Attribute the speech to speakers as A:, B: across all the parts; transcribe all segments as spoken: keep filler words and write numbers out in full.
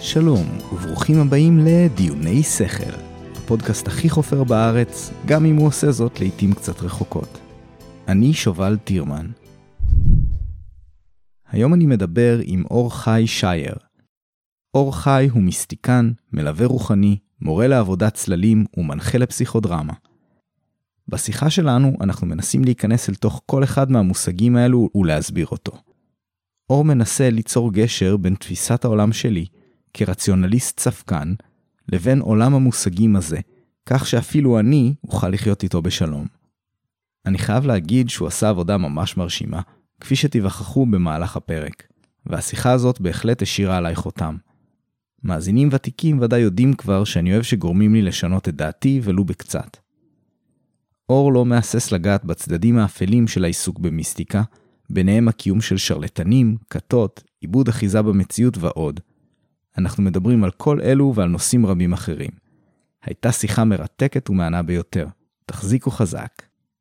A: שלום וברוכים הבאים לדיוני שכל, הפודקאסט הכי חופר בארץ, גם אם הוא עושה זאת לעתים קצת רחוקות. אני שובל טירמן. היום אני מדבר עם אור חי שייר. אור חי הוא מיסטיקן, מלווה רוחני, מורה לעבודת צללים ומנחה לפסיכודרמה. בשיחה שלנו אנחנו מנסים להיכנס אל תוך כל אחד מהמושגים האלו ולהסביר אותו. אור מנסה ליצור גשר בין תפיסת העולם שלי, כרציונליסט צפקן, לבין עולם המושגים הזה, כך שאפילו אני אוכל לחיות איתו בשלום. אני חייב להגיד שהוא עשה עבודה ממש מרשימה, כפי שתיווכחו במהלך הפרק, והשיחה הזאת בהחלט השאירה עליי חותם. מאזינים ותיקים ודאי יודעים כבר שאני אוהב שגורמים לי לשנות את דעתי ולו בקצת. אור לא מאסס לגעת בצדדים האפלים של העיסוק במיסטיקה, ביניהם הקיום של שרלטנים, כתות, עיבוד אחיזה במציאות ועוד. אנחנו מדברים על כל אלו ועל נושאים רבים אחרים. הייתה שיחה מרתקת ומענה ביותר. תחזיקו חזק.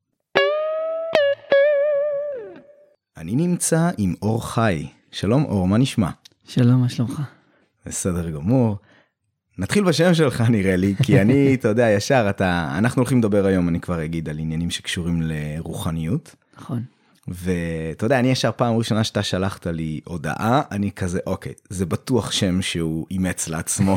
A: אני נמצא עם אור חי. שלום אור, מה נשמע?
B: שלום, מה שלומך?
A: בסדר גמור. נתחיל בשם שלך נראה לי, כי אני, אתה יודע, ישר, אתה, אנחנו הולכים לדבר היום, אני כבר אגיד, על עניינים שקשורים לרוחניות.
B: נכון.
A: ואתה יודע, אני ישר פעם ראשונה שאתה שלחת לי הודעה, אני כזה, אוקיי, זה בטוח שם שהוא אימץ לעצמו,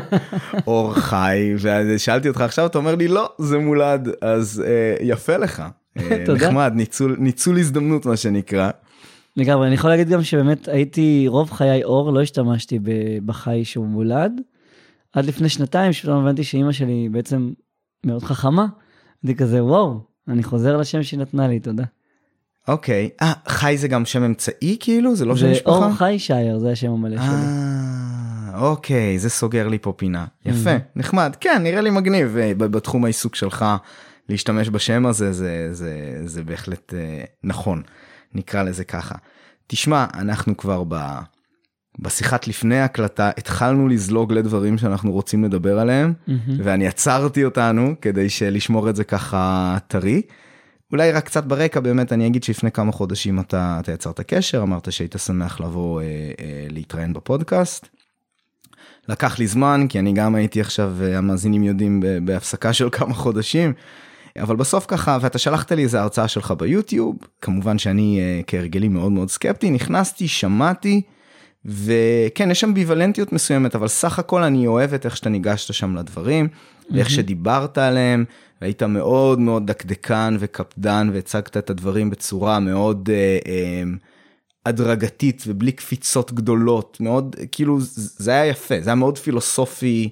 A: אור חי, ושאלתי אותך עכשיו, אתה אומר לי, לא, זה מולד, אז אה, יפה לך. אה,
B: תודה.
A: נחמד, ניצול, ניצול הזדמנות מה שנקרא.
B: לגמרי, אני יכול להגיד גם שבאמת הייתי רוב חיי אור, לא השתמשתי בחי שהוא מולד, עד לפני שנתיים שפתאום הבנתי שאמא שלי בעצם מאוד חכמה, אני כזה, וואו, אני חוזר לשם שהיא נתנה לי, תודה.
A: אוקיי, אה, חי זה גם שם אמצעי כאילו? זה לא שם משפחה?
B: זה אור חי שייר, זה השם המלא שלי.
A: אה, אוקיי, זה סוגר לי פה פינה. יפה, נחמד. כן, נראה לי מגניב בתחום העיסוק שלך להשתמש בשם הזה, זה, זה, זה בהחלט נכון. נקרא לזה ככה. תשמע, אנחנו כבר ב... בשיחת לפני הקלטה, התחלנו לזלוג לדברים שאנחנו רוצים לדבר עליהם, ואני עצרתי אותנו כדי לשמור את זה ככה טרי. אולי רק קצת ברקע, באמת אני אגיד שלפני כמה חודשים אתה, אתה יצרת קשר, אמרת שהיית שמח לבוא אה, אה, להתראיין בפודקאסט. לקח לי זמן, כי אני גם הייתי עכשיו, המאזינים יודעים, בהפסקה של כמה חודשים, אבל בסוף ככה, ואתה שלחת לי איזו הרצאה שלך ביוטיוב, כמובן שאני אה, כהרגלי מאוד מאוד סקפטי, נכנסתי, שמעתי, וכן, יש שם ביוולנטיות מסוימת, אבל סך הכל אני אוהבת איך שאתה ניגשת שם לדברים, ואיך שדיברת עליהם, והיית מאוד מאוד דקדקן וקפדן, והצגת את הדברים בצורה מאוד אה, אה, הדרגתית, ובלי קפיצות גדולות, מאוד, כאילו, זה היה יפה, זה היה מאוד פילוסופי,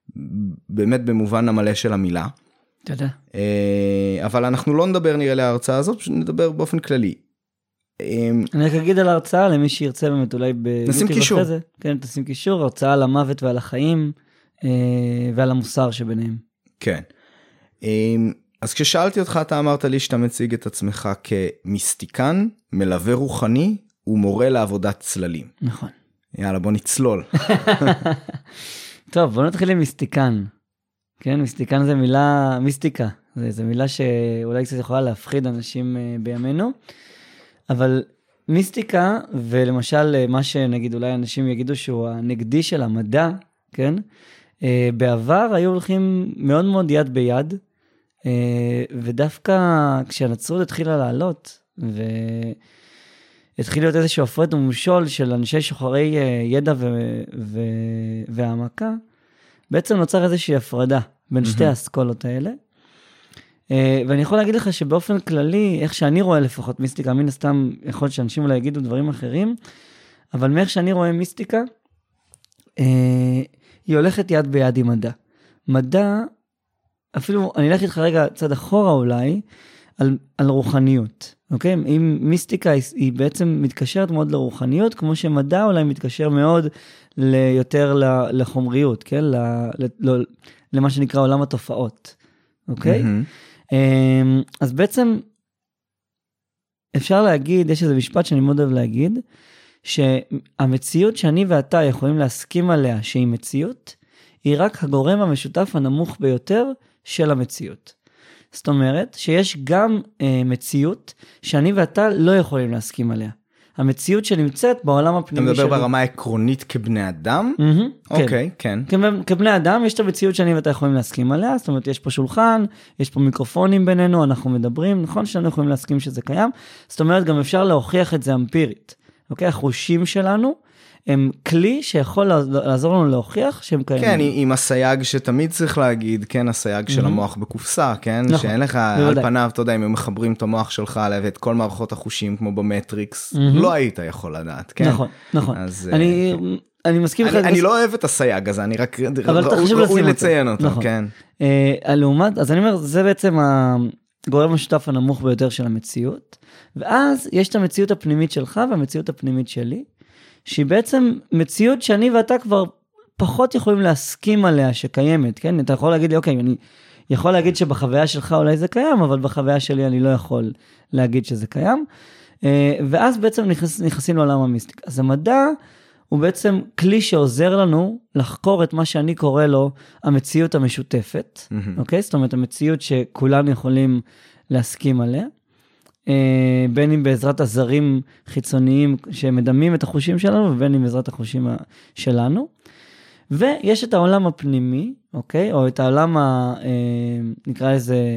A: באמת במובן המלא של המילה.
B: תודה.
A: אה, אבל אנחנו לא נדבר נראה להרצאה הזאת, פשוט נדבר באופן כללי.
B: אני רק אגיד על ההרצאה, למי שירצה באמת אולי
A: נשים קישור.
B: אחרי זה. כן, תשים קישור, הרצאה על המוות ועל החיים, ועל המוסר שביניהם.
A: כן. אז כששאלתי אותך, אתה אמרת לי שאתה מציג את עצמך כמיסטיקן, מלווה רוחני, ומורה לעבודת צללים.
B: נכון.
A: יאללה, בוא נצלול.
B: טוב, בוא נתחיל עם מיסטיקן. כן, מיסטיקן זה מילה, מיסטיקה. זה, זה מילה שאולי קצת יכולה להפחיד אנשים בימינו. אבל מיסטיקה, ולמשל מה שנגיד אולי אנשים יגידו שהוא הנגדי של המדע, כן? בעבר היו הולכים מאוד מאוד יד ביד, ודווקא כשהנצרות התחילה לעלות, והתחיל להיות איזשהו הפרד ומשול של אנשי שוחרי ידע ו- ו- והעמקה, בעצם נוצר איזושהי הפרדה בין שתי האסכולות האלה, ואני יכול להגיד לך שבאופן כללי, איך שאני רואה לפחות מיסטיקה, מן הסתם יכול להיות שאנשים אולי יגידו דברים אחרים, אבל מאיך שאני רואה מיסטיקה, היא הולכת יד ביד עם מדע. מדע, אפילו, אני אלך איתך רגע צד אחורה אולי, על, על רוחניות, אוקיי? אם מיסטיקה היא, היא בעצם מתקשרת מאוד לרוחניות, כמו שמדע אולי מתקשר מאוד ליותר לחומריות, כן? ל, ל, למה שנקרא עולם התופעות, אוקיי? Mm-hmm. אז בעצם אפשר להגיד, יש איזה משפט שאני מאוד אוהב להגיד, שהמציאות שאני ואתה יכולים להסכים עליה שהיא מציאות, היא רק הגורם המשותף הנמוך ביותר של המציאות. זאת אומרת שיש גם אה, מציאות שאני ואתה לא יכולים להסכים עליה. המציאות שנמצאת בעולם הפנימי
A: שלי. אתה מדבר
B: שלי.
A: ברמה העקרונית כבני אדם?
B: Mm-hmm,
A: אוקיי, כן.
B: כן. כבני אדם יש את המציאות שאני ואתה יכולים להסכים עליה, זאת אומרת יש פה שולחן, יש פה מיקרופונים בינינו, אנחנו מדברים, נכון שאנחנו יכולים להסכים שזה קיים, זאת אומרת גם אפשר להוכיח את זה אמפירית, אוקיי? החושים שלנו הם כלי שיכול לעזור לנו להוכיח שהם קיימים.
A: כן, עם הסייג שתמיד צריך להגיד, כן, הסייג של המוח בקופסה, כן? שאין לך על פניו, אתה יודע, אם הם מחברים את המוח שלך עליו, את כל מערכות החושים כמו במטריקס, לא היית יכול לדעת, כן?
B: נכון, נכון. אני... אני מסכים לך...
A: אני לא אוהב את הסייג הזה, אני רק...
B: אבל אתה חושב
A: ראוי לציין אותו, כן.
B: לעומת, אז אני אומר, זה בעצם הגורם המשותף הנמוך ביותר של המציאות, ואז יש את המציאות הפנימית שלך והמציאות הפנימית שלי, שהיא בעצם מציאות שאני ואתה כבר פחות יכולים להסכים עליה שקיימת, כן? אתה יכול להגיד לי, אוקיי, אני יכול להגיד שבחוויה שלך אולי זה קיים, אבל בחוויה שלי אני לא יכול להגיד שזה קיים, ואז בעצם נכנס, נכנסים לעולם המיסטיקה. אז המדע הוא בעצם כלי שעוזר לנו לחקור את מה שאני קורא לו המציאות המשותפת, mm-hmm. אוקיי? זאת אומרת, המציאות שכולנו יכולים להסכים עליה, בין אם בעזרת עזרים חיצוניים שמדמים את החושים שלנו, ובין אם בעזרת החושים שלנו. ויש את העולם הפנימי, אוקיי? או את העולם, ה, נקרא לזה,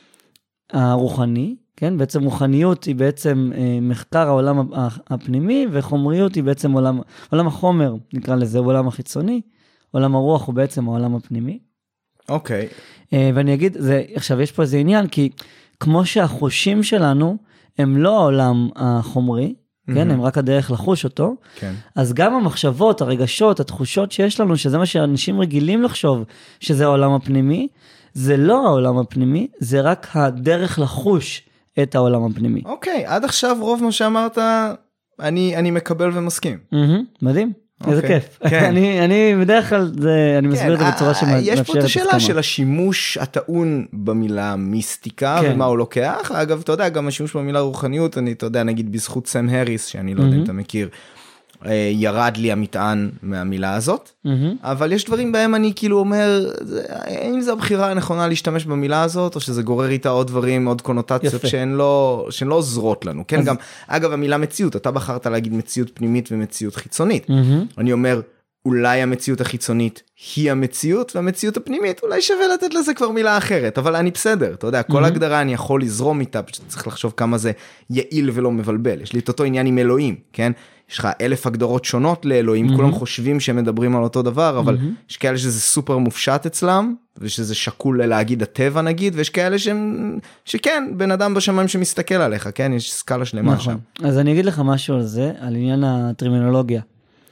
B: הרוחני, כן? בעצם רוחניות היא בעצם מחקר העולם הפנימי, וחומריות היא בעצם עולם, עולם החומר, נקרא לזה, עולם החיצוני. עולם הרוח הוא בעצם העולם הפנימי.
A: אוקיי.
B: ואני אגיד, זה, עכשיו יש פה איזה עניין, כי כמו שהחושים שלנו הם לא העולם החומרי, mm-hmm. כן, הם רק הדרך לחוש אותו, כן. אז גם המחשבות, הרגשות, התחושות שיש לנו, שזה מה שאנשים רגילים לחשוב, שזה העולם הפנימי, זה לא העולם הפנימי, זה רק הדרך לחוש את העולם הפנימי.
A: אוקיי, עד עכשיו רוב מה שאמרת, אני, אני מקבל ומסכים.
B: Mm-hmm, מדהים. איזה כיף. אני, אני בדרך כלל, אני מסביר את זה בצורה שמאפשרת הסכמה.
A: יש פה את השאלה של השימוש הטעון במילה מיסטיקה, ומה הוא לוקח. אגב, אתה יודע, גם השימוש במילה רוחניות, אני, אתה יודע, נגיד בזכות סם הריס, שאני לא יודע אם אתה מכיר, ירד לי המטען מהמילה הזאת, אבל יש דברים בהם אני כאילו אומר, האם זו הבחירה הנכונה להשתמש במילה הזאת, או שזה גורר איתה עוד דברים, עוד קונוטציות שהן לא, שהן לא עוזרות לנו, כן? גם, אגב, המילה מציאות, אתה בחרת להגיד מציאות פנימית ומציאות חיצונית. אני אומר, אולי המציאות החיצונית היא המציאות, והמציאות הפנימית, אולי שווה לתת לזה כבר מילה אחרת, אבל אני בסדר, אתה יודע, כל הגדרה אני יכול לזרום איתה, פשוט צריך לחשוב כמה זה יעיל ולא מבלבל. יש לי את אותו עניין עם אלוהים, כן? יש לך אלף הגדרות שונות לאלוהים, כולם חושבים שהם מדברים על אותו דבר, אבל יש כאלה שזה סופר מופשט אצלם, ושזה שקול להגיד הטבע נגיד, ויש כאלה שהם, שכן, בן אדם בשמיים שמסתכל עליך, כן? יש סקאלה שלמה שם.
B: אז אני אגיד לך משהו על זה, על עניין הטרמינולוגיה.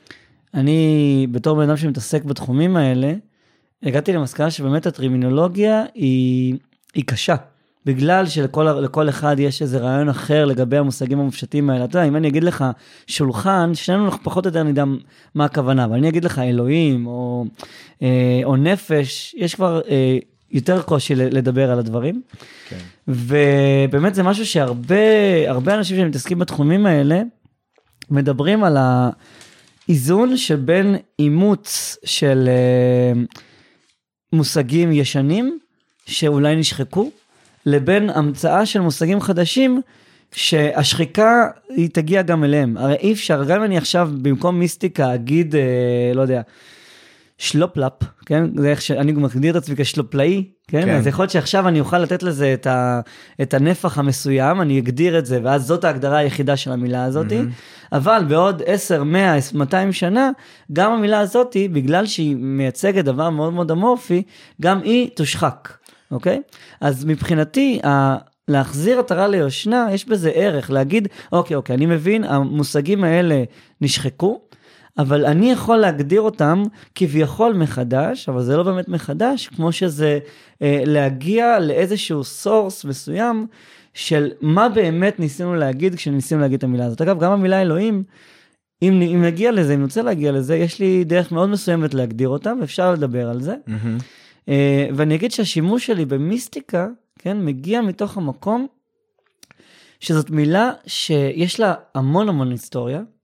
B: אני, בתור בן אדם שמתעסק בתחומים האלה, הגעתי למסקנה שבאמת הטרמינולוגיה היא, היא קשה, בגלל שלכל לכל אחד יש איזה רעיון אחר לגבי המושגים המופשטים האלה. אתה יודע, אם אני אגיד לך שולחן, שנינו פחות או יותר נדע מה הכוונה, אבל אני אגיד לך אלוהים או, או נפש, יש כבר יותר קושי לדבר על הדברים. כן. ובאמת זה משהו שהרבה הרבה אנשים שמתעסקים בתחומים האלה, מדברים על ה... איזון שבין אימוץ של uh, מושגים ישנים, שאולי נשחקו, לבין המצאה של מושגים חדשים, שהשחיקה היא תגיע גם אליהם. הרי אי אפשר, גם אני עכשיו במקום מיסטיקה אגיד, uh, לא יודע, שלופלאפ, כן? זה איך שאני מגדיר את עצמי כשלופלאי, כן? כן? אז יכול להיות שעכשיו אני אוכל לתת לזה את, ה, את הנפח המסוים, אני אגדיר את זה, ואז זאת ההגדרה היחידה של המילה הזאת, mm-hmm. אבל בעוד עשר, מאה, מאתיים שנה, גם המילה הזאת, בגלל שהיא מייצגת דבר מאוד מאוד אמורפי, גם היא תושחק, אוקיי? אז מבחינתי, ה... להחזיר עטרה ליושנה, יש בזה ערך, להגיד, אוקיי, אוקיי, אני מבין, המושגים האלה נשחקו, אבל אני יכול להגדיר אותם כביכול מחדש, אבל זה לא באמת מחדש, כמו שזה אה, להגיע לאיזשהו סורס מסוים, של מה באמת ניסינו להגיד, כשניסינו להגיד את המילה הזאת. אגב, גם המילה אלוהים, אם, אם נגיע לזה, אם נוצא להגיע לזה, יש לי דרך מאוד מסוימת להגדיר אותם, ואפשר לדבר על זה. Mm-hmm. אה, ואני אגיד שהשימוש שלי במיסטיקה, כן, מגיע מתוך המקום, שזאת מילה שיש לה המון המון היסטוריה,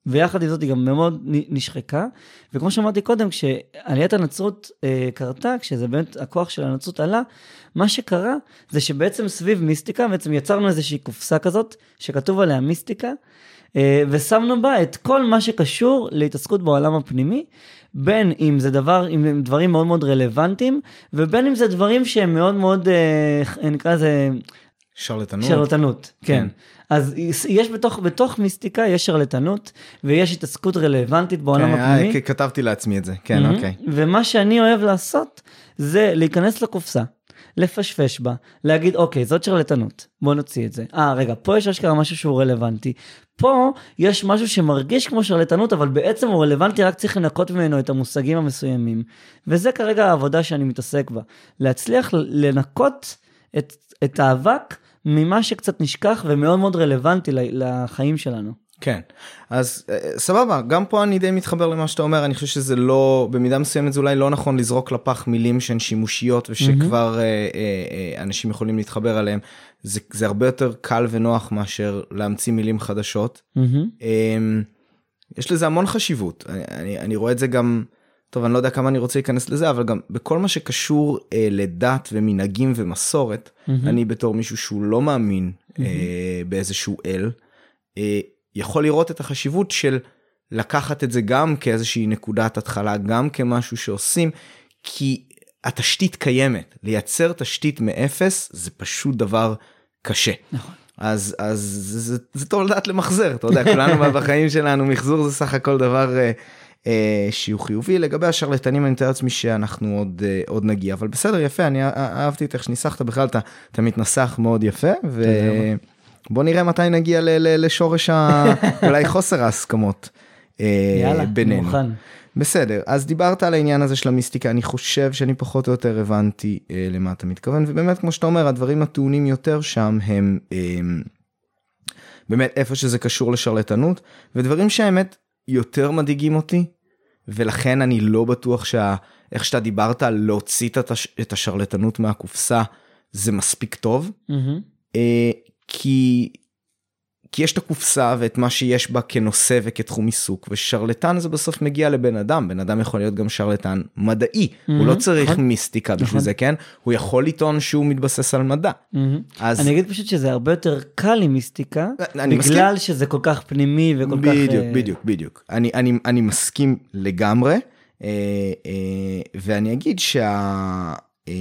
B: ויחד עם זאת היא גם מאוד נשחקה, וכמו שאמרתי קודם, כשעליית הנצרות אה, קרתה, כשזה באמת הכוח של הנצרות עלה, מה שקרה זה שבעצם סביב מיסטיקה, בעצם יצרנו איזושהי קופסה כזאת, שכתוב עליה מיסטיקה, אה, ושמנו בה את כל מה שקשור להתעסקות בעולם הפנימי, בין אם זה דבר, אם דברים מאוד מאוד רלוונטיים, ובין אם זה דברים שהם מאוד מאוד, אה, נקרא לזה,
A: שרלטנות.
B: שרלטנות, כן. כן. אז יש בתוך, בתוך מיסטיקה, יש שרלטנות, ויש התעסקות רלוונטית בעולם
A: כן,
B: הפנימי.
A: כתבתי לעצמי את זה, כן, mm-hmm. אוקיי.
B: ומה שאני אוהב לעשות, זה להיכנס לקופסה, לפשפש בה, להגיד, אוקיי, זאת שרלטנות, בוא נוציא את זה. אה, רגע, פה יש אשכרה משהו שהוא רלוונטי. פה יש משהו שמרגיש כמו שרלטנות, אבל בעצם הוא רלוונטי, רק צריך לנקות ממנו את המושגים המסוימים. וזה כרגע העבודה שאני מתעסק בה. להצליח לנקות את, את האבק, ממה שקצת נשכח ומאוד מאוד רלוונטי לחיים שלנו.
A: כן, אז סבבה, גם פה אני די מתחבר למה שאתה אומר, אני חושב שזה לא, במידה מסוימת זה אולי לא נכון לזרוק לפח מילים שהן שימושיות, ושכבר mm-hmm. אנשים יכולים להתחבר עליהם, זה, זה הרבה יותר קל ונוח מאשר להמציא מילים חדשות. Mm-hmm. יש לזה המון חשיבות, אני, אני, אני רואה את זה גם, טוב, אני לא יודע כמה אני רוצה להיכנס לזה, אבל גם בכל מה שקשור אה, לדת ומנהגים ומסורת, mm-hmm. אני בתור מישהו שהוא לא מאמין mm-hmm. אה, באיזשהו אל, אה, יכול לראות את החשיבות של לקחת את זה גם כאיזושהי נקודת התחלה, גם כמשהו שעושים, כי התשתית קיימת. לייצר תשתית מאפס, זה פשוט דבר קשה.
B: נכון.
A: אז, אז זה, זה, זה טוב לדעת למחזר, אתה יודע, כולנו בחיים שלנו, מחזור זה סך הכל דבר... אה, שהוא חיובי. לגבי השרלטנים אני מתאר לעצמי שאנחנו עוד, עוד נגיע, אבל בסדר, יפה, אני אהבתי את איך שניסחת בכלל, אתה, אתה מתנסח מאוד יפה, ובוא נראה מתי נגיע ל, ל, לשורש ה, אולי חוסר ההסכמות
B: יאללה,
A: בינינו.
B: מוכן.
A: בסדר, אז דיברת על העניין הזה של המיסטיקה, אני חושב שאני פחות או יותר הבנתי למה אתה מתכוון, ובאמת כמו שאתה אומר, הדברים הטעונים יותר שם הם באמת איפה שזה קשור לשרלטנות, ודברים שהאמת יותר מדאיגים אותי, ולכן אני לא בטוח שה, איך שאתה דיברת על להוציא את השרלטנות מהקופסה, זה מספיק טוב, mm-hmm. כי, כי יש את הקופסה ואת מה שיש בה כנושא וכתחום עיסוק, ושרלטן זה בסוף מגיע לבן אדם, בן אדם יכול להיות גם שרלטן מדעי, mm-hmm. הוא לא צריך נכון. מיסטיקה בשביל נכון. זה, כן? הוא יכול לטעון שהוא מתבסס על מדע. Mm-hmm. אז...
B: אני אגיד פשוט שזה הרבה יותר קל עם מיסטיקה, בגלל מסכים. שזה כל כך פנימי וכל
A: בדיוק,
B: כך...
A: בדיוק, בדיוק, בדיוק. אני, אני, אני מסכים לגמרי, אה, אה, ואני אגיד שה... אה,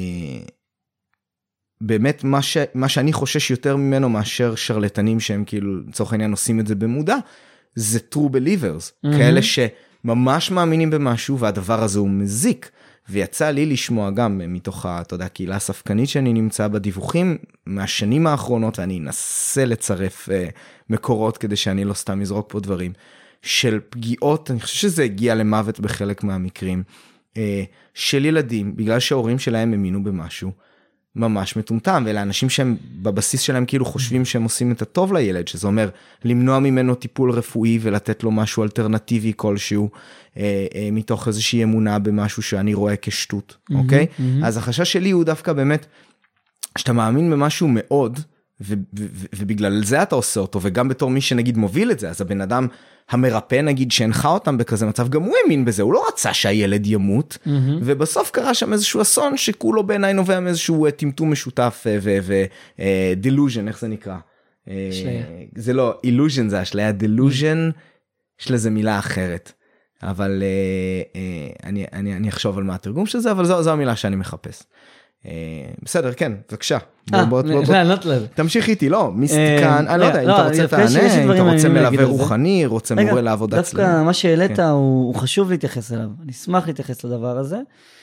A: באמת מה, ש, מה שאני חושש יותר ממנו מאשר שרלטנים שהם כאילו לצורך העניין עושים את זה במודע, זה true believers, mm-hmm. כאלה שממש מאמינים במשהו והדבר הזה הוא מזיק, ויצא לי לשמוע גם מתוך אתה יודע, הקהילה הספקנית שאני נמצא בדיווחים מהשנים האחרונות, ואני אנסה לצרף uh, מקורות כדי שאני לא סתם אזרוק פה דברים, של פגיעות, אני חושב שזה הגיע למוות בחלק מהמקרים, uh, של ילדים, בגלל שההורים שלהם האמינו במשהו, ממש מטומטם, ואלה אנשים שהם בבסיס שלהם כאילו חושבים שהם עושים את הטוב לילד, שזה אומר למנוע ממנו טיפול רפואי ולתת לו משהו אלטרנטיבי כלשהו, אה, אה, מתוך איזושהי אמונה במשהו שאני רואה כשטות, mm-hmm, אוקיי? Mm-hmm. אז החשש שלי הוא דווקא באמת, שאתה מאמין במשהו מאוד, ו- ו- ו- ובגלל זה אתה עושה אותו, וגם בתור מי שנגיד מוביל את זה, אז הבן אדם המרפא נגיד שהנחה אותם בכזה מצב, גם הוא האמין בזה, הוא לא רצה שהילד ימות, mm-hmm. ובסוף קרה שם איזשהו אסון, שכולו בעיניי נובע מאיזשהו טמטום משותף, ו-delusion, איך זה נקרא?
B: אשליה.
A: זה לא, illusion זה אשליה, delusion, יש לזה מילה אחרת, אבל אני, אני, אני אחשוב על מה התרגום של זה, אבל זו, זו המילה שאני מחפש. בסדר, כן, בבקשה. תמשיך איתי, לא, מיסטיקה, אני לא יודע, אם אתה רוצה תענה, אם אתה רוצה מלווה רוחני, רוצה מורה לעבוד אצלנו.
B: דווקא מה שהעלית הוא חשוב להתייחס אליו, אני אשמח להתייחס לדבר הזה.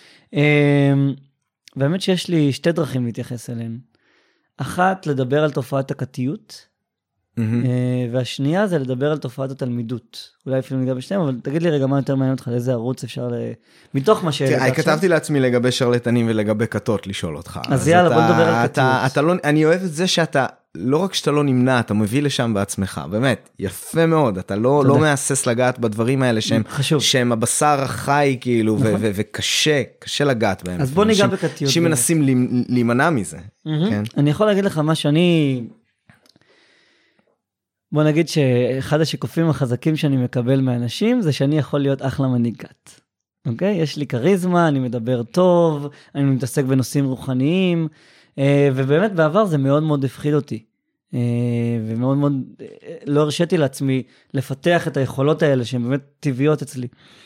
B: באמת שיש לי שתי דרכים להתייחס אליהן. אחת, לדבר על תופעת הקטיות, והשנייה זה לדבר על תופעת התלמידות. אולי אפילו ניגע בשניהם, אבל תגיד לי רגע מה יותר מעניין אותך, לאיזה ערוץ אפשר ל... מתוך מה שהעלית עכשיו.
A: כתבתי לעצמי לגבי שרלטנים ולגבי כתות לשאול אותך.
B: אז יאללה, בוא נדבר על קטיות.
A: אני אוהב את זה שאתה, לא רק שאתה לא נמנע, אתה מביא לשם בעצמך, באמת, יפה מאוד, אתה לא מאסס לגעת בדברים האלה שהם הבשר החי כאילו, וקשה, קשה לגעת בהם.
B: אז בוא ניגע בקטיות.
A: שמנסים להימנע מזה.
B: אני יכול להגיד לך מה שאני... בוא נגיד שאחד השיקופים החזקים שאני מקבל מאנשים, זה שאני יכול להיות אחלה מנהיג כת. אוקיי? יש לי קריזמה, אני מדבר טוב, אני מתעסק בנושאים רוחניים, ובאמת בעבר זה מאוד מאוד הפחיד אותי. ומאוד מאוד לא הרשיתי לעצמי לפתח את היכולות האלה שהן באמת טבעיות אצלי.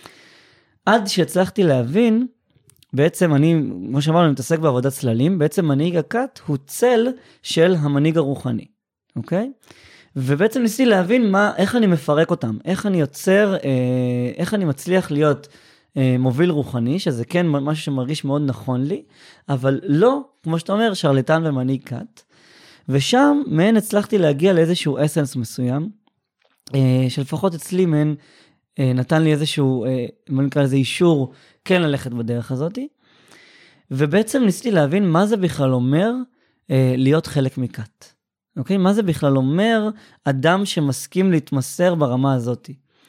B: עד שהצלחתי להבין, בעצם אני, כמו שאמרנו, אני מתעסק בעבודת צללים, בעצם מנהיג הכת הוא צל של המנהיג הרוחני, אוקיי? ובעצם ניסיתי להבין מה, איך אני מפרק אותם, איך אני יוצר, איך אני מצליח להיות מוביל רוחני, שזה כן משהו שמרגיש מאוד נכון לי, אבל לא, כמו שאתה אומר, שרלטן ומנהיג כת. ושם מהן הצלחתי להגיע לאיזשהו אסנס מסוים, שלפחות אצלי מהן נתן לי איזשהו, מה נקרא לזה, אישור כן ללכת בדרך הזאת, ובעצם ניסיתי להבין מה זה בכלל אומר להיות חלק מכת. אוקיי? מה זה בכלל אומר אדם שמסכים להתמסר ברמה הזאת.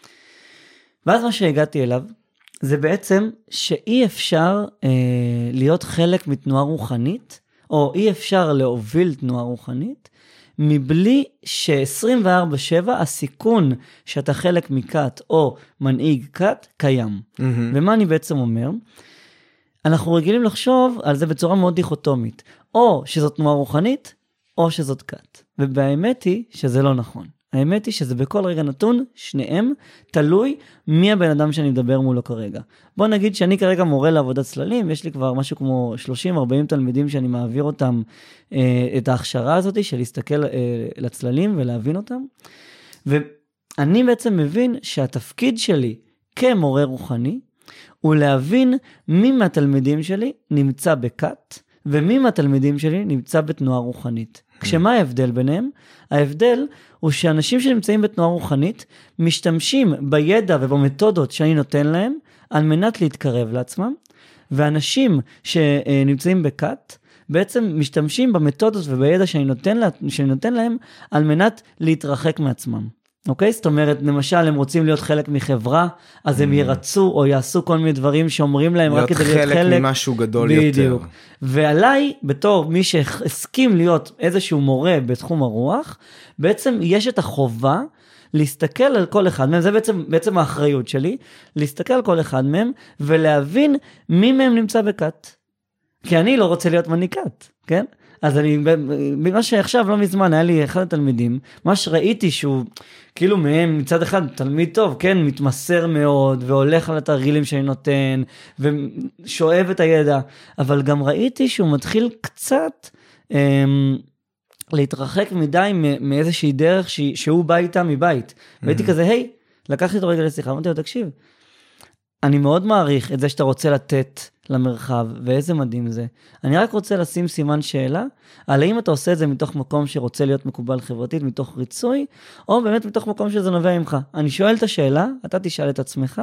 B: ואז מה שהגעתי אליו, זה בעצם שאי אפשר אה, להיות חלק מתנועה רוחנית, או אי אפשר להוביל תנועה רוחנית, מבלי ש-עשרים וארבע שבע הסיכון שאתה חלק מכת או מנהיג כת קיים. Mm-hmm. ומה אני בעצם אומר? אנחנו רגילים לחשוב על זה בצורה מאוד דיכוטומית. או שזאת תנועה רוחנית, או שזאת כת. ובאמת היא שזה לא נכון. האמת היא שזה בכל רגע נתון, שניהם, תלוי מי הבן אדם שאני מדבר מולו כרגע. בוא נגיד שאני כרגע מורה לעבודת צללים, יש לי כבר משהו כמו שלושים ארבעים תלמידים שאני מעביר אותם, אה, את ההכשרה הזאת של להסתכל אה, לצללים ולהבין אותם. ואני בעצם מבין שהתפקיד שלי כמורה רוחני, הוא להבין מי מהתלמידים שלי נמצא בכת, ומי מהתלמידים שלי נמצא בתנועה רוחנית. כשמה ההבדל ביניהם? ההבדל הוא שאנשים שנמצאים בתנועה רוחנית, משתמשים בידע ובמתודות שאני נותן להם, על מנת להתקרב לעצמם, ואנשים שנמצאים בכת, בעצם משתמשים במתודות ובידע שאני נותן, לה, שאני נותן להם, על מנת להתרחק מעצמם. אוקיי? זאת אומרת, למשל, הם רוצים להיות חלק מחברה, אז הם ירצו או יעשו כל מיני דברים שאומרים להם רק כדי להיות חלק.
A: להיות חלק ממשהו גדול
B: בדיוק.
A: יותר.
B: ועליי, בתור מי שהסכים להיות איזשהו מורה בתחום הרוח, בעצם יש את החובה להסתכל על כל אחד מהם, זה בעצם, בעצם האחריות שלי, להסתכל על כל אחד מהם, ולהבין מי מהם נמצא בכת. כי אני לא רוצה להיות מנהיג כת, כן? אז אני, במה שעכשיו לא מזמן, היה לי אחד התלמידים, מה שראיתי שהוא, כאילו מהם מצד אחד תלמיד טוב, כן, מתמסר מאוד, והולך על התרגילים שאני נותן, ושואב את הידע, אבל גם ראיתי שהוא מתחיל קצת אמ, להתרחק מדי מאיזושהי דרך ש, שהוא בא איתה מבית. Mm-hmm. והייתי כזה, היי, לקחתי אותו רגע לשיחה, אמרתי לו, תקשיב, אני מאוד מעריך את זה שאתה רוצה לתת למרחב, ואיזה מדהים זה. אני רק רוצה לשים סימן שאלה, על האם אתה עושה את זה מתוך מקום שרוצה להיות מקובל חברתית, מתוך ריצוי, או באמת מתוך מקום שזה נובע ממך. אני שואל את השאלה, אתה תשאל את עצמך,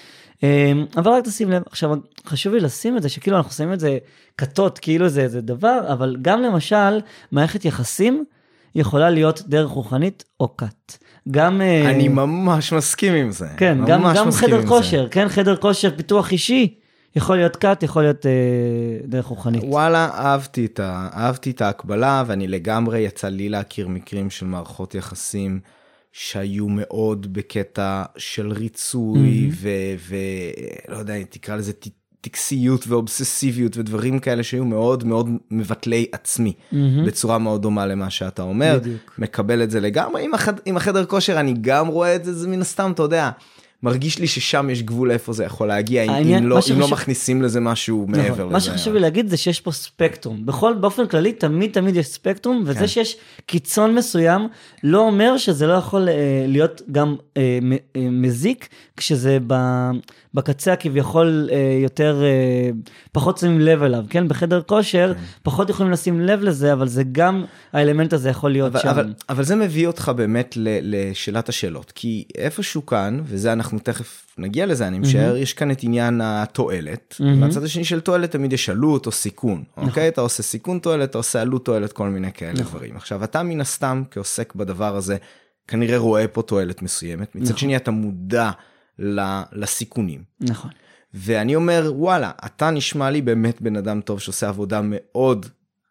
B: אבל רק תשים לב, עכשיו חשוב לי לשים את זה, שכאילו אנחנו שמים את זה כתות, כאילו זה, זה דבר, אבל גם למשל, מערכת יחסים יכולה להיות דרך רוחנית או כת. גם
A: אני ממש מסכים עם זה.
B: כן, גם, גם חדר כושר, כן, חדר כושר, פיתוח אישי, יכול להיות כת, יכול להיות אה, דרך רוחנית.
A: וואלה, אהבתי את, ה, אהבתי את ההקבלה, ואני לגמרי יצא לי להכיר מקרים של מערכות יחסים, שהיו מאוד בקטע של ריצוי, mm-hmm. ולא יודע, תקרא לזה טקסיות ואובססיביות, ודברים כאלה שהיו מאוד מאוד מבטלי עצמי, mm-hmm. בצורה מאוד דומה למה שאתה אומר, בדיוק. מקבל את זה לגמרי, עם, החד, עם החדר כושר אני גם רואה את זה, זה מן הסתם, אתה יודע, מרגיש לי ששם יש גבול איפה זה יכול להגיע, העניין, אם, לא, אם לא מכניסים לזה משהו נכון, מעבר לזה.
B: מה שחשוב לי להגיד זה שיש פה ספקטרום. בכל, באופן כללי, תמיד תמיד יש ספקטרום, וזה כן. שיש קיצון מסוים, לא אומר שזה לא יכול אה, להיות גם אה, אה, מזיק, כשזה ב, בקצה כביכול אה, יותר, אה, פחות שמים לב אליו, כן? בחדר כושר, כן. פחות יכולים לשים לב לזה, אבל זה גם, האלמנט הזה יכול להיות
A: אבל,
B: שם.
A: אבל, אבל זה מביא אותך באמת לשאלת השאלות, כי איפשהו כאן, וזה אנחנו תכף נגיע לזה, אני משער, יש כאן את עניין התועלת, והצד השני של תועלת תמיד יש עלות או סיכון, אוקיי? אתה עושה סיכון תועלת, אתה עושה עלות תועלת, כל מיני כאלה דברים. עכשיו, אתה מן הסתם, כעוסק בדבר הזה, כנראה רואה פה תועלת מסוימת, מצד שני אתה מודע לסיכונים.
B: נכון.
A: ואני אומר, וואלה, אתה נשמע לי באמת בן אדם טוב, שעושה עבודה מאוד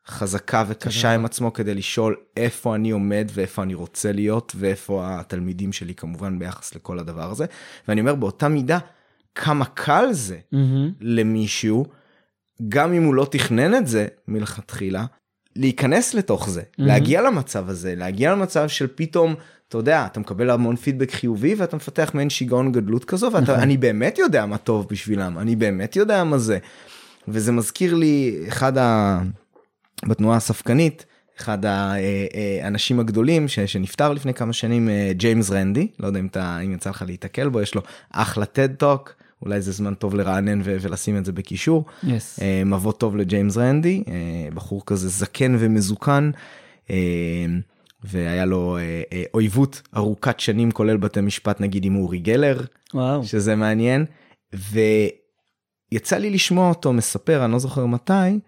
A: חזקה וקשה עם עצמו כדי לשאול איפה אני עומד ואיפה אני רוצה להיות, ואיפה התלמידים שלי כמובן ביחס לכל הדבר הזה. ואני אומר באותה מידה, כמה קל זה mm-hmm. למישהו, גם אם הוא לא תכנן את זה מלכתחילה, להיכנס לתוך זה, mm-hmm. להגיע למצב הזה, להגיע למצב של פתאום, אתה יודע, אתה מקבל המון פידבק חיובי, ואתה מפתח מעין שיגעון גדלות כזו, ואני באמת יודע מה טוב בשבילם, אני באמת יודע מה זה. וזה מזכיר לי, אחד ה... בתנועה הספקנית, אחד האנשים הגדולים, ש... שנפטר לפני כמה שנים, ג'יימס רנדי, לא יודע אם, אתה... אם יצא לך להתקל בו, יש לו אחלה טד טוק, אולי זה זמן טוב לרענן ו... ולשים את זה בקישור.
B: Yes.
A: מבוא טוב לג'יימס רנדי, בחור כזה זקן ומזוקן, והיה לו אויבות ארוכת שנים, כולל בתי משפט, נגיד עם אורי גלר,
B: וואו.
A: שזה מעניין, ויצא לי לשמוע אותו מספר, אני לא זוכר מתי,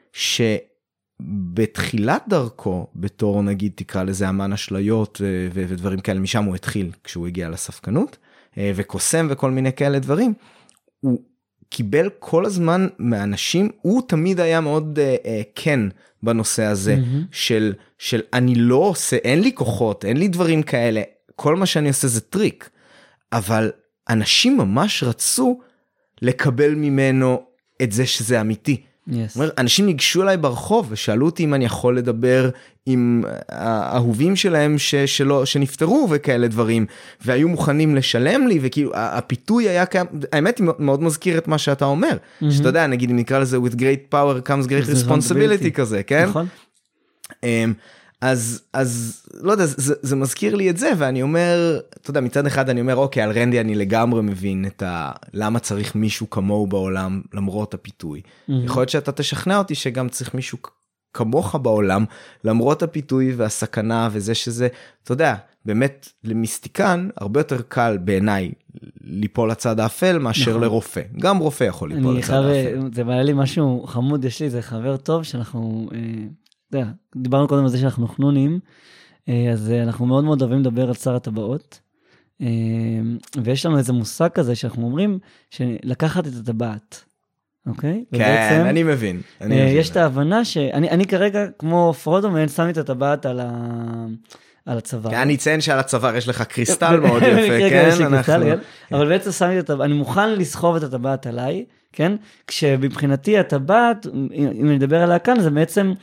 A: שבתחילת דרכו, בתור נגיד תקרא לזה אמן אשליות ו- ו- ודברים כאלה, משם הוא התחיל כשהוא הגיע לספקנות, וקוסם וכל מיני כאלה דברים, הוא קיבל כל הזמן מאנשים, הוא תמיד היה מאוד uh, uh, כן בנושא הזה, mm-hmm. של, של אני לא עושה, אין לי כוחות, אין לי דברים כאלה, כל מה שאני עושה זה טריק, אבל אנשים ממש רצו לקבל ממנו את זה שזה אמיתי.
B: Yes.
A: אומר, אנשים ניגשו אליי ברחוב ושאלו אותי אם אני יכול לדבר עם האהובים שלהם ש, שלא, שנפטרו וכאלה דברים, והיו מוכנים לשלם לי, וכאילו הפיתוי היה קיים, האמת היא מאוד מזכיר את מה שאתה אומר, mm-hmm. שאתה יודע, נגיד אם נקרא לזה with great power comes great responsibility כזה, כן?
B: נכון.
A: אז, אז, לא יודע, זה, זה מזכיר לי את זה, ואני אומר, אתה יודע, מצד אחד אני אומר, אוקיי, על רנדי אני לגמרי מבין את ה... למה צריך מישהו כמוהו בעולם, למרות הפיתוי. Mm-hmm. יכול להיות שאתה תשכנע אותי שגם צריך מישהו כמוך בעולם, למרות הפיתוי והסכנה, וזה שזה, אתה יודע, באמת, למיסטיקן, הרבה יותר קל בעיניי, ליפול לצד האפל, מאשר נכון. לרופא. גם רופא יכול ליפול לצד
B: חייב,
A: האפל.
B: זה בא לי משהו חמוד, יש לי איזה חבר טוב, שאנחנו... אה... דיברנו קודם על זה שאנחנו חנונים, אז אנחנו מאוד מאוד אוהבים לדבר על שר הטבעות, ויש לנו איזה מושג כזה שאנחנו אומרים, שלקחת את הטבעת, אוקיי?
A: כן, ובעצם, אני מבין. אני
B: יש
A: מבין.
B: את ההבנה שאני אני כרגע, כמו פרודומן, שמתי את הטבעת על ה... על הצוואר.
A: אני אציין שעל הצוואר יש לך קריסטל מאוד יפה, כן?
B: אבל בעצם שמתי את הטבעת, אני מוכן לסחוב את הטבעת עליי, כן? כשבבחינתי הטבעת, אם אני מדבר עליה כאן, זה בעצם,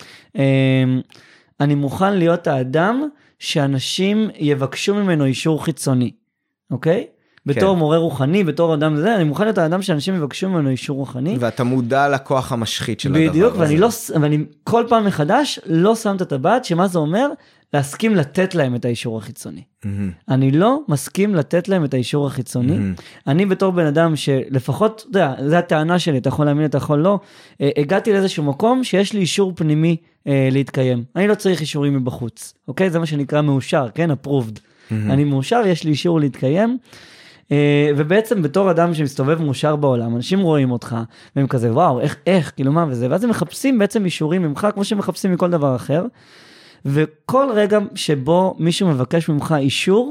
B: אני מוכן להיות האדם שאנשים יבקשו ממנו אישור חיצוני, אוקיי? בתור מורה רוחני, בתור אדם זה, אני מוכן להיות האדם שאנשים יבקשו ממנו אישור רוחני.
A: ואתה מודע לכוח המשחית של הדבר הזה.
B: בדיוק, ואני לא, ואני כל פעם מחדש לא שם את הטבעת, שמה זה אומר? להסכים לתת להם את האישור החיצוני. Mm-hmm. אני לא מסכים לתת להם את האישור החיצוני. Mm-hmm. אני בתור בן אדם שלפחות, אתה יודע, זו הטענה שלי, אתה יכול להאמין, אתה יכול לא, הגעתי לאיזשהו מקום שיש לי אישור פנימי אה, להתקיים. אני לא צריך אישורים מבחוץ, אוקיי? זה מה שנקרא מאושר, כן? approved. Mm-hmm. אני מאושר, יש לי אישור להתקיים, אה, ובעצם בתור אדם שמסתובב מאושר בעולם, אנשים רואים אותך, והם כזה, וואו, איך, איך, כאילו מה וזה, ואז הם מחפשים בעצם אישורים ממך, כמו שהם מחפשים מכל דבר אחר, וכל רגע שבו מישהו מבקש ממך אישור,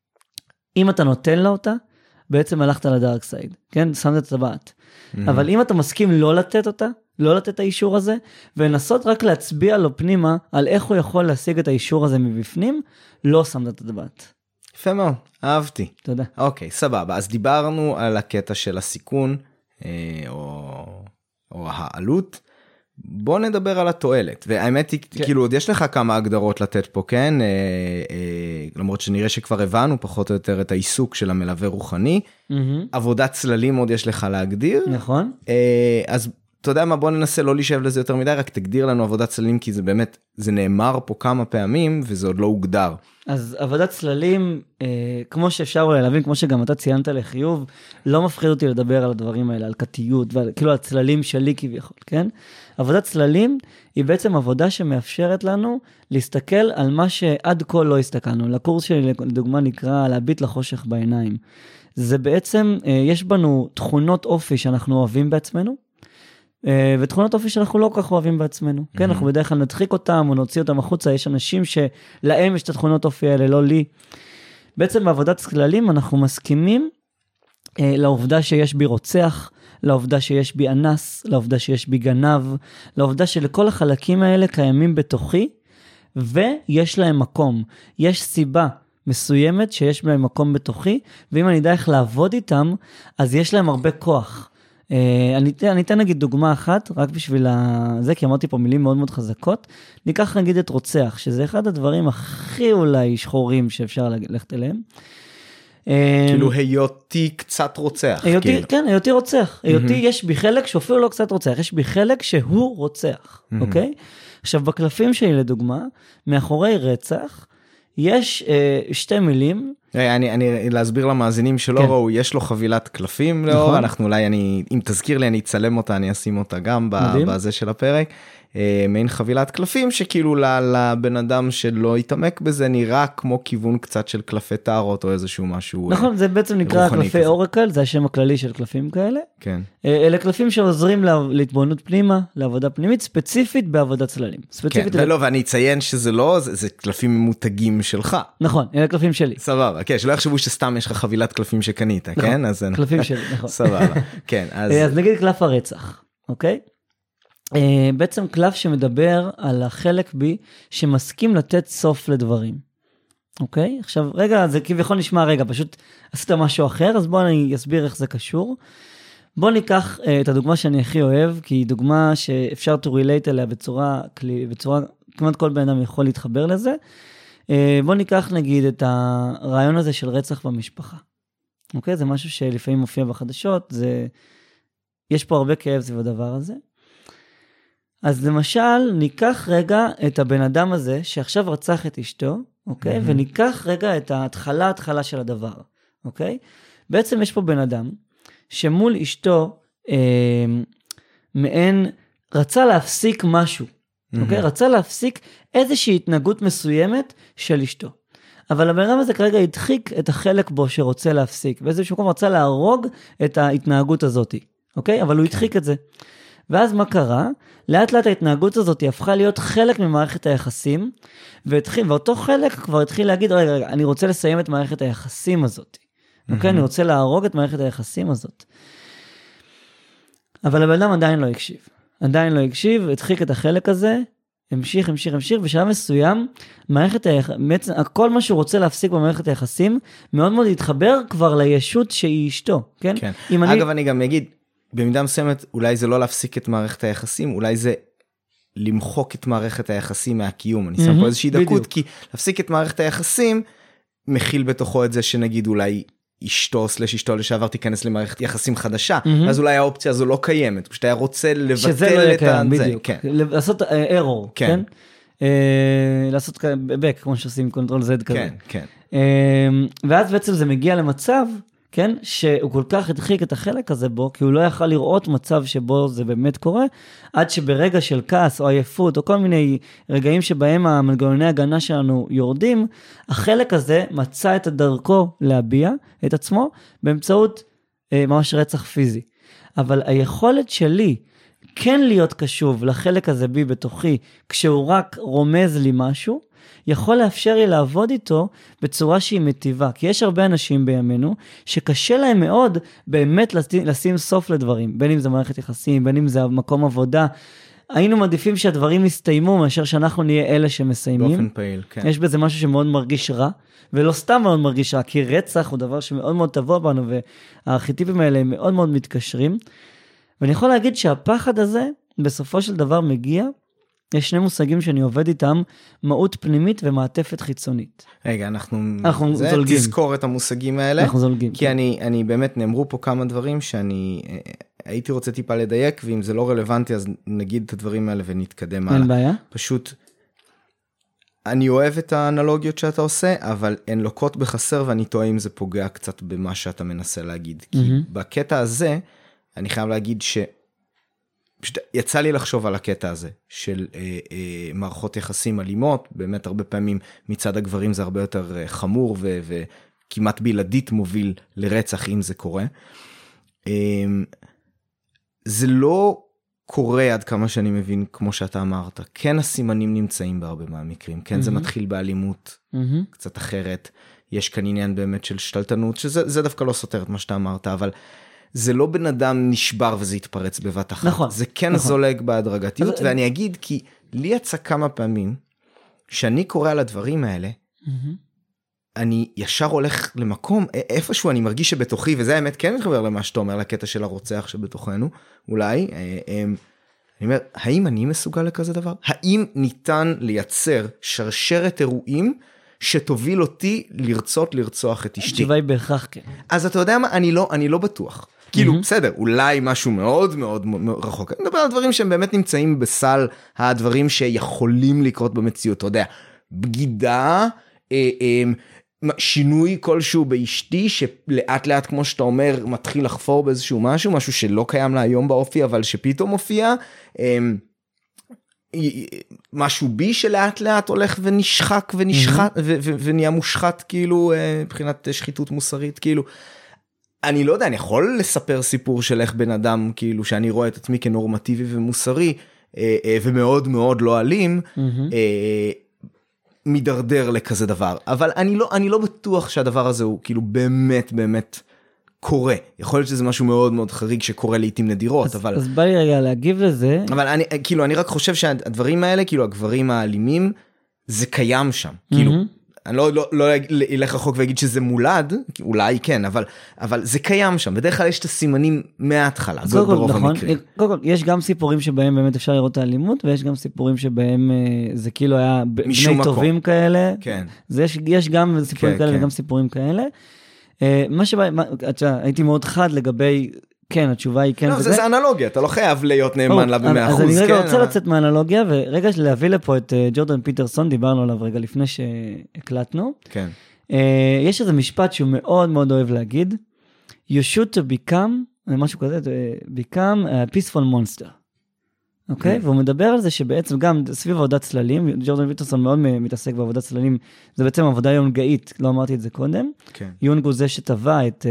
B: אם אתה נותן לה אותה, בעצם הלכת לדארק סייד, כן? שמת את הטבעת. Mm-hmm. אבל אם אתה מסכים לא לתת אותה, לא לתת את האישור הזה, ולנסות רק להצביע לו פנימה, על איך הוא יכול להשיג את האישור הזה מבפנים, לא שמת את הטבעת.
A: יפה מאוד, אהבתי.
B: תודה.
A: אוקיי, סבבה. אז דיברנו על הקטע של הסיכון, אה, או, או העלות, בוא נדבר על התועלת, והאמת היא, כן. כאילו עוד יש לך כמה הגדרות לתת פה, כן? אה, אה, למרות שנראה שכבר הבנו פחות או יותר את העיסוק של המלווה רוחני, mm-hmm. עבודת צללים עוד יש לך להגדיר.
B: נכון.
A: אה, אז אתה יודע מה, בוא ננסה לא להישאב לזה יותר מדי, רק תגדיר לנו עבודת צללים, כי זה באמת, זה נאמר פה כמה פעמים, וזה עוד לא הוגדר.
B: אז עבודת צללים, אה, כמו שאפשר אולי להבין, כמו שגם אתה ציינת לחיוב, לא מפחיד אותי לדבר על הדברים האלה, על קטיות, כאילו הצללים שלי כביכול, כן? עבודת צללים היא בעצם עבודה שמאפשרת לנו להסתכל על מה שעד כה לא הסתכלנו. לקורס שלי, לדוגמה, נקרא להביט לחושך בעיניים. זה בעצם, אה, יש בנו תכונות אופי שאנחנו אוהבים בעצמנו, ותכונות אופי שאנחנו לא כל כך אוהבים בעצמנו, כן, אנחנו בדרך כלל נדחיק אותם או נוציא אותם החוצה, יש אנשים שלהם יש את התכונות אופי האלה, לא לי. בעצם בעבודת צללים אנחנו מסכימים לעובדה שיש בי רוצח, לעובדה שיש בי אנס, לעובדה שיש בי גנב, לעובדה שלכל החלקים האלה קיימים בתוכי, ויש להם מקום. יש סיבה מסוימת שיש להם מקום בתוכי, ואם אני יודע איך לעבוד איתם, אז יש להם הרבה כוח. אני, אני אתן נגיד דוגמה אחת, רק בשביל זה, כי אמרתי פה מילים מאוד מאוד חזקות, ניקח נגיד את רוצח, שזה אחד הדברים הכי אולי שחורים שאפשר ללכת אליהם.
A: כאילו היותי קצת רוצח.
B: היותי, כן, היותי רוצח. היותי יש בי חלק שאפילו לא קצת רוצח, יש בי חלק שהוא רוצח, אוקיי? עכשיו, בקלפים שלי לדוגמה, מאחורי רצח, יש אה, שתי מילים.
A: אני, אני, להסביר למאזינים שלא כן. ראו, יש לו חבילת קלפים לאור, נכון. אנחנו אולי, אני, אם תזכיר לי, אני אצלם אותה, אני אשים אותה גם בזה של הפרק. מעין חבילת קלפים שכאילו לבן אדם שלא יתעמק בזה נראה כמו כיוון קצת של קלפי טארוט או איזשהו משהו.
B: נכון, זה בעצם נקרא קלפי אורקל, זה השם הכללי של קלפים כאלה.
A: כן.
B: אלה קלפים שעוזרים להתבוננות פנימה, לעבודה פנימית, ספציפית בעבודת צללים.
A: כן, ולא, ואני אציין שזה לא, זה קלפים ממותגים שלך.
B: נכון, אלה קלפים שלי.
A: סבבה, כן, שלא יחשבו שסתם יש לך חבילת קלפים שקנית, כן?
B: קלפים שלי, נכון.
A: סבבה, כן.
B: אז נגיד קלף הרצח, אוקיי? Uh, בעצם קלף שמדבר על החלק בי שמסכים לתת סוף לדברים. אוקיי? Okay? עכשיו, רגע, זה כביכול נשמע רגע, פשוט עשית משהו אחר, אז בואו אני אסביר איך זה קשור. בואו ניקח uh, את הדוגמה שאני הכי אוהב, כי היא דוגמה שאפשר to relate אליה בצורה, בצורה, כמעט כל בן אדם יכול להתחבר לזה. Uh, בואו ניקח נגיד את הרעיון הזה של רצח במשפחה. אוקיי? Okay? זה משהו שלפעמים מופיע בחדשות, זה, יש פה הרבה כאב סביב הדבר הזה. אז למשל, ניקח רגע את הבן אדם הזה, שעכשיו רצח את אשתו, אוקיי? Mm-hmm. וניקח רגע את ההתחלה, ההתחלה של הדבר, אוקיי? בעצם יש פה בן אדם, שמול אשתו, אה, מעין, רצה להפסיק משהו, mm-hmm. אוקיי? רצה להפסיק איזושהי התנהגות מסוימת של אשתו. אבל הבן אדם הזה כרגע הדחיק את החלק בו שרוצה להפסיק, באיזשהו מקום רצה להרוג את ההתנהגות הזאת, אוקיי? אבל הוא הדחיק את זה. ואז מה קרה? לאט לאט ההתנהגות הזאת הפכה להיות חלק ממערכת היחסים, והתחיל, ואותו חלק כבר התחיל להגיד, רגע, רגע, אני רוצה לסיים את מערכת היחסים הזאת. Mm-hmm. אוקיי? אני רוצה להרוג את מערכת היחסים הזאת. אבל הבן אדם עדיין לא הקשיב. עדיין לא הקשיב, התחיק את החלק הזה, המשיך, המשיך, המשיך, בשלב מסוים, מערכת היחסים, כל מה שהוא רוצה להפסיק במערכת היחסים, מאוד מאוד התחבר כבר לישות שהיא אשתו, כן?
A: כן. אגב, אני... אני גם אגיד, במידה מסוימת, אולי זה לא להפסיק את מערכת היחסים, אולי זה למחוק את מערכת היחסים מהקיום. אני שם פה איזושהי דקות, כי להפסיק את מערכת היחסים, מכיל בתוכו את זה שנגיד אולי אשתו סלש אשתו לשעבר תיכנס למערכת יחסים חדשה, אז אולי האופציה הזו לא קיימת, פשוט היה רוצה לבטל את זה.
B: לעשות error, כן? לעשות back, כמו שעושים control Z כזה.
A: כן, כן.
B: ואז בעצם זה מגיע למצב, כן, שהוא כל כך הדחיק את החלק הזה בו, כי הוא לא יכל לראות מצב שבו זה באמת קורה, עד שברגע של כעס או עייפות, או כל מיני רגעים שבהם המנגנוני הגנה שלנו יורדים, החלק הזה מצא את הדרכו להביע את עצמו, באמצעות אה, ממש רצח פיזי. אבל היכולת שלי, כן להיות קשוב לחלק הזה בי בתוכי, כשהוא רק רומז לי משהו, יכול לאפשר לי לעבוד איתו בצורה שהיא מטיבה. כי יש הרבה אנשים בימינו שקשה להם מאוד באמת לשים, לשים סוף לדברים. בין אם זה מערכת יחסים, בין אם זה מקום עבודה. היינו מעדיפים שהדברים יסתיימו מאשר שאנחנו נהיה אלה שמסיימים.
A: באופן פעיל, כן.
B: יש בזה משהו שמאוד מרגיש רע, ולא סתם מאוד מרגיש רע, כי רצח הוא דבר שמאוד מאוד טבוע בנו, והארכיטיפים האלה הם מאוד מאוד מתקשרים. ואני יכול להגיד שהפחד הזה בסופו של דבר מגיע, יש שני מושגים שאני עובד איתם, מהות פנימית ומעטפת חיצונית.
A: רגע, אנחנו,
B: אנחנו
A: זה,
B: זולגים.
A: תזכור את המושגים האלה.
B: אנחנו זולגים.
A: כי אני, אני באמת נאמרו פה כמה דברים שאני הייתי רוצה טיפה לדייק, ואם זה לא רלוונטי, אז נגיד את הדברים האלה ונתקדם הלאה.
B: אין בעיה.
A: פשוט, אני אוהב את האנלוגיות שאתה עושה, אבל הן לוקות בחסר, ואני טועה אם זה פוגע קצת במה שאתה מנסה להגיד. כי mm-hmm. בקטע הזה, אני חייב להגיד ש... פשוט יצא לי לחשוב על הקטע הזה, של אה, אה, מערכות יחסים אלימות, באמת הרבה פעמים מצד הגברים זה הרבה יותר אה, חמור, ו- וכמעט בלעדית מוביל לרצח אם זה קורה. אה, זה לא קורה עד כמה שאני מבין, כמו שאתה אמרת, כן הסימנים נמצאים בהרבה מהמקרים, כן mm-hmm. זה מתחיל באלימות mm-hmm. קצת אחרת, יש כאן עניין באמת של שתלטנות, שזה זה דווקא לא סותר את מה שאתה אמרת, אבל זה לא בן אדם נשבר וזה יתפרץ בבת אחת.
B: נכון.
A: זה כן
B: נכון.
A: זולג בהדרגתיות,
B: אז...
A: ואני אגיד, כי לי יצא כמה פעמים, שאני קורא על הדברים האלה, mm-hmm. אני ישר הולך למקום, איפשהו אני מרגיש שבתוכי, וזה האמת כן מתחבר למה שאתה אומר, לקטע של הרוצח שבתוכנו, אולי, אני אומר, האם אני מסוגל לכזה דבר? האם ניתן לייצר שרשרת אירועים, שתוביל אותי לרצות לרצוח את אשתי?
B: התשובה היא בהכרח כן.
A: אז אתה יודע מה? אני לא, אני לא בטוח. כאילו, בסדר, אולי משהו מאוד מאוד רחוק. אני מדבר על דברים שהם באמת נמצאים בסל הדברים שיכולים לקרות במציאות. אתה יודע, בגידה, שינוי כלשהו באשתי, שלאט לאט, כמו שאתה אומר, מתחיל לחפור באיזשהו משהו, משהו שלא קיים לה היום באופי, אבל שפתאום מופיע, משהו בי שלאט לאט הולך ונשחק ונשחק, ונהיה מושחת, כאילו, מבחינת שחיתות מוסרית, כאילו, אני לא יודע, אני יכול לספר סיפור של איך בן אדם, כאילו, שאני רואה את עצמי כנורמטיבי ומוסרי, ומאוד מאוד לא אלים, מדרדר לכזה דבר, אבל אני לא, אני לא בטוח שהדבר הזה הוא כאילו באמת באמת קורה. יכול להיות שזה משהו מאוד מאוד חריג שקורה לעתים נדירות,
B: אז,
A: אבל...
B: אז בא לי רגע להגיב לזה.
A: אבל אני, כאילו, אני רק חושב שהדברים האלה, כאילו, הגברים האלימים, זה קיים שם. Mm-hmm. כאילו, אני לא, לא, לא אלך רחוק ויגיד שזה מולד, אולי כן, אבל, אבל זה קיים שם. בדרך כלל יש את הסימנים מההתחלה, ברוב
B: נכון,
A: המקרים.
B: קודם כל, יש גם סיפורים שבהם באמת אפשר לראות את האלימות, ויש גם סיפורים שבהם זה כאילו היה בני טובים כאלה.
A: כן.
B: זה יש, יש גם סיפורים
A: כן,
B: כאלה
A: כן.
B: וגם סיפורים כאלה. מה שבא, מה, הייתי מאוד חד לגבי, כן, התשובה היא כן.
A: לא, זה, זה אנלוגיה, אתה לא חייב להיות נאמן לה במאה אחוז.
B: אז אני רגע
A: כן,
B: רוצה לצאת מהאנלוגיה, ורגע להביא לפה את ג'ורדן פיטרסון, דיברנו עליו רגע לפני שהקלטנו.
A: כן.
B: יש איזה משפט שהוא מאוד מאוד אוהב להגיד, you should to become, משהו כזה, become a peaceful monster. אוקיי? והוא מדבר על זה שבעצם גם סביב עבודת צללים, ג'ורדן פיטרסון מאוד מתעסק בעבודת צללים, זה בעצם עבודה יונגאית, לא אמרתי את זה קודם.
A: כן.
B: יונג הוא זה שטבע את,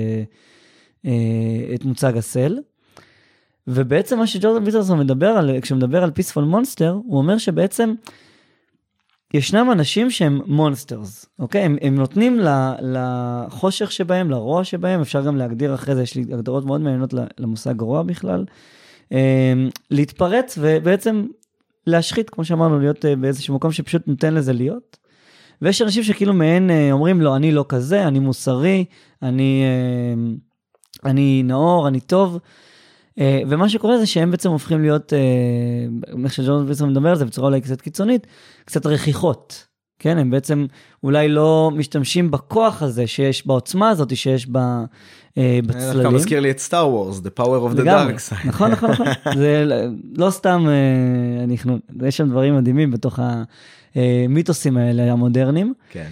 B: את מוצג הסל, ובעצם מה שג'ורדן פיטרסון מדבר על, כשמדבר על peaceful monster, הוא אומר שבעצם ישנם אנשים שהם מונסטרס, אוקיי? הם, הם נותנים לחושך שבהם, לרוע שבהם, אפשר גם להגדיר אחרי זה, יש לי הגדרות מאוד מעניינות למושג רוע בכלל, להתפרץ ובעצם להשחית, כמו שאמרנו, להיות באיזשהו מקום שפשוט נותן לזה להיות. ויש אנשים שכאילו מהן אומרים לו, אני לא כזה, אני מוסרי, אני, אני נאור, אני טוב. ומה שקורה זה שהם בעצם הופכים להיות, איך שג'ורדן פיטרסון מדבר על זה בצורה אולי קצת קיצונית, קצת רכיכות. כן, הם בעצם אולי לא משתמשים בכוח הזה שיש, בעוצמה הזאת שיש בה, בצללים.
A: אתה מזכיר לי את סטאר וורס, The Power of the Dark Side.
B: נכון, נכון, נכון. זה לא סתם, יש שם דברים מדהימים בתוך המיתוסים האלה המודרניים.
A: כן.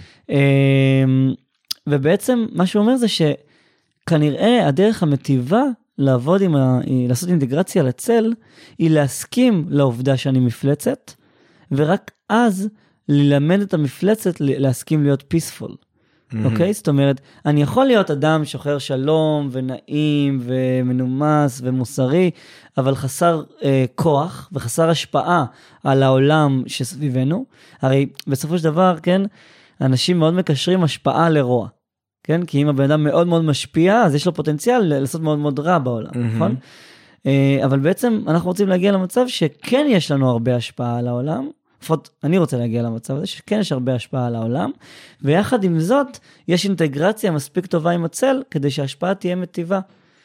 B: ובעצם מה שהוא אומר זה שכנראה הדרך המטיבה לעבוד עם, לעשות אינטגרציה לצל, היא להסכים לעובדה שאני מפלצת, ורק אז ללמד את המפלצת להסכים להיות peaceful. אוקיי? זאת אומרת, אני יכול להיות אדם שוחר שלום ונעים ומנומס ומוסרי, אבל חסר אה, כוח וחסר השפעה על העולם שסביבנו. הרי בסופו של דבר, כן, אנשים מאוד מקשרים השפעה לרוע. כן? כי אם הבן אדם מאוד מאוד משפיע, אז יש לו פוטנציאל לעשות מאוד מאוד רע בעולם, נכון? אה, אבל בעצם אנחנו רוצים להגיע למצב שכן יש לנו הרבה השפעה על העולם, לפחות אני רוצה להגיע למצב הזה, שכן יש הרבה השפעה על העולם, ויחד עם זאת, יש אינטגרציה מספיק טובה עם הצל, כדי שההשפעה תהיה מטיבה.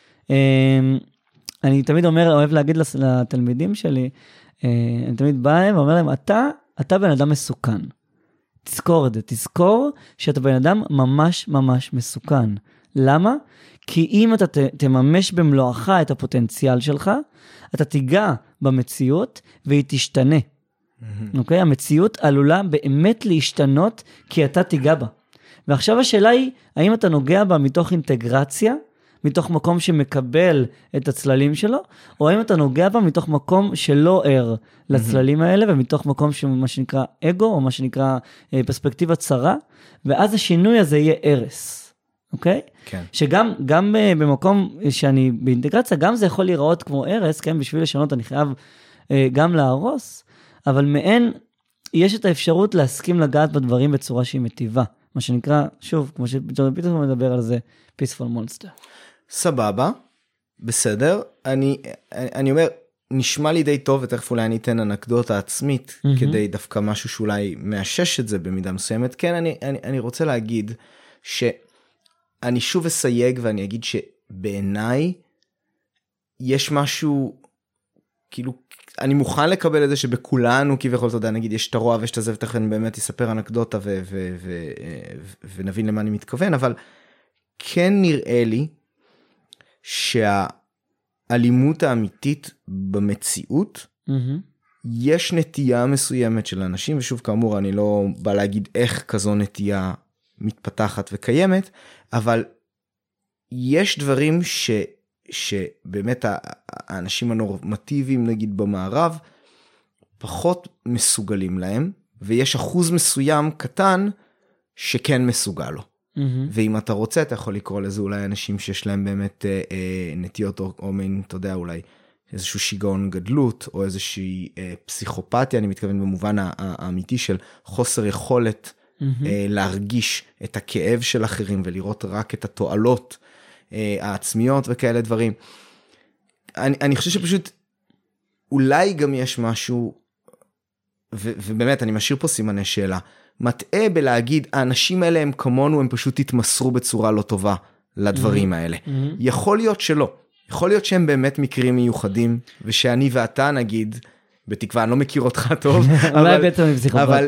B: אני תמיד אומר, אוהב להגיד לתלמידים שלי, אני תמיד בא להם ואומר להם, אתה, אתה בן אדם מסוכן. תזכור את זה, תזכור שאתה בן אדם ממש ממש מסוכן. למה? כי אם אתה תממש במלואך את הפוטנציאל שלך, אתה תיגע במציאות והיא תשתנה. אוקיי? המציאות עלולה באמת להשתנות כי אתה תיגע בה. ועכשיו השאלה היא, האם אתה נוגע בה מתוך אינטגרציה, מתוך מקום שמקבל את הצללים שלו, או האם אתה נוגע בה מתוך מקום שלא ער לצללים האלה, ומתוך מקום שמה שנקרא אגו, או מה שנקרא פרספקטיבה צרה, ואז השינוי הזה יהיה ערס. אוקיי?
A: כן.
B: שגם גם במקום שאני באינטגרציה, גם זה יכול להיראות כמו ערס, כן? בשביל לשנות אני חייב גם להרוס, אבל מעין, יש את האפשרות להסכים לגעת בדברים בצורה שהיא מטיבה. מה שנקרא, שוב, כמו שג'ורדן פיטרסון מדבר על זה, peaceful monster.
A: סבבה, בסדר. אני, אני אומר, נשמע לי די טוב, ותכף אולי אני אתן אנקדוטה עצמית, mm-hmm. כדי דווקא משהו שאולי מאשש את זה במידה מסוימת. כן, אני, אני, אני רוצה להגיד שאני שוב אסייג, ואני אגיד שבעיניי, יש משהו, כאילו, אני מוכן לקבל את זה שבכולנו, כביכול, אתה יודע, נגיד, יש את הרוע ויש את זה, ותכף אני באמת אספר אנקדוטה, ו- ו- ו- ו- ונבין למה אני מתכוון, אבל כן נראה לי, שהאלימות האמיתית במציאות, mm-hmm. יש נטייה מסוימת של אנשים, ושוב כאמור אני לא בא להגיד איך כזו נטייה מתפתחת וקיימת, אבל יש דברים ש, שבאמת האנשים הנורמטיביים נגיד במערב, פחות מסוגלים להם, ויש אחוז מסוים קטן שכן מסוגל לו. Mm-hmm. ואם אתה רוצה, אתה יכול לקרוא לזה אולי אנשים שיש להם באמת אה, אה, נטיות או, או מין, אתה יודע, אולי איזשהו שיגעון גדלות, או איזושהי אה, פסיכופתיה, אני מתכוון במובן האמיתי של חוסר יכולת mm-hmm. אה, להרגיש את הכאב של אחרים, ולראות רק את התועלות אה, העצמיות וכאלה דברים. אני, אני חושב שפשוט, אולי גם יש משהו, ו, ובאמת אני משאיר פה סימני שאלה, מטעה בלהגיד, האנשים האלה הם כמונו, הם פשוט התמסרו בצורה לא טובה לדברים האלה. יכול להיות שלא. יכול להיות שהם באמת מקרים מיוחדים, ושאני ואתה נגיד, בתקווה, אני לא מכיר אותך טוב, אבל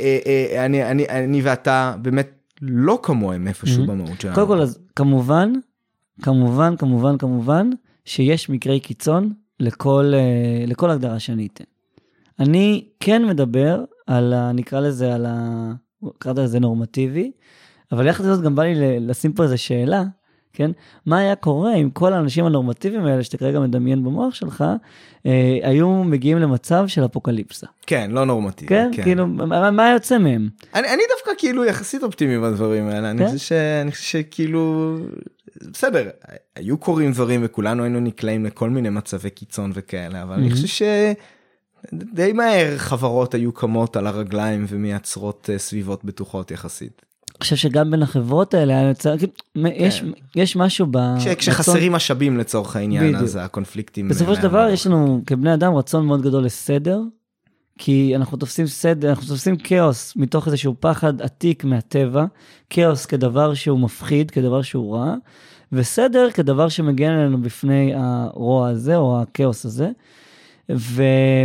A: אני ואתה באמת לא כמוהם איפשהו במהות שלנו.
B: קודם כל, אז כמובן, כמובן, כמובן, כמובן, שיש מקרי קיצון לכל הגדרה שאני אתן. אני כן מדבר על, נקרא לזה, על ה... קראת לזה נורמטיבי, אבל יחד זאת גם בא לי לשים פה איזו שאלה, כן? מה היה קורה אם כל האנשים הנורמטיביים האלה, שאתה כרגע מדמיין במוח שלך, אה, היו מגיעים למצב של אפוקליפסה?
A: כן, לא נורמטיבי.
B: כן? כן. כאילו, מה, מה יוצא מהם?
A: אני, אני דווקא כאילו יחסית אופטימי בדברים האלה, כן? אני חושב ש... אני חושב שכאילו... בסדר, היו קוראים דברים וכולנו היינו נקלעים לכל מיני מצבי קיצון וכאלה, אבל mm-hmm. אני חושב ש... די מהר חברות היו קמות על הרגליים ומייצרות סביבות בטוחות יחסית.
B: אני חושב שגם בין החברות האלה, יש, יש משהו ב...
A: כשחסרים משאבים לצורך העניין, אז הקונפליקטים...
B: בסופו של דבר יש לנו כבני אדם רצון מאוד גדול לסדר, כי אנחנו תופסים סדר, אנחנו תופסים כאוס מתוך איזשהו פחד עתיק מהטבע, כאוס כדבר שהוא מפחיד, כדבר שהוא רע, וסדר כדבר שמגן עלינו בפני הרוע הזה, או הכאוס הזה, ו...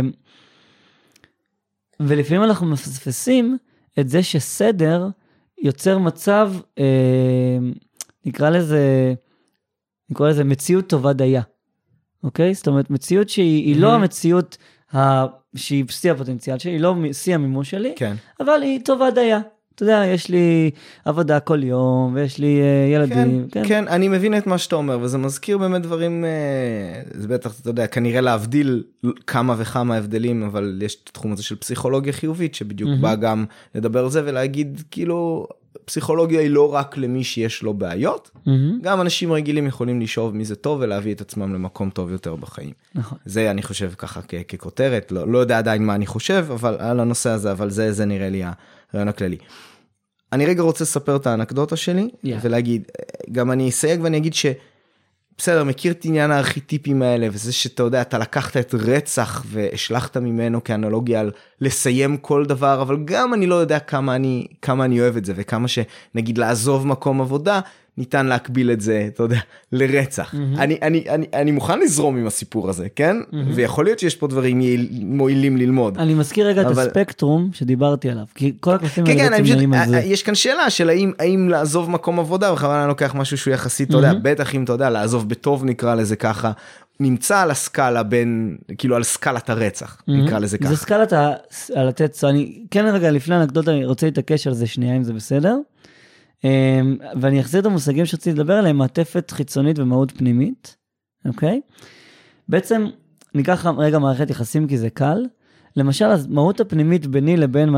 B: ולפעמים אנחנו מפספסים את זה שסדר יוצר מצב, אה, נקרא לזה, נקרא לזה מציאות טובה דייה. אוקיי? זאת אומרת, מציאות שהיא mm-hmm. לא המציאות ה... שהיא שיא הפוטנציאל שלי, היא לא שיא המימוש שלי,
A: כן.
B: אבל היא טובה דייה. אתה יודע, יש לי עבודה כל יום, ויש לי uh, ילדים.
A: כן, כן. כן, אני מבין את מה שאתה אומר, וזה מזכיר באמת דברים, uh, זה בטח, אתה יודע, כנראה להבדיל כמה וכמה הבדלים, אבל יש את התחום הזה של פסיכולוגיה חיובית, שבדיוק mm-hmm. בא גם לדבר על זה, ולהגיד, כאילו, פסיכולוגיה היא לא רק למי שיש לו בעיות, mm-hmm. גם אנשים רגילים יכולים לשאוב מי זה טוב, ולהביא את עצמם למקום טוב יותר בחיים.
B: נכון.
A: זה אני חושב ככה כ- ככותרת, לא, לא יודע עדיין מה אני חושב, אבל על הנושא הזה, אבל זה, זה נראה לי הרעיון הכללי. אני רגע רוצה לספר את האנקדוטה שלי, yeah. ולהגיד, גם אני אסייג ואני אגיד ש, בסדר, מכיר את עניין הארכיטיפים האלה, וזה שאתה יודע, אתה לקחת את רצח, והשלחת ממנו כאנלוגיה על לסיים כל דבר, אבל גם אני לא יודע כמה אני, כמה אני אוהב את זה, וכמה שנגיד לעזוב מקום עבודה, ניתן להקביל את זה, אתה יודע, לרצח. Mm-hmm. אני, אני, אני, אני מוכן לזרום עם הסיפור הזה, כן? Mm-hmm. ויכול להיות שיש פה דברים מועילים ללמוד.
B: אני מזכיר רגע אבל... את הספקטרום שדיברתי עליו, כי כל הקלפים
A: כן,
B: האלה
A: כן,
B: בעצם נעים על זה.
A: יש כאן שאלה של האם, האם לעזוב מקום עבודה, וכמובן אני לוקח משהו שהוא יחסית, אתה יודע, בטח אם אתה יודע, לעזוב בטוב נקרא לזה ככה, נמצא על הסקאלה בין, כאילו על סקלת הרצח, נקרא לזה ככה.
B: זה סקלת על התצע, אני כן רגע לפני האנקדוטה, אני רוצה להתעקש על זה שנייה, אם זה בסדר. ואני אחזיר את המושגים שרציתי לדבר עליהם, מעטפת חיצונית ומהות פנימית, אוקיי? בעצם ניקח רגע מערכת יחסים כי זה קל, למשל, המהות הפנימית ביני לבין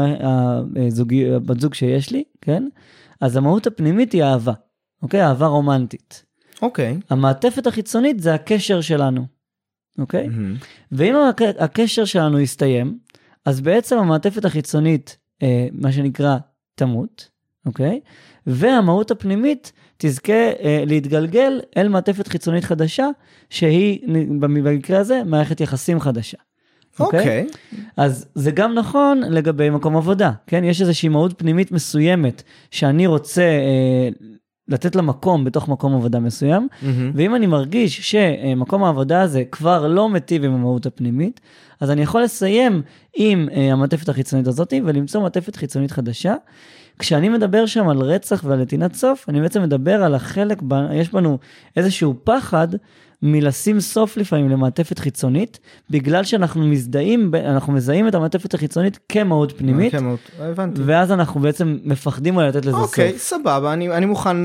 B: הבת זוג שיש לי, כן? אז המהות הפנימית היא אהבה, אוקיי? אהבה רומנטית.
A: אוקיי.
B: המעטפת החיצונית זה הקשר שלנו, אוקיי? Mm-hmm. ואם הקשר שלנו יסתיים, אז בעצם המעטפת החיצונית, מה שנקרא, תמות, אוקיי? והמהות הפנימית תזכה אה, להתגלגל אל מעטפת חיצונית חדשה, שהיא במקרה הזה מערכת יחסים חדשה.
A: אוקיי.
B: אוקיי? אז זה גם נכון לגבי מקום עבודה, כן? יש איזושהי מהות פנימית מסוימת, שאני רוצה אה, לתת לה מקום בתוך מקום עבודה מסוים, mm-hmm. ואם אני מרגיש שמקום העבודה הזה כבר לא מטיב עם המהות הפנימית, אז אני יכול לסיים עם אה, המעטפת החיצונית הזאת, ולמצוא מעטפת חיצונית חדשה. כשאני מדבר שם על רצח ועל נתינת סוף, אני בעצם מדבר על החלק, יש בנו איזשהו פחד, מלשים סוף לפעמים למעטפת חיצונית, בגלל שאנחנו מזדהים, אנחנו מזהים את המעטפת החיצונית כמהות פנימית,
A: כמהות, הבנתי.
B: ואז אנחנו בעצם מפחדים על לתת לזה סוף.
A: אוקיי, סבבה, אני, אני מוכן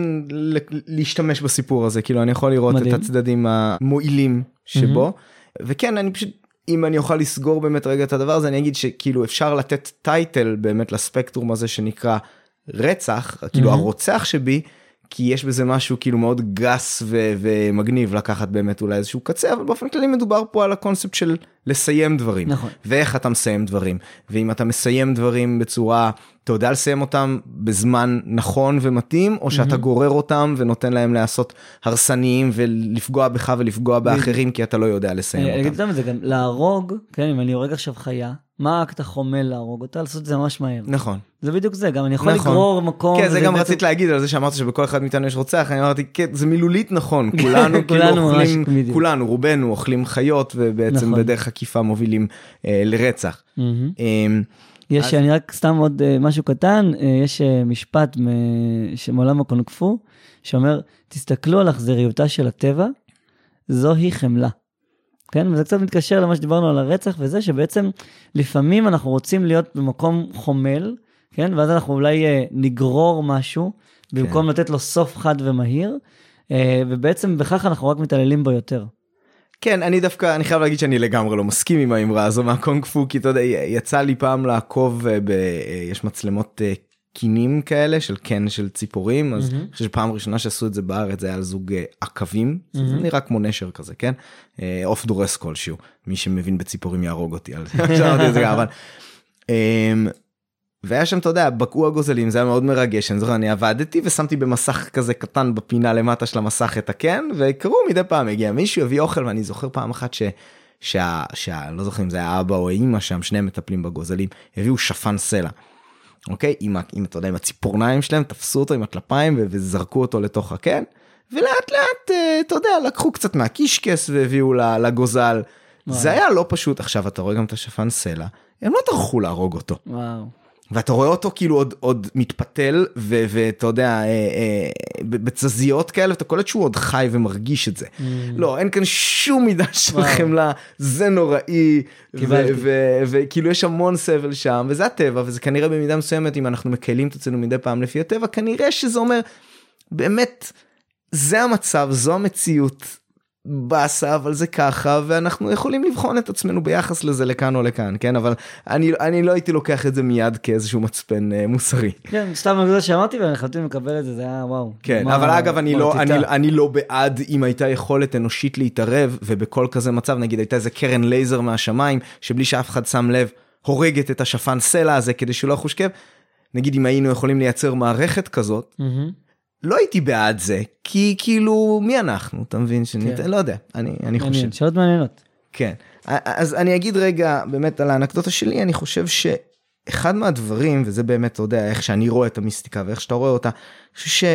A: להשתמש בסיפור הזה, כאילו אני יכול לראות מדהים. את הצדדים המועילים שבו, mm-hmm. וכן, אני פשוט, אם אני אוכל לסגור באמת רגע את הדבר הזה, אני אגיד שכאילו אפשר לתת טייטל באמת לספקטרום הזה שנקרא רצח, כאילו mm-hmm. הרוצח שבי, כי יש בזה משהו כאילו מאוד גס ו- ומגניב לקחת באמת אולי איזשהו קצה, אבל באופן כללי מדובר פה על הקונספט של לסיים דברים.
B: נכון.
A: ואיך אתה מסיים דברים. ואם אתה מסיים דברים בצורה, אתה יודע לסיים אותם בזמן נכון ומתאים, או שאתה mm-hmm. גורר אותם ונותן להם לעשות הרסניים ולפגוע בך ולפגוע באחרים, כי אתה לא יודע לסיים אותם.
B: אני אגיד את זה גם, להרוג, כן, אם אני הורג עכשיו חיה, מה אתה חומל להרוג אותה? לעשות את זה ממש מהר.
A: נכון.
B: זה בדיוק זה, גם אני יכול נכון. לגרור מקום.
A: כן, זה גם רצית להגיד על זה שאמרת שבכל אחד מאיתנו יש רוצח, אני אמרתי, כן, זה מילולית נכון, כולנו כאילו אוכלים, כולנו, רובנו אוכלים חיות, ובעצם נכון. בדרך עקיפה מובילים אה, לרצח.
B: Mm-hmm. אה, יש, אז... אני רק סתם עוד אה, משהו קטן, אה, יש אה, משפט מ- שמעולם הקונג-פו, שאומר, תסתכלו על אכזריותה של הטבע, זוהי חמלה. כן, וזה קצת מתקשר למה שדיברנו על הרצח, וזה שבעצם לפעמים אנחנו רוצים להיות במקום חומל, כן, ואז אנחנו אולי אה, נגרור משהו, במקום כן. לתת לו סוף חד ומהיר, אה, ובעצם בכך אנחנו רק מתעללים בו יותר.
A: כן, אני דווקא, אני חייב להגיד שאני לגמרי לא מסכים עם האמרה הזו מהקונג פו, כי אתה יודע, יצא לי פעם לעקוב, ב, יש מצלמות קינים כאלה, של קן של ציפורים, אז אני חושב שפעם ראשונה שעשו את זה בארץ, זה היה על זוג עקבים, זה נראה כמו נשר כזה, כן? אוף דורס כלשהו, מי שמבין בציפורים יהרוג אותי על זה, שאמרתי את זה גם, אבל... והיה שם, אתה יודע, בקעו הגוזלים, זה היה מאוד מרגש, אני זוכר, אני עבדתי ושמתי במסך כזה קטן בפינה למטה של המסך את הקן, וקראו מדי פעם, הגיע מישהו, הביא אוכל, ואני זוכר פעם אחת ש... שה... שה... לא זוכר אם זה היה אבא או אמא שם, שניהם מטפלים בגוזלים, הביאו שפן סלע, אוקיי? עם, עם, אתה יודע, עם הציפורניים שלהם, תפסו אותו עם הטלפיים ו... וזרקו אותו לתוך הקן, ולאט לאט, אתה יודע, לקחו קצת מהקישקס והביאו לגוזל, זה היה לא פשוט. עכשיו, אתה רואה גם את השפן סלע, הם לא טרחו להרוג אותו.
B: וואו.
A: ואתה רואה אותו כאילו עוד, עוד מתפתל, ו- ואתה יודע, אה, אה, בצזיות כאלה, ואתה קולט שהוא עוד חי ומרגיש את זה. Mm. לא, אין כאן שום מידה של חמלה, זה נוראי, וכאילו יש המון סבל שם, וזה הטבע, וזה כנראה במידה מסוימת, אם אנחנו מקיילים את עצמנו מדי פעם לפי הטבע, כנראה שזה אומר, באמת, זה המצב, זו המציאות, בסה, אבל זה ככה, ואנחנו יכולים לבחון את עצמנו ביחס לזה לכאן או לכאן, כן? אבל אני, אני לא הייתי לוקח את זה מיד כאיזשהו מצפן אה, מוסרי.
B: כן, סתם זה שאמרתי, ואני חייבתי לקבל את זה, זה היה וואו.
A: כן, מה, אבל אגב, אני לא, אני, אני לא בעד אם הייתה יכולת אנושית להתערב, ובכל כזה מצב, נגיד, הייתה איזה קרן לייזר מהשמיים, שבלי שאף אחד שם לב, הורגת את השפן סלע הזה, כדי שלא יחוש כאב. נגיד, אם היינו יכולים לייצר מערכת כזאת, mm-hmm. לא הייתי בעד זה, כי כאילו, מי אנחנו? אתה מבין? לא יודע, אני חושב.
B: שאלות מעניינות.
A: כן, אז אני אגיד רגע, באמת על האנקדוטה שלי, אני חושב שאחד מהדברים, וזה באמת, אתה יודע, איך שאני רואה את המיסטיקה, ואיך שאתה רואה אותה, אני חושב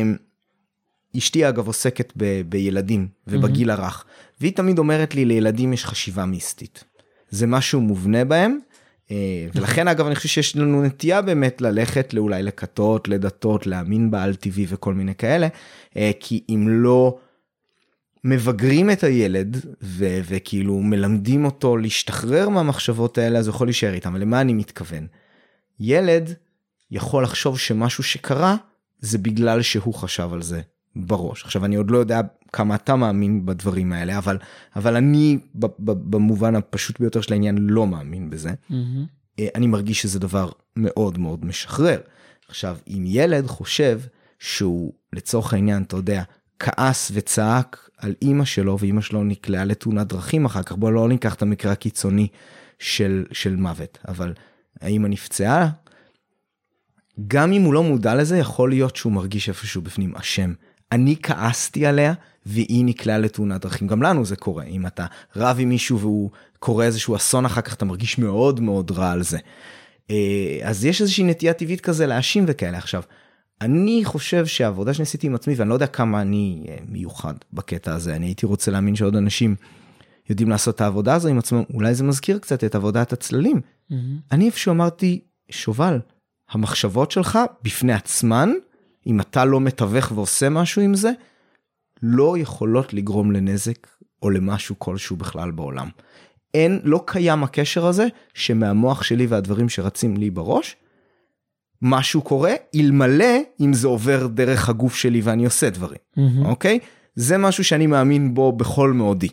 A: שאשתי אגב עוסקת בילדים, ובגיל הרך, והיא תמיד אומרת לי, לילדים יש חשיבה מיסטית. זה משהו מובנה בהם, ולכן אגב אני חושב שיש לנו נטייה באמת ללכת לאולי לכתות, לדתות, להאמין בעל טבעי וכל מיני כאלה, כי אם לא מבגרים את הילד ו- וכאילו מלמדים אותו להשתחרר מהמחשבות האלה, אז הוא יכול להישאר איתם. ולמה אני מתכוון? ילד יכול לחשוב שמשהו שקרה זה בגלל שהוא חשב על זה בראש. עכשיו אני עוד לא יודע כמה אתה מאמין בדברים האלה, אבל, אבל אני במובן הפשוט ביותר של העניין לא מאמין בזה. Mm-hmm. אני מרגיש שזה דבר מאוד מאוד משחרר. עכשיו, אם ילד חושב שהוא לצורך העניין, אתה יודע, כעס וצעק על אמא שלו, ואמא שלו נקלעה לתאונת דרכים אחר כך, בוא לא ניקח את המקרה הקיצוני של, של מוות, אבל האמא נפצעה, גם אם הוא לא מודע לזה, יכול להיות שהוא מרגיש איפשהו בפנים אשם. אני כעסתי עליה, והיא נקלעה לתאונת דרכים. גם לנו זה קורה. אם אתה רב עם מישהו והוא קורא איזשהו אסון אחר כך, אתה מרגיש מאוד מאוד רע על זה. אז יש איזושהי נטייה טבעית כזה להאשים וכאלה. עכשיו, אני חושב שהעבודה שעשיתי עם עצמי, ואני לא יודע כמה אני מיוחד בקטע הזה, אני הייתי רוצה להאמין שעוד אנשים יודעים לעשות את העבודה הזו עם עצמם, אולי זה מזכיר קצת את עבודת הצללים. Mm-hmm. אני איפשהו אמרתי, שובל, המחשבות שלך בפני עצמן, אם אתה לא מתווך ועושה משהו עם זה, לא יכולות לגרום לנזק או למשהו כלשהו בכלל בעולם. אין, לא קיים הקשר הזה שמהמוח שלי והדברים שרצים לי בראש, משהו קורה, אלמלא אם זה עובר דרך הגוף שלי ואני עושה דברים. Mm-hmm. אוקיי? זה משהו שאני מאמין בו בכל מאודי.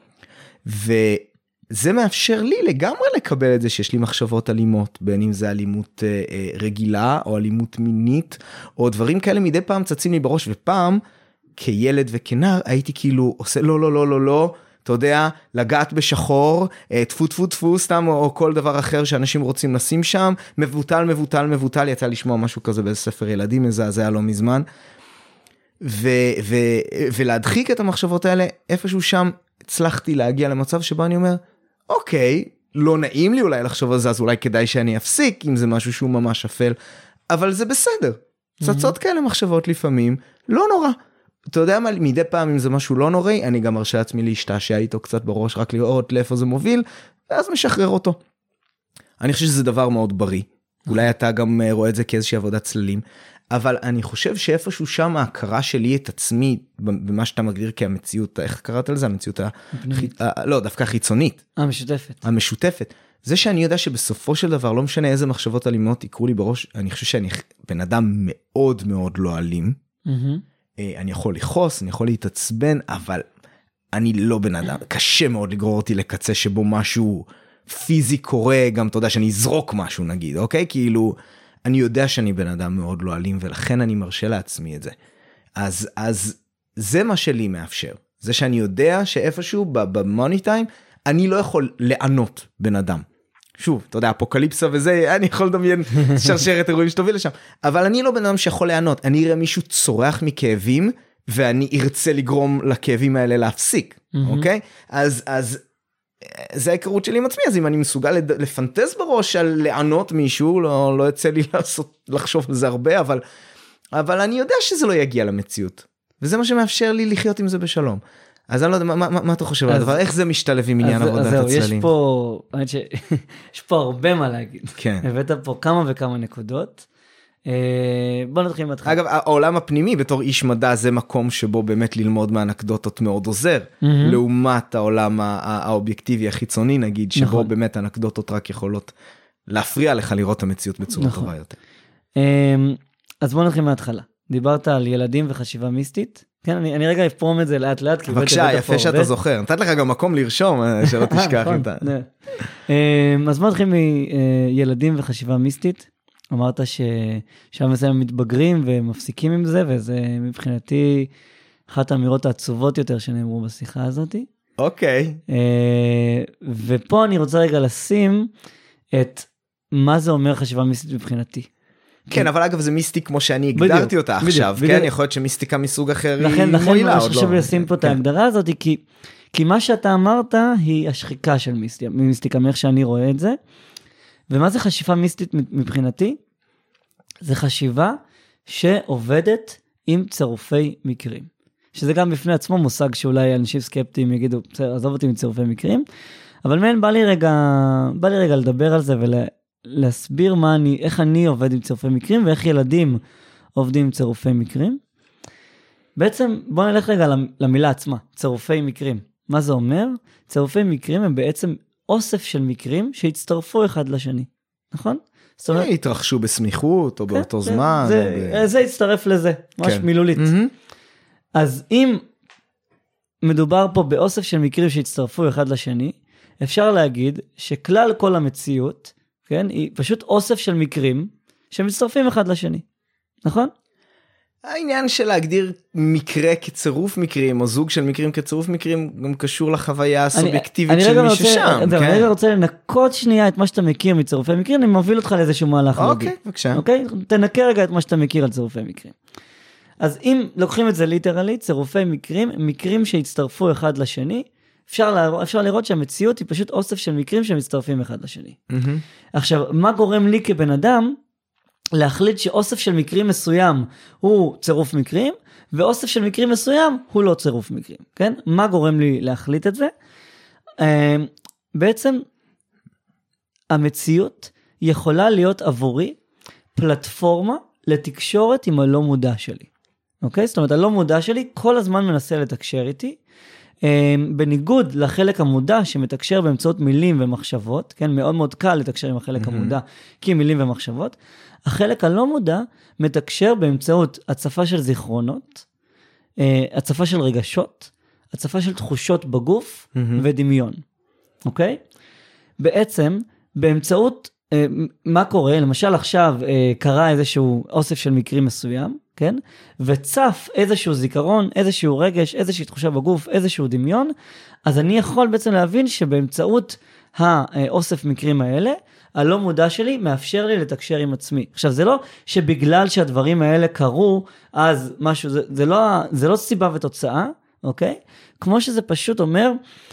A: וזה מאפשר לי לגמרי לקבל את זה שיש לי מחשבות אלימות, בין אם זה אלימות אה, אה, רגילה או אלימות מינית, או דברים כאלה מדי פעם צצים לי בראש, ופעם כילד וכנער הייתי כאילו עושה לא, לא, לא, לא, לא, אתה יודע, לגעת בשחור, תפו, תפו, תפו, סתם, או כל דבר אחר שאנשים רוצים לשים שם, מבוטל, מבוטל, מבוטל, יצא לשמוע משהו כזה באיזה ספר ילדים, מזעזע לא מזמן, ו, ו, ולהדחיק את המחשבות האלה, איפשהו שם הצלחתי להגיע למצב שבו אני אומר, אוקיי, לא נעים לי אולי לחשוב על זה, אז אולי כדאי שאני אפסיק, אם זה משהו שהוא ממש אפל, אבל זה בסדר, צצות כאלה מחשבות לפעמים, לא נורא, אתה יודע מה, מדי פעם אם זה משהו לא נוראי, אני גם מרשה עצמי להשתעשע איתו קצת בראש, רק לראות לאיפה זה מוביל, ואז משחרר אותו. אני חושב שזה דבר מאוד בריא, אולי אתה גם רואה את זה כאיזושהי עבודת צללים, אבל אני חושב שאיפשהו שם ההכרה שלי את עצמי, במה שאתה מגדיר כהמציאות, איך קראת על זה? המציאות, לא, דווקא החיצונית.
B: המשותפת.
A: המשותפת. זה שאני יודע שבסופו של דבר, לא משנה איזה מחשבות אלימות יקרו לי בראש, אני חושב שאני בן אדם מאוד מאוד לא אלים, אני יכול לחוס, אני יכול להתעצבן, אבל אני לא בן אדם, קשה מאוד לגרור אותי לקצה שבו משהו פיזי קורה, גם אתה יודע שאני אזרוק משהו נגיד, אוקיי? כאילו, אני יודע שאני בן אדם מאוד לא אלים, ולכן אני מרשה לעצמי את זה. אז, אז זה מה שלי מאפשר. זה שאני יודע שאיפשהו במוני טיים, אני לא יכול לענות בן אדם. שוב, אתה יודע, אפוקליפסה וזה, אני יכול לדמיין שרשרת אירועים שתוביל לשם, אבל אני לא בן אדם שיכול לענות, אני אראה מישהו צורח מכאבים, ואני ארצה לגרום לכאבים האלה להפסיק, אוקיי? אז, אז, זה ההיכרות שלי עם עצמי, אז אם אני מסוגל לפנטז בראש על לענות מישהו, לא, לא יצא לי לעשות, לחשוב על זה הרבה, אבל, אבל אני יודע שזה לא יגיע למציאות, וזה מה שמאפשר לי לחיות עם זה בשלום. אז אני לא יודע, מה, מה, מה אתה חושב על הדבר? איך זה משתלב עם עניין עבודת הצללים?
B: יש פה, יש פה הרבה מה להגיד.
A: כן.
B: הבאת פה כמה וכמה נקודות. בוא נתחיל עם התחיל.
A: אגב, העולם הפנימי בתור איש מדע, זה מקום שבו באמת ללמוד מאנקדוטות מאוד עוזר, לעומת העולם האובייקטיבי החיצוני, נגיד, שבו באמת אנקדוטות רק יכולות להפריע לך לראות את המציאות בצורה טובה יותר.
B: אז בוא נתחיל מההתחלה. דיברת על ילדים וחשיבה מיסטית. כן, אני, אני רגע אפרום את זה לאט לאט.
A: בבקשה, יפה שאתה זוכר. נתת לך גם מקום לרשום, שלא תשכח איתה.
B: אז בוא נתחיל מילדים וחשיבה מיסטית. אמרת ששם מסוים מתבגרים ומפסיקים עם זה, וזה מבחינתי אחת האמירות העצובות יותר שנאמרו בשיחה הזאת.
A: אוקיי.
B: ופה אני רוצה רגע לשים את מה זה אומר חשיבה מיסטית מבחינתי.
A: כן, אבל אגב זה מיסטי כמו שאני הגדרתי אותה עכשיו, כן? יכול להיות שמיסטיקה מסוג אחר היא
B: מועילה.
A: לכן,
B: לכן, אני חושב לשים פה את ההגדרה הזאת, כי מה שאתה אמרת היא השחיקה של מיסטיקה, מאיך שאני רואה את זה. ומה זה חשיבה מיסטית מבחינתי? זה חשיבה שעובדת עם צירופי מקרים. שזה גם בפני עצמו מושג שאולי אנשים סקפטיים יגידו, עזוב אותי מצירופי מקרים, אבל מן, בא לי רגע, בא לי רגע לדבר על זה ולהסביר מה אני, איך אני עובד עם צירופי מקרים, ואיך ילדים עובדים עם צירופי מקרים. בעצם בוא נלך רגע למילה עצמה, צירופי מקרים. מה זה אומר? צירופי מקרים הם בעצם אוסף של מקרים שהצטרפו אחד לשני, נכון? זאת אומרת,
A: התרחשו בסמיכות או באותו זמן.
B: זה יצטרף לזה, ממש מילולית. אז אם מדובר פה באוסף של מקרים שהצטרפו אחד לשני, אפשר להגיד שכלל כל המציאות, כן, היא פשוט אוסף של מקרים שמצטרפים אחד לשני, נכון?
A: העניין של להגדיר מקרה כצירוף מקרים, או זוג של מקרים כצירוף מקרים, גם קשור לחוויה הסובייקטיבית של מי ששם.
B: אני רגע רוצה לנקות שנייה את מה שאתה מכיר מצירופי מקרים, אני מוביל אותך לאיזשהו מהלך.
A: אוקיי, בבקשה.
B: אוקיי? תנקה רגע את מה שאתה מכיר על צירופי מקרים. אז אם לוקחים את זה ליטרלי, צירופי מקרים, מקרים שהצטרפו אחד לשני, אפשר, אפשר לראות שהמציאות היא פשוט אוסף של מקרים שמצטרפים אחד לשני. Mm-hmm. עכשיו, מה גורם לי כבן אדם להחליט שאוסף של מקרים מסוים הוא צירוף מקרים, ואוסף של מקרים מסוים הוא לא צירוף מקרים, כן? מה גורם לי להחליט את זה? בעצם, המציאות יכולה להיות עבורי פלטפורמה לתקשורת עם הלא מודע שלי. אוקיי? זאת אומרת, הלא מודע שלי כל הזמן מנסה לתקשר איתי, בניגוד לחלק המודע שמתקשר באמצעות מילים ומחשבות, כן? מאוד מאוד קל לתקשר עם החלק המודע, כי מילים ומחשבות. החלק הלא מודע מתקשר באמצעות הצפה של זיכרונות, הצפה של רגשות, הצפה של תחושות בגוף ודמיון. אוקיי? בעצם, באמצעות, מה קורה? למשל עכשיו קרה איזשהו אוסף של מקרים מסוים, כן? וצף איזשהו זיכרון, איזשהו רגש, איזושהי תחושה בגוף, איזשהו דמיון, אז אני יכול בעצם להבין שבאמצעות האוסף מקרים האלה, הלא מודע שלי מאפשר לי לתקשר עם עצמי. עכשיו, זה לא שבגלל שהדברים האלה קרו, אז משהו, זה, זה לא, זה לא סיבה ותוצאה, אוקיי? כמו שזה פשוט אומר,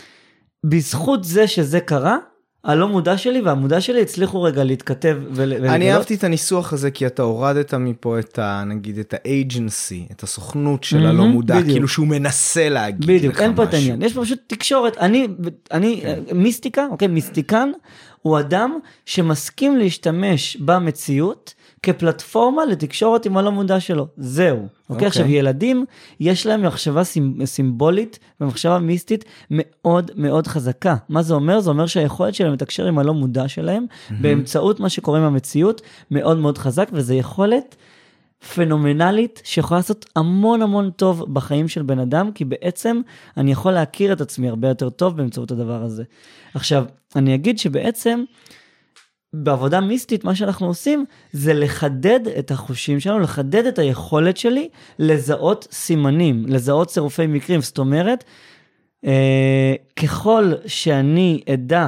B: בזכות זה שזה קרה, הלא מודע שלי והמודע שלי הצליחו רגע להתכתב ולגלות.
A: אני אהבתי את הניסוח הזה, כי אתה הורדת מפה את ה, נגיד, את האג'נסי, את הסוכנות של הלא מודע, כאילו שהוא מנסה להגיד לך משהו.
B: בדיוק, אין פה את העניין. יש פשוט תקשורת. אני, אני, מיסטיקה, אוקיי, מיסטיקן, הוא אדם שמסכים להשתמש במציאות כפלטפורמה לתקשורת עם הלא מודע שלו. זהו. אוקיי, עכשיו ילדים, יש להם מחשבה סימבולית ומחשבה מיסטית מאוד מאוד חזקה. מה זה אומר? זה אומר שהיכולת שלהם לתקשר עם הלא מודע שלהם, באמצעות מה שקורה עם המציאות, מאוד מאוד חזק, וזה יכולת פנומנלית שיכולה לעשות המון המון טוב בחיים של בן אדם, כי בעצם אני יכול להכיר את עצמי הרבה יותר טוב באמצעות הדבר הזה. עכשיו, אני אגיד שבעצם, בעבודה מיסטית, מה שאנחנו עושים, זה לחדד את החושים שלנו, לחדד את היכולת שלי, לזהות סימנים, לזהות צירופי מקרים. זאת אומרת, אה, ככל שאני אדע,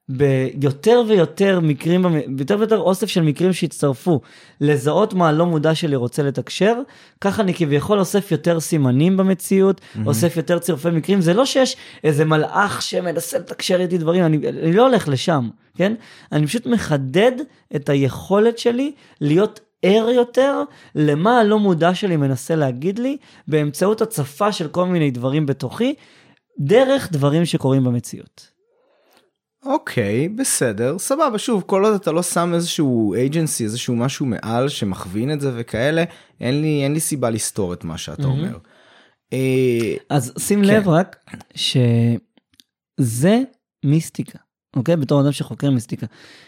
B: ביותר ויותר מקרים, ביותר ויותר אוסף של מקרים שהצטרפו, לזהות מה הלא מודע שלי רוצה לתקשר, ככה אני כביכול אוסף יותר סימנים במציאות, mm-hmm. אוסף יותר צירופי מקרים, זה לא שיש איזה מלאך שמנסה לתקשר איתי דברים, אני, אני לא הולך לשם, כן? אני פשוט מחדד את היכולת שלי להיות ער יותר למה הלא מודע שלי מנסה להגיד לי, באמצעות הצפה של כל מיני דברים בתוכי, דרך דברים שקורים במציאות.
A: אוקיי, בסדר, סבבה, שוב, כל עוד אתה לא שם איזשהו agency, איזשהו משהו מעל שמכווין את זה וכאלה, אין לי, אין לי סיבה לסתור את מה שאתה אומר.
B: אז שים לב רק שזה מיסטיקה, אוקיי? בתור אדם שחוקר מיסטיקה.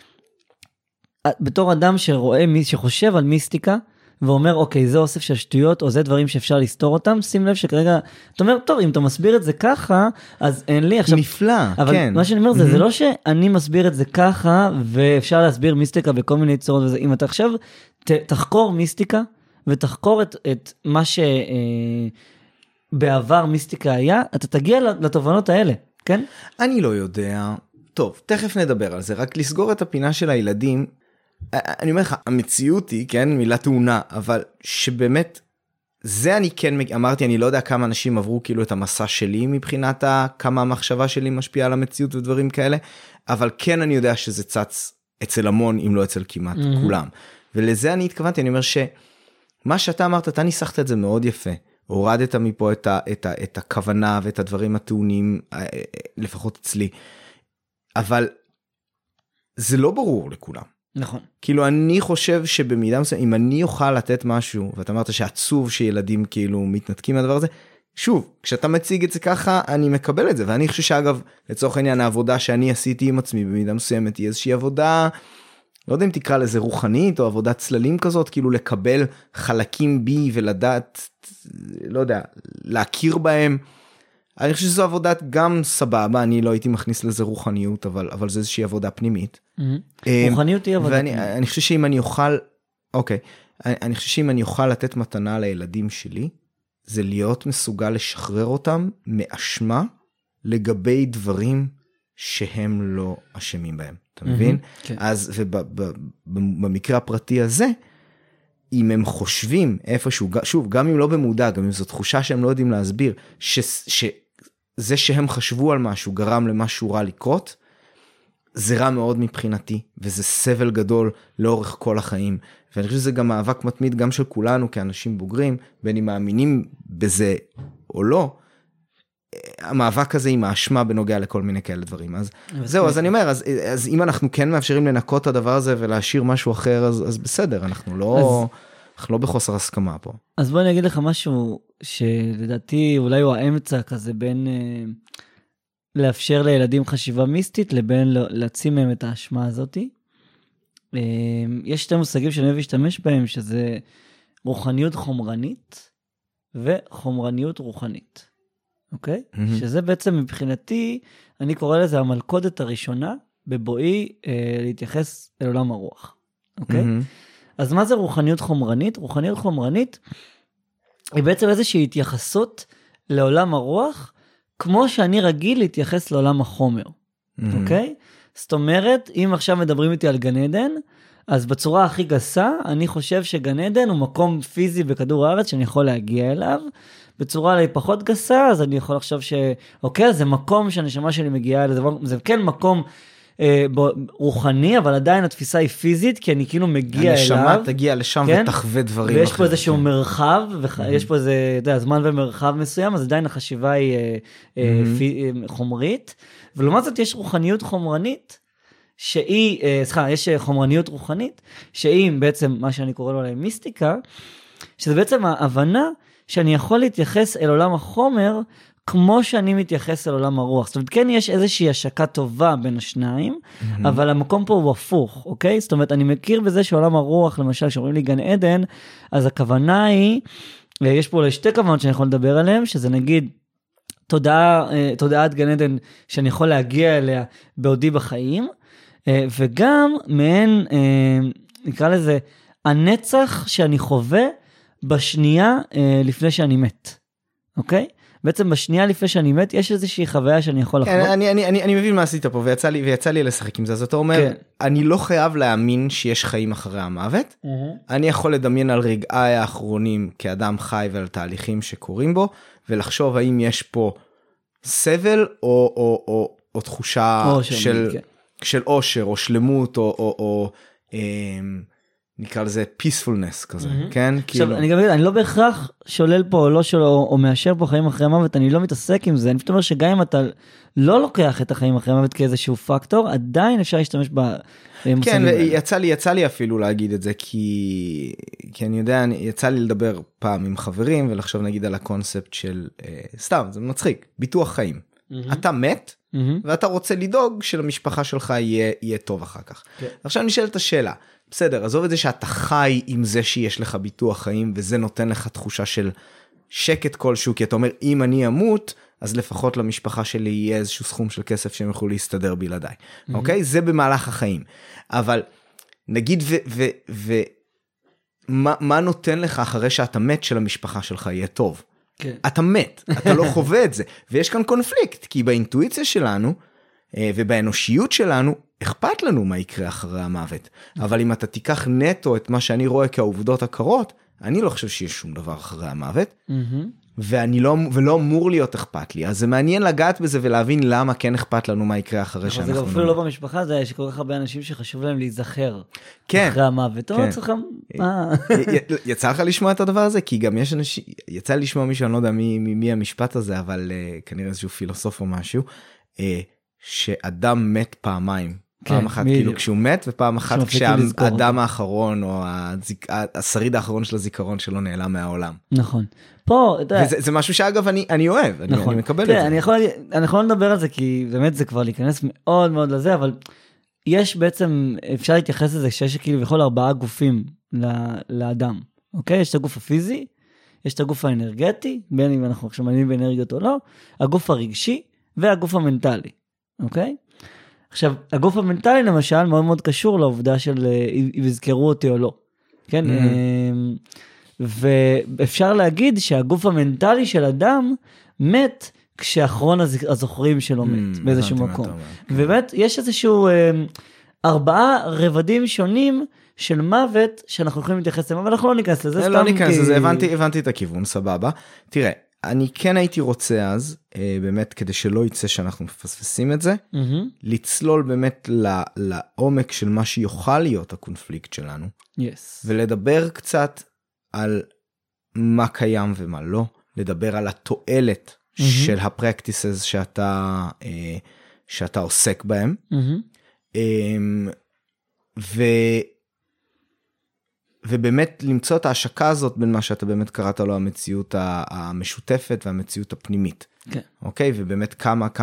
B: בתור אדם שרואה, שחושב על מיסטיקה, ואומר, אוקיי, זה אוסף של שטויות, או זה דברים שאפשר לסתור אותם, שים לב שכרגע, אתה אומר, טוב, אם אתה מסביר את זה ככה, אז אין לי עכשיו...
A: נפלא,
B: אבל
A: כן.
B: מה שאני אומר זה, זה לא שאני מסביר את זה ככה, ואפשר להסביר מיסטיקה בכל מיני צורות וזה. אם אתה עכשיו תחקור מיסטיקה, ותחקור את, את מה שבעבר מיסטיקה היה, אתה תגיע לתובנות האלה, כן?
A: אני לא יודע. טוב, תכף נדבר על זה, רק לסגור את הפינה של הילדים, אני אומר לך, המציאות היא, כן, מילה תאונה, אבל שבאמת, זה אני כן אמרתי, אני לא יודע כמה אנשים עברו כאילו את המסע שלי מבחינת כמה המחשבה שלי משפיעה על המציאות ודברים כאלה, אבל כן אני יודע שזה צץ אצל המון, אם לא אצל כמעט mm-hmm. כולם. ולזה אני התכוונתי, אני אומר שמה שאתה אמרת, אתה ניסחת את זה מאוד יפה, הורדת מפה את, ה, את, ה, את הכוונה ואת הדברים הטעונים, לפחות אצלי, אבל זה לא ברור לכולם.
B: נכון.
A: כאילו אני חושב שבמידה מסוימת, אם אני אוכל לתת משהו, ואתה אמרת שעצוב שילדים כאילו מתנתקים מהדבר הזה, שוב, כשאתה מציג את זה ככה, אני מקבל את זה, ואני חושב שאגב, לצורך העניין, העבודה שאני עשיתי עם עצמי, במידה מסוימת, היא איזושהי עבודה, לא יודע אם תקרא לזה רוחנית, או עבודת צללים כזאת, כאילו לקבל חלקים בי, ולדעת, לא יודע, להכיר בהם, אני חושב שזו עבודת גם סבבה, אני לא הייתי מכניס לזה רוחניות, אבל, אבל זה איזושהי עבודה פנימית.
B: רוחניות היא עבודה
A: פנימית. ואני חושב שאם אני אוכל, אוקיי, אני, אני חושב שאם אני אוכל לתת מתנה לילדים שלי, זה להיות מסוגל לשחרר אותם מאשמה לגבי דברים שהם לא אשמים בהם. אתה מבין?
B: Mm-hmm, כן.
A: אז ובמקרה הפרטי הזה, אם הם חושבים איפשהו, שוב, גם אם לא במודע, גם אם זו תחושה שהם לא יודעים להסביר, ש, שזה שהם חשבו על משהו גרם למשהו רע לקרות, זה רע מאוד מבחינתי, וזה סבל גדול לאורך כל החיים. ואני חושב שזה גם מאבק מתמיד גם של כולנו כאנשים בוגרים, בין אם מאמינים בזה או לא, המאבק הזה עם האשמה בנוגע לכל מיני כאלה דברים. אז זהו, אז אני אומר, אז, אז אם אנחנו כן מאפשרים לנקות את הדבר הזה ולהשאיר משהו אחר, אז, אז בסדר, אנחנו לא, אז, אנחנו לא בחוסר הסכמה פה.
B: אז בוא אני אגיד לך משהו שלדעתי אולי הוא האמצע כזה בין אה, לאפשר לילדים חשיבה מיסטית לבין להציע מהם את האשמה הזאת. אה, יש שתי מושגים שאני אוהב להשתמש בהם, שזה רוחניות חומרנית וחומרניות רוחנית. אוקיי? Okay? Mm-hmm. שזה בעצם מבחינתי, אני קורא לזה המלכודת הראשונה, בבואי אה, להתייחס אל עולם הרוח. אוקיי? Okay? Mm-hmm. אז מה זה רוחניות חומרנית? רוחניות חומרנית היא בעצם איזושהי התייחסות לעולם הרוח, כמו שאני רגיל להתייחס לעולם החומר. Mm-hmm. אוקיי? זאת אומרת, אם עכשיו מדברים איתי על גן עדן, אז בצורה הכי גסה, אני חושב שגן עדן הוא מקום פיזי בכדור הארץ שאני יכול להגיע אליו, בצורה לי פחות גסה, אז אני יכול לחשוב ש... אוקיי, זה מקום שהנשמה שלי מגיעה אליו, זה כן מקום אה, רוחני, אבל עדיין התפיסה היא פיזית, כי אני כאילו מגיע
A: הנשמה
B: אליו.
A: הנשמה תגיע לשם כן? ותחווה דברים
B: ויש אחרים. פה איזשהו כן. מרחב, ויש mm-hmm. פה איזה, אתה יודע, זמן ומרחב מסוים, אז עדיין החשיבה היא אה, mm-hmm. פי, אה, חומרית, ולעומת זאת יש רוחניות חומרנית, שהיא, אה, סליחה, יש חומרניות רוחנית, שהיא בעצם מה שאני קורא לו להם מיסטיקה, שזה בעצם ההבנה שאני יכול להתייחס אל עולם החומר, כמו שאני מתייחס אל עולם הרוח. זאת אומרת, כן יש איזושהי השקה טובה בין השניים, mm-hmm. אבל המקום פה הוא הפוך, אוקיי? זאת אומרת, אני מכיר בזה שעולם הרוח, למשל, שאומרים לי גן עדן, אז הכוונה היא, יש פה אולי שתי כוונות שאני יכול לדבר עליהן, שזה נגיד, תודעה, תודעת גן עדן, שאני יכול להגיע אליה בעודי בחיים, וגם מעין, נקרא לזה, הנצח שאני חווה, בשנייה אה, לפני שאני מת, אוקיי? בעצם בשנייה לפני שאני מת, יש איזושהי חוויה שאני יכול לחוות.
A: כן, אני, אני, אני, אני מבין מה עשית פה, ויצא לי, ויצא לי לשחק עם זה, אז אתה אומר, כן. אני לא חייב להאמין שיש חיים אחרי המוות, mm-hmm. אני יכול לדמיין על רגעי האחרונים כאדם חי ועל תהליכים שקורים בו, ולחשוב האם יש פה סבל או, או, או, או תחושה או של, כן. של אושר, או שלמות, או, או, או אה, נקרא לזה peacefulness כזה, mm-hmm. כן?
B: עכשיו,
A: כאילו...
B: אני גם אני לא בהכרח שולל פה, או לא שולל, או, או מאשר פה חיים אחרי המוות, אני לא מתעסק עם זה, אני פשוט אומר שגם אם אתה לא לוקח את החיים אחרי המוות כאיזשהו פקטור, עדיין אפשר להשתמש במושגים
A: כן, ויצא לי, יצא לי אפילו להגיד את זה, כי, כי אני יודע, אני, יצא לי לדבר פעם עם חברים, ולחשוב נגיד על הקונספט של, אה, סתם, זה מצחיק, ביטוח חיים. Mm-hmm. אתה מת, mm-hmm. ואתה רוצה לדאוג שלמשפחה שלך יהיה, יהיה טוב אחר כך. Okay. עכשיו נשאלת השאלה, בסדר, עזוב את זה שאתה חי עם זה שיש לך ביטוח חיים, וזה נותן לך תחושה של שקט כלשהו, כי אתה אומר, אם אני אמות, אז לפחות למשפחה שלי יהיה איזשהו סכום של כסף שהם יוכלו להסתדר בלעדיי. Mm-hmm. אוקיי? זה במהלך החיים. אבל נגיד, ו... ו, ו מה, מה נותן לך אחרי שאתה מת שלמשפחה שלך יהיה טוב? כן. אתה מת, אתה לא חווה את זה. ויש כאן קונפליקט, כי באינטואיציה שלנו, ובאנושיות שלנו, אכפת לנו מה יקרה אחרי המוות. אבל אם אתה תיקח נטו את מה שאני רואה כעובדות הקרות, אני לא חושב שיש שום דבר אחרי המוות, ואני לא, ולא אמור להיות אכפת לי. אז זה מעניין לגעת בזה ולהבין למה כן אכפת לנו מה יקרה אחרי שאנחנו...
B: זה גם אפילו לא במשפחה, זה יש כל כך הרבה אנשים שחשוב להם להיזכר אחרי המוות.
A: יצא לך לשמוע את הדבר הזה? כי גם יש אנשים, יצא לי לשמוע מישהו, אני לא יודע מי המשפט הזה, אבל כנראה איזשהו פילוסוף או משהו, שאדם מת פעמיים. פעם אחת כאילו כשהוא מת, ופעם אחת כשהאדם האחרון, או השריד האחרון של הזיכרון שלו נעלם מהעולם.
B: נכון. פה,
A: וזה משהו שאגב אני אוהב, אני מקבל את זה.
B: אני יכול לדבר על זה, כי באמת זה כבר להיכנס מאוד מאוד לזה, אבל יש בעצם, אפשר להתייחס לזה, שיש כאילו בכל ארבעה גופים לאדם. אוקיי? יש את הגוף הפיזי, יש את הגוף האנרגטי, בין אם אנחנו עכשיו מאמינים באנרגיות או לא, הגוף הרגשי, והגוף המנטלי. אוקיי? עכשיו, הגוף המנטלי למשל מאוד מאוד קשור לעובדה של אם יזכרו אותי או לא. כן? ואפשר להגיד שהגוף המנטלי של אדם מת כשאחרון הזוכרים שלו מת באיזשהו מקום. ובאמת יש איזשהו ארבעה רבדים שונים של מוות שאנחנו יכולים להתייחס להם, אבל אנחנו לא ניכנס לזה.
A: לא ניכנס לזה, הבנתי, הבנתי את הכיוון, סבבה. תראה, אני כן הייתי רוצה אז, באמת כדי שלא יצא שאנחנו מפספסים את זה, לצלול באמת לעומק של מה שיוכל להיות הקונפליקט שלנו, ולדבר קצת על מה קיים ומה לא, לדבר על התועלת של הפרקטיסס שאתה, שאתה עוסק בהם, ו... ובאמת למצוא את ההשקה הזאת בין מה שאתה באמת קראת לו המציאות המשותפת והמציאות הפנימית. כן. אוקיי? ובאמת כמה, כמה...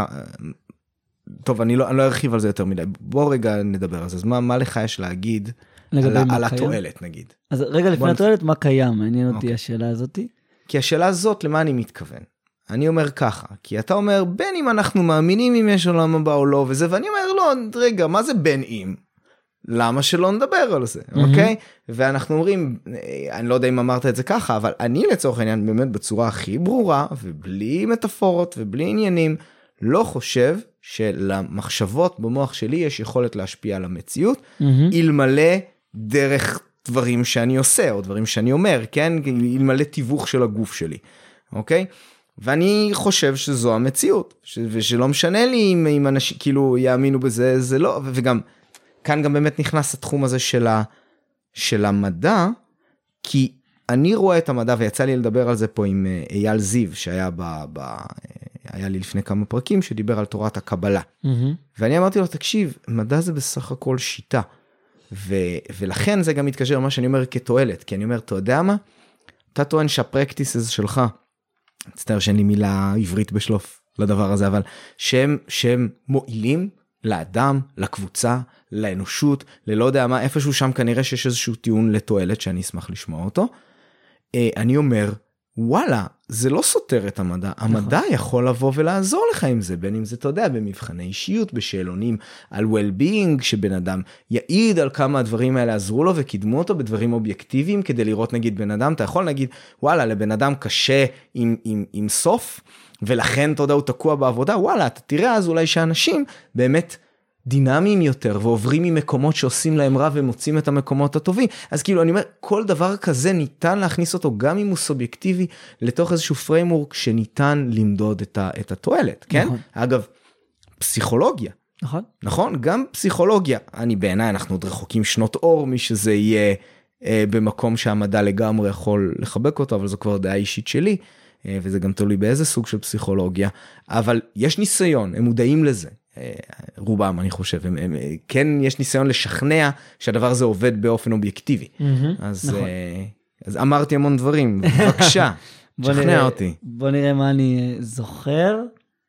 A: טוב, אני לא, אני לא ארחיב על זה יותר מדי. בוא רגע נדבר על זה. אז מה, מה לך יש להגיד על, על התועלת, נגיד?
B: אז רגע לפני התועלת, מה קיים? מעניין אותי השאלה הזאת.
A: כי השאלה הזאת, למה אני מתכוון? אני אומר ככה, כי אתה אומר, בין אם אנחנו מאמינים אם יש עולם הבא או לא, וזה, ואני אומר, לא, רגע, מה זה בין אם? למה שלא נדבר על זה, אוקיי? ואנחנו אומרים, אני לא יודע אם אמרת את זה ככה, אבל אני לצורך העניין באמת בצורה הכי ברורה, ובלי מטאפורות ובלי עניינים, לא חושב שלמחשבות במוח שלי יש יכולת להשפיע על המציאות, אלמלא דרך דברים שאני עושה, או דברים שאני אומר, כן? אלמלא תיווך של הגוף שלי, אוקיי? ואני חושב שזו המציאות, ושלא משנה לי אם, אם אנשים כאילו יאמינו בזה, זה לא, וגם, כאן גם באמת נכנס התחום הזה של, ה, של המדע, כי אני רואה את המדע, ויצא לי לדבר על זה פה עם אייל זיו, שהיה ב, ב, היה לי לפני כמה פרקים, שדיבר על תורת הקבלה. Mm-hmm. ואני אמרתי לו, תקשיב, מדע זה בסך הכל שיטה, ו, ולכן זה גם מתקשר למה שאני אומר כתועלת, כי אני אומר, אתה יודע מה? אתה טוען שהפרקטיסס שלך, מצטער שאין לי מילה עברית בשלוף לדבר הזה, אבל שהם, שהם מועילים לאדם, לקבוצה, לאנושות, ללא יודע מה, איפשהו שם כנראה שיש איזשהו טיעון לתועלת שאני אשמח לשמוע אותו. אני אומר, וואלה, זה לא סותר את המדע. המדע יכול לבוא ולעזור לך עם זה, בין אם זה, אתה יודע, במבחני אישיות, בשאלונים על well-being, שבן אדם יעיד על כמה הדברים האלה עזרו לו וקידמו אותו בדברים אובייקטיביים, כדי לראות נגיד בן אדם, אתה יכול להגיד, וואלה, לבן אדם קשה עם, עם, עם סוף, ולכן, אתה יודע, הוא תקוע בעבודה, וואלה, אתה תראה אז אולי שאנשים באמת דינמיים יותר, ועוברים ממקומות שעושים להם רע, ומוצאים את המקומות הטובים. אז כאילו, אני אומר, כל דבר כזה ניתן להכניס אותו, גם אם הוא סובייקטיבי, לתוך איזשהו פריימורק, שניתן למדוד את, ה, את התועלת, כן? נכון. אגב, פסיכולוגיה.
B: נכון.
A: נכון? גם פסיכולוגיה. אני בעיניי, אנחנו עוד רחוקים שנות אור, מי שזה יהיה אה, במקום שהמדע לגמרי יכול לחבק אותו, אבל זו כבר דעה אישית שלי, אה, וזה גם תלוי באיזה סוג של פסיכולוגיה, אבל יש ניסיון, הם מודעים לזה. רובם, אני חושב, הם, הם, כן יש ניסיון לשכנע שהדבר הזה עובד באופן אובייקטיבי. אז, נכון. אז אמרתי המון דברים, בבקשה, שכנע אותי.
B: בוא נראה מה אני זוכר.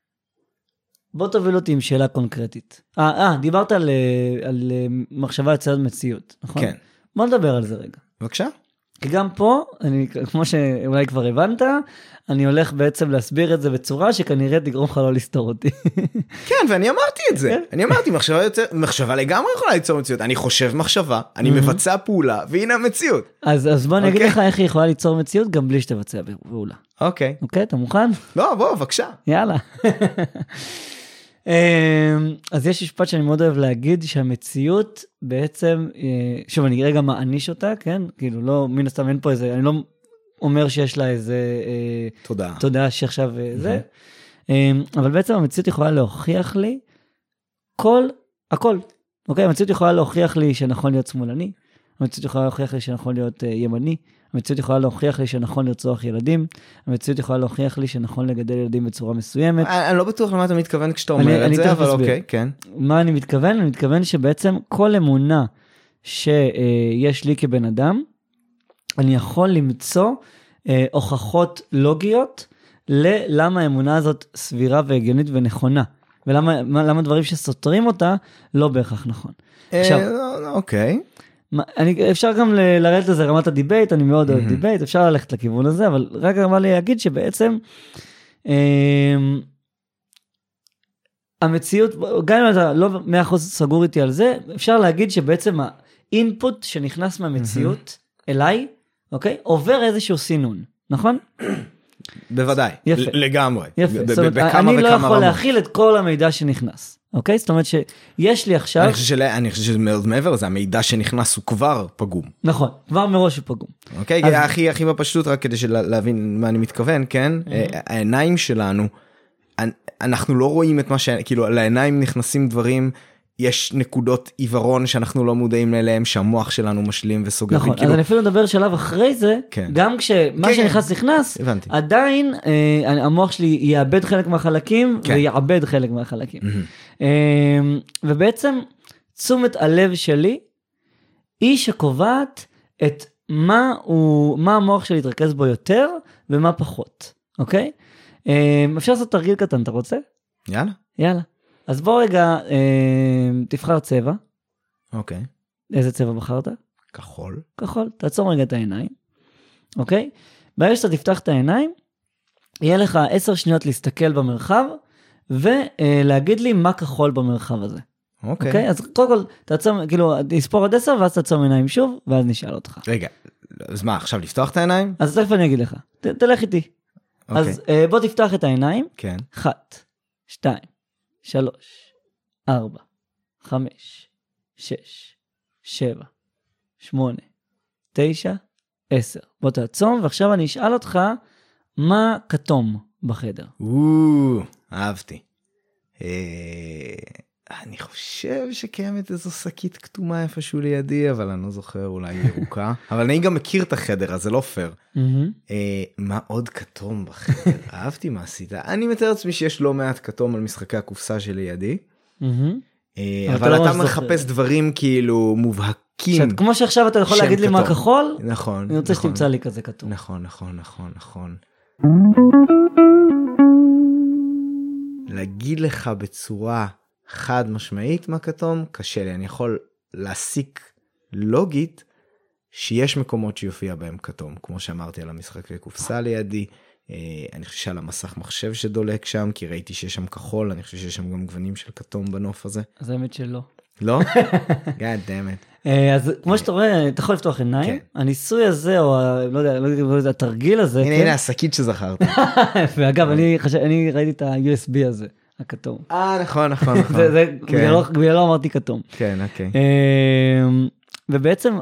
B: בוא תוביל אותי עם שאלה קונקרטית. אה, אה דיברת על, על מחשבה יצירת מציאות, נכון?
A: כן.
B: בוא נדבר על זה רגע.
A: בבקשה.
B: כי גם פה, אני, כמו שאולי כבר הבנת, אני הולך בעצם להסביר את זה בצורה שכנראה תגרום לך לא לסתור אותי.
A: כן, ואני אמרתי את זה. אני אמרתי, מחשבה, יוצר, מחשבה לגמרי יכולה ליצור מציאות. אני חושב מחשבה, אני מבצע פעולה, והנה המציאות.
B: אז, אז בוא אני אגיד לך איך היא יכולה ליצור מציאות, גם בלי שתבצע פעולה.
A: אוקיי.
B: אוקיי, אתה מוכן?
A: לא, בוא, בבקשה.
B: יאללה. אז יש משפט שאני מאוד אוהב להגיד, שהמציאות בעצם, שוב, אני רגע מעניש אותה, כן? כאילו, לא, מן הסתם אין פה איזה, אני לא אומר שיש לה איזה
A: תודה.
B: תודה שעכשיו זה, אבל בעצם המציאות יכולה להוכיח לי כל, הכל, אוקיי? המציאות יכולה להוכיח לי שנכון להיות שמאלני, המציאות יכולה להוכיח לי שנכון להיות ימני, המציאות יכולה להוכיח לי שנכון לרצוח ילדים, המציאות יכולה להוכיח לי שנכון לגדל ילדים בצורה מסוימת.
A: אני לא בטוח למה אתה מתכוון כשאתה אומר את זה, אבל אוקיי, כן.
B: מה אני מתכוון? אני מתכוון שבעצם כל אמונה שיש לי כבן אדם, אני יכול למצוא הוכחות לוגיות ללמה האמונה הזאת סבירה והגיונית ונכונה, ולמה דברים שסותרים אותה לא בהכרח נכון.
A: אוקיי.
B: אני, אפשר גם ל- לרדת לזה רמת הדיבייט, אני מאוד אוהב דיבייט, אפשר ללכת לכיוון הזה, אבל רק רמה לי להגיד שבעצם אה, המציאות, גם אם אתה לא מאה אחוז סגור איתי על זה, אפשר להגיד שבעצם האינפוט שנכנס מהמציאות, אליי, אוקיי? עובר איזשהו סינון, נכון?
A: בוודאי,
B: יפה.
A: לגמרי.
B: יפה.
A: ב-
B: זאת אומרת,
A: בכמה
B: אני לא
A: וכמה
B: יכול
A: רמות.
B: להכיל את כל המידע שנכנס, אוקיי? זאת אומרת שיש לי עכשיו...
A: אני חושב של- אני חושב שזה מאוד מעבר לזה, המידע שנכנס הוא כבר פגום.
B: נכון, כבר מראש הוא פגום.
A: אוקיי?
B: אז-
A: הכי הכי בפשטות, רק כדי של- להבין מה אני מתכוון, כן? העיניים שלנו, אנ- אנחנו לא רואים את מה ש... כאילו, לעיניים נכנסים דברים, יש נקודות עיוורון שאנחנו לא מודעים אליהם, שהמוח שלנו משלים וסוגר.
B: נכון,
A: וכאילו-
B: אז אני אפילו מדבר שלב אחרי זה,
A: כן.
B: גם כשמה
A: כן,
B: שנכנס נכנס,
A: הבנתי.
B: עדיין אה, המוח שלי יאבד חלק מהחלקים,
A: כן.
B: ויעבד חלק מהחלקים. אה, ובעצם תשומת הלב שלי, היא שקובעת את מה, הוא, מה המוח שלי יתרכז בו יותר, ומה פחות, אוקיי? אה, אפשר לעשות תרגיל קטן, אתה רוצה?
A: יאללה.
B: יאללה. אז בוא רגע, אה, תבחר צבע.
A: אוקיי.
B: איזה צבע בחרת?
A: כחול.
B: כחול, תעצום רגע את העיניים, אוקיי? ברגע שאתה תפתח את העיניים, יהיה לך עשר שניות להסתכל במרחב, ולהגיד לי מה כחול במרחב הזה,
A: אוקיי.
B: אוקיי? אז קודם כל, תעצום, כאילו, תספור עד עשר, ואז תעצום עיניים שוב, ואז נשאל אותך.
A: רגע, אז מה, עכשיו לפתוח את העיניים?
B: אז תכף אני אגיד לך, ת, תלך איתי.
A: אוקיי.
B: אז אה, בוא תפתח את העיניים,
A: כן.
B: אחת, שתיים, שלוש, ארבע, חמש, שש, שבע, שמונה, תשע, עשר. בוא תעצום, ועכשיו אני אשאל אותך, מה כתום בחדר?
A: או, אהבתי. אה, אני חושב שקיימת איזו שקית כתומה איפשהו לידי, אבל אני לא זוכר, אולי ירוקה. אבל אני גם מכיר את החדר, אז זה לא פייר.
B: מהמם.
A: אה, מה עוד כתום בחדר? אהבתי מה עשית. אני מתאר לעצמי שיש לא מעט כתום על משחקי הקופסה שלידי,
B: מהמם.
A: אה,
B: אבל
A: אבל
B: אתה לא
A: אתה
B: ממש
A: מחפש
B: זוכר.
A: דברים כאילו מובהקים.
B: שאת- כמו שעכשיו אתה יכול
A: שם
B: להגיד לי מה
A: כתום.
B: כחול,
A: נכון.
B: אני רוצה
A: נכון.
B: שתמצא לי כזה כתום.
A: נכון, נכון, נכון, נכון. להגיד לך בצורה חד משמעית מה כתום, קשה לי. אני יכול להסיק לוגית שיש מקומות שיופיע בהם כתום, כמו שאמרתי על המשחקי קופסה לידי, אה, אני חושב שעל המסך מחשב שדולק שם, כי ראיתי שיש שם כחול, אני חושב שיש שם גם גוונים של כתום בנוף הזה.
B: אז האמת שלא.
A: לא? God damn it.
B: אה, אז כמו שאתה רואה, אתה יכול לפתוח עיניים,
A: כן.
B: הניסוי הזה, או ה- לא יודע, לא יודע, התרגיל הזה,
A: הנה,
B: כן?
A: הנה, השקית שזכרתי.
B: ואגב, אני חשב- אני ראיתי את ה-יו אס בי הזה, הכתום.
A: אה, נכון, נכון, נכון.
B: זה- זה-
A: כן.
B: בגללו בגללו אמרתי כתום.
A: כן, אוקיי.
B: אמ, ובעצם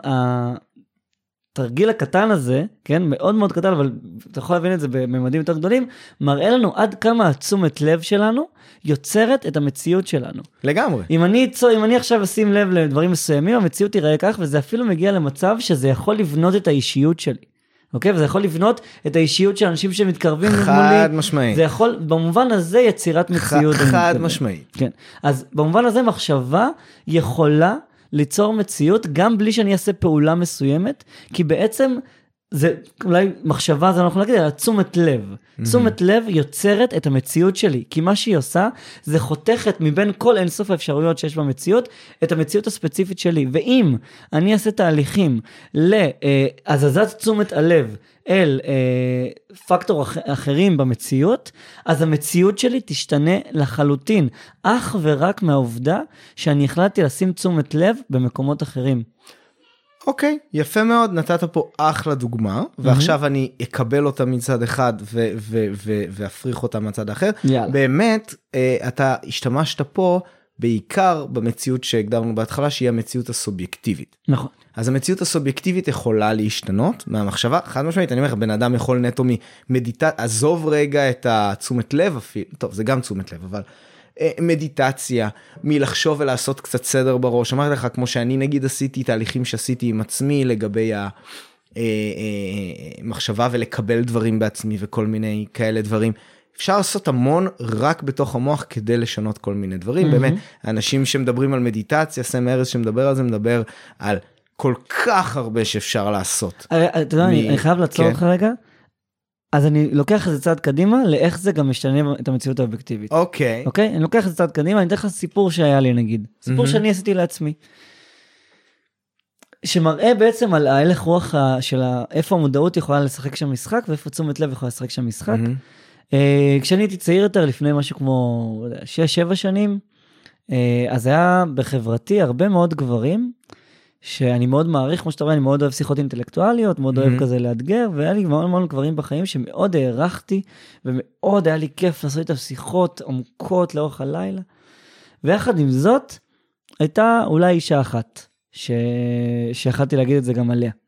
B: התרגיל הקטן הזה, כן, מאוד מאוד קטן, אבל אתה יכול להבין את זה בממדים יותר גדולים, מראה לנו עד כמה התשומת לב שלנו יוצרת את המציאות שלנו.
A: לגמרי.
B: אם אני, צו- אם אני עכשיו אשים לב לדברים מסוימים, המציאות תיראה כך, וזה אפילו מגיע למצב שזה יכול לבנות את האישיות שלי. אוקיי? וזה יכול לבנות את האישיות של אנשים שמתקרבים מולי.
A: חד משמעית.
B: זה יכול, במובן הזה, יצירת מציאות. אני
A: חד
B: מתכוון.
A: משמעית.
B: כן. אז במובן הזה מחשבה יכולה ליצור מציאות גם בלי שאני אעשה פעולה מסוימת, כי בעצם זה, אולי מחשבה זה אנחנו נגיד, אלא תשומת לב. תשומת לב יוצרת את המציאות שלי, כי מה שהיא עושה זה חותכת מבין כל אינסוף האפשרויות שיש במציאות, את המציאות הספציפית שלי. ואם אני אעשה תהליכים להזזת תשומת הלב אל אה, פקטור אח, אחרים במציאות, אז המציאות שלי תשתנה לחלוטין, אך ורק מהעובדה שאני החלטתי לשים תשומת לב במקומות אחרים.
A: אוקיי, יפה מאוד, נתת פה אחלה דוגמה, ועכשיו אני אקבל אותה מצד אחד ו- ו- ו- ואפריך אותה מצד אחר.
B: יאללה.
A: באמת, אה, אתה השתמשת פה בעיקר במציאות שהגדרנו בהתחלה, שהיא המציאות הסובייקטיבית.
B: נכון.
A: אז המציאות הסובייקטיבית יכולה להשתנות מהמחשבה, חד משמעית, אני אומר, בן אדם יכול נטו ממדיטציה, עזוב רגע את התשומת לב אפילו, טוב, זה גם תשומת לב, אבל אה, מדיטציה, מלחשוב ולעשות קצת סדר בראש, אמרתי לך, כמו שאני נגיד עשיתי תהליכים שעשיתי עם עצמי לגבי המחשבה ולקבל דברים בעצמי וכל מיני כאלה דברים, אפשר לעשות המון רק בתוך המוח כדי לשנות כל מיני דברים, באמת, אנשים שמדברים על מדיטציה, סם ארז שמדבר על זה, מדבר על כל כך הרבה שאפשר לעשות.
B: אתה יודע, אני חייב לעצור אותך רגע, אז אני לוקח את זה צעד קדימה, לאיך זה גם משתנה את המציאות האובייקטיבית.
A: אוקיי.
B: אוקיי? אני לוקח את זה צעד קדימה, אני אתן לך סיפור שהיה לי נגיד. סיפור שאני עשיתי לעצמי. שמראה בעצם על ההלך רוח של איפה המודעות יכולה לשחק שם משחק, ואיפה תשומת לב יכולה לשחק שם משחק. כשאני הייתי צעיר יותר, לפני משהו כמו שש, שבע שנים, אז היה בחברתי הרבה מאוד גברים, שאני מאוד מעריך, כמו שאתה רואה, אני מאוד אוהב שיחות אינטלקטואליות, מאוד אוהב כזה לאתגר, והיה לי מאוד מאוד דברים בחיים שמאוד הערכתי, ומאוד היה לי כיף לעשות איתם שיחות עמוקות לאורך הלילה. ויחד עם זאת, הייתה אולי אישה אחת, ש... שיכלתי להגיד את זה גם עליה.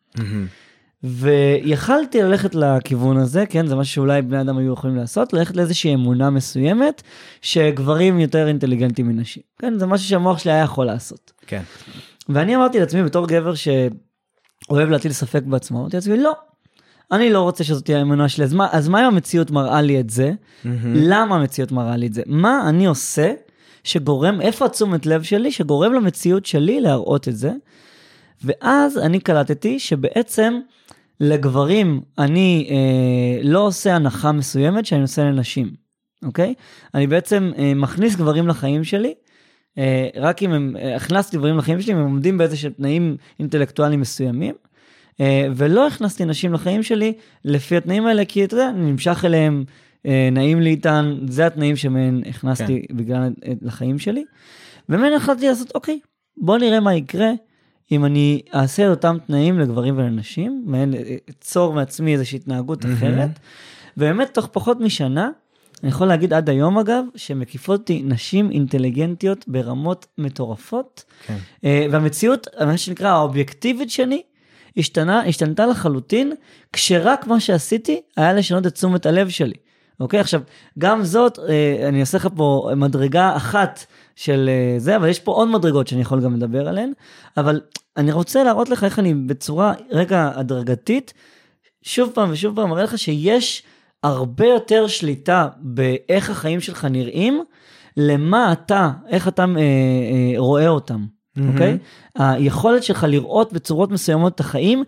B: ויכלתי ללכת לכיוון הזה, כן, זה משהו שאולי בני אדם היו יכולים לעשות, ללכת לאיזושהי אמונה מסוימת, שגברים יותר אינטליגנטים מנשים. כן, זה משהו שהמוח שלי היה יכול לעשות.
A: כן.
B: ואני אמרתי לעצמי, בתור גבר שאוהב להטיל ספק בעצמו, אמרתי לעצמי, לא, אני לא רוצה שזאת תהיה האמונה שלי, אז מה, אז מה אם המציאות מראה לי את זה? Mm-hmm. למה המציאות מראה לי את זה? מה אני עושה שגורם, איפה התשומת לב שלי, שגורם למציאות שלי להראות את זה? ואז אני קלטתי שבעצם לגברים אני אה, לא עושה הנחה מסוימת שאני עושה לנשים, אוקיי? אני בעצם אה, מכניס גברים לחיים שלי, אה, רק אם הם, אה, הכנסתי גברים לחיים שלי, הם עומדים באיזה תנאים אינטלקטואליים מסוימים, אה, ולא הכנסתי נשים לחיים שלי לפי התנאים האלה, כי אתה יודע, אני נמשך אליהם, אה, נעים לי איתן, זה התנאים שמהן הכנסתי כן. בגלל לחיים שלי, ומהן החלטתי לעשות, אוקיי, בוא נראה מה יקרה, אם אני אעשה את אותם תנאים לגברים ולנשים, מהן אצור מעצמי איזושהי התנהגות mm-hmm. אחרת, ובאמת תוך פחות משנה, אני יכול להגיד עד היום אגב, שמקיפות אותי נשים אינטליגנטיות ברמות מטורפות, כן. והמציאות, מה שנקרא האובייקטיבית שלי, השתנה, השתנתה לחלוטין, כשרק מה שעשיתי היה לשנות את תשומת הלב שלי. אוקיי, עכשיו, גם זאת, אני אעשה לך פה מדרגה אחת של זה, אבל יש פה עוד מדרגות שאני יכול גם לדבר עליהן, אבל אני רוצה להראות לך איך אני בצורה רגע הדרגתית, שוב פעם ושוב פעם, מראה לך שיש הרבה יותר שליטה באיך החיים שלך נראים, למה אתה, איך אתה אה, אה, רואה אותם, mm-hmm. אוקיי? היכולת שלך לראות בצורות מסוימות את החיים,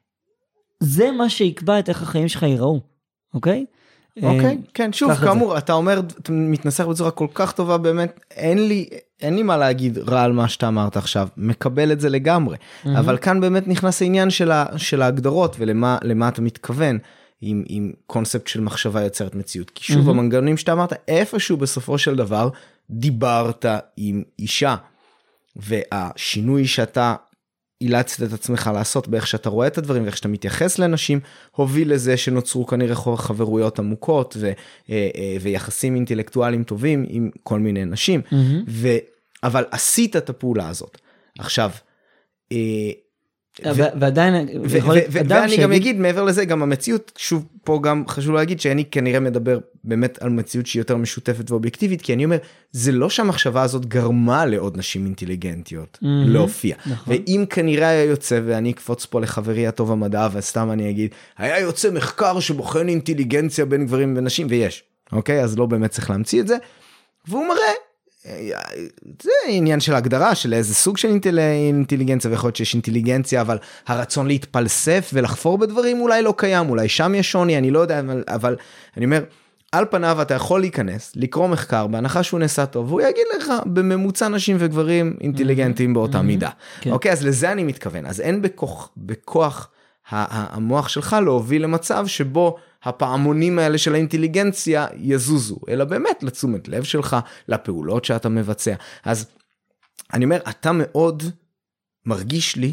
B: זה מה שיקבע את איך החיים שלך ייראו, אוקיי?
A: אוקיי, כן, שוב, כאמור, אתה אומר, אתה מתנסח בצורה כל כך טובה, באמת, אין לי, אין לי מה להגיד רע על מה שאתה אמרת עכשיו, מקבל את זה לגמרי, אבל כאן באמת נכנס העניין של ההגדרות, ולמה למה אתה מתכוון, עם, עם קונספט של מחשבה יוצרת מציאות, כי שוב, המנגנונים שאתה אמרת, איפשהו בסופו של דבר, דיברת עם אישה, והשינוי שאתה אילצת את עצמך לעשות באיך שאתה רואה את הדברים, ואיך שאתה מתייחס לאנשים, הוביל לזה שנוצרו כנראה חברויות עמוקות, ו, ויחסים אינטלקטואליים טובים עם כל מיני נשים, mm-hmm. ו, אבל עשית את הפעולה הזאת. עכשיו,
B: ועדיין,
A: ואני גם אגיד, מעבר לזה, גם המציאות, שוב, פה גם חשוב להגיד, שאני כנראה מדבר באמת על מציאות שהיא יותר משותפת ואובייקטיבית, כי אני אומר, זה לא שהמחשבה הזאת גרמה לעוד נשים אינטליגנטיות להופיע. ואם כנראה היה יוצא, ואני אקפוץ פה לחברי הטוב המדע, וסתם אני אגיד, היה יוצא מחקר שבוחן אינטליגנציה בין גברים ונשים, ויש, אוקיי? אז לא באמת צריך להמציא את זה, והוא מראה, זה עניין של הגדרה של איזה סוג של אינטליגנציה, ויכול להיות שיש אינטליגנציה, אבל הרצון להתפלסף ולחפור בדברים אולי לא קיים, אולי שם יש שוני, אני לא יודע, אבל, אבל אני אומר, על פניו אתה יכול להיכנס, לקרוא מחקר, בהנחה שהוא נעשה טוב, והוא יגיד לך בממוצע נשים וגברים אינטליגנטים באותה מידה. אוקיי, אז לזה אני מתכוון. אז אין בכוח, בכוח המוח שלך להוביל למצב שבו הפעמונים האלה של האינטליגנציה יזוזו, אלא באמת לתשומת לב שלך, לפעולות שאתה מבצע. אז אני אומר, אתה מאוד מרגיש לי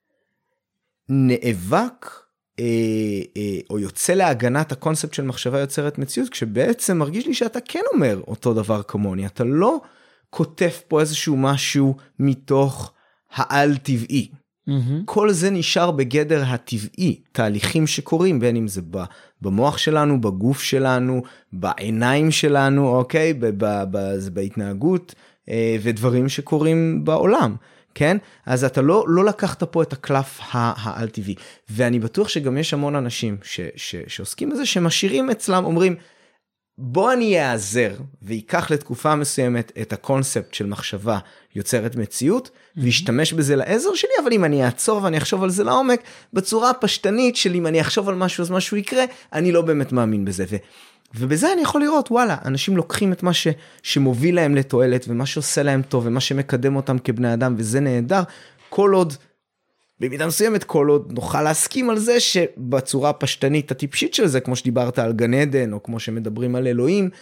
A: נאבק אה, אה, או יוצא להגנת הקונספט של מחשבה יוצרת מציאות, כשבעצם מרגיש לי שאתה כן אומר אותו דבר כמוני, אתה לא כותב פה איזשהו משהו מתוך העל טבעי. Mm-hmm. כל זה נשאר בגדר הטבעי, תהליכים שקורים, בין אם זה במוח שלנו, בגוף שלנו, בעיניים שלנו, אוקיי, בהתנהגות, ודברים שקורים בעולם, כן? אז אתה לא, לא לקחת פה את הקלף העל טבעי, ואני בטוח שגם יש המון אנשים ש, ש, שעוסקים בזה, שמשאירים אצלם, אומרים, בוא אני אעזר, ויקח לתקופה מסוימת את הקונספט של מחשבה יוצרת מציאות, וישתמש בזה לעזר שלי, אבל אם אני אעצור ואני אחשוב על זה לעומק, בצורה הפשטנית של אם אני אחשוב על משהו אז משהו יקרה, אני לא באמת מאמין בזה. ו, ובזה אני יכול לראות, וואלה, אנשים לוקחים את מה ש, שמוביל להם לתועלת, ומה שעושה להם טוב, ומה שמקדם אותם כבני אדם, וזה נהדר, כל עוד, במידה מסוימת, כל עוד נוכל להסכים על זה, שבצורה הפשטנית הטיפשית של זה, כמו שדיברת על גן עדן, או כמו שמדברים על אלוהים,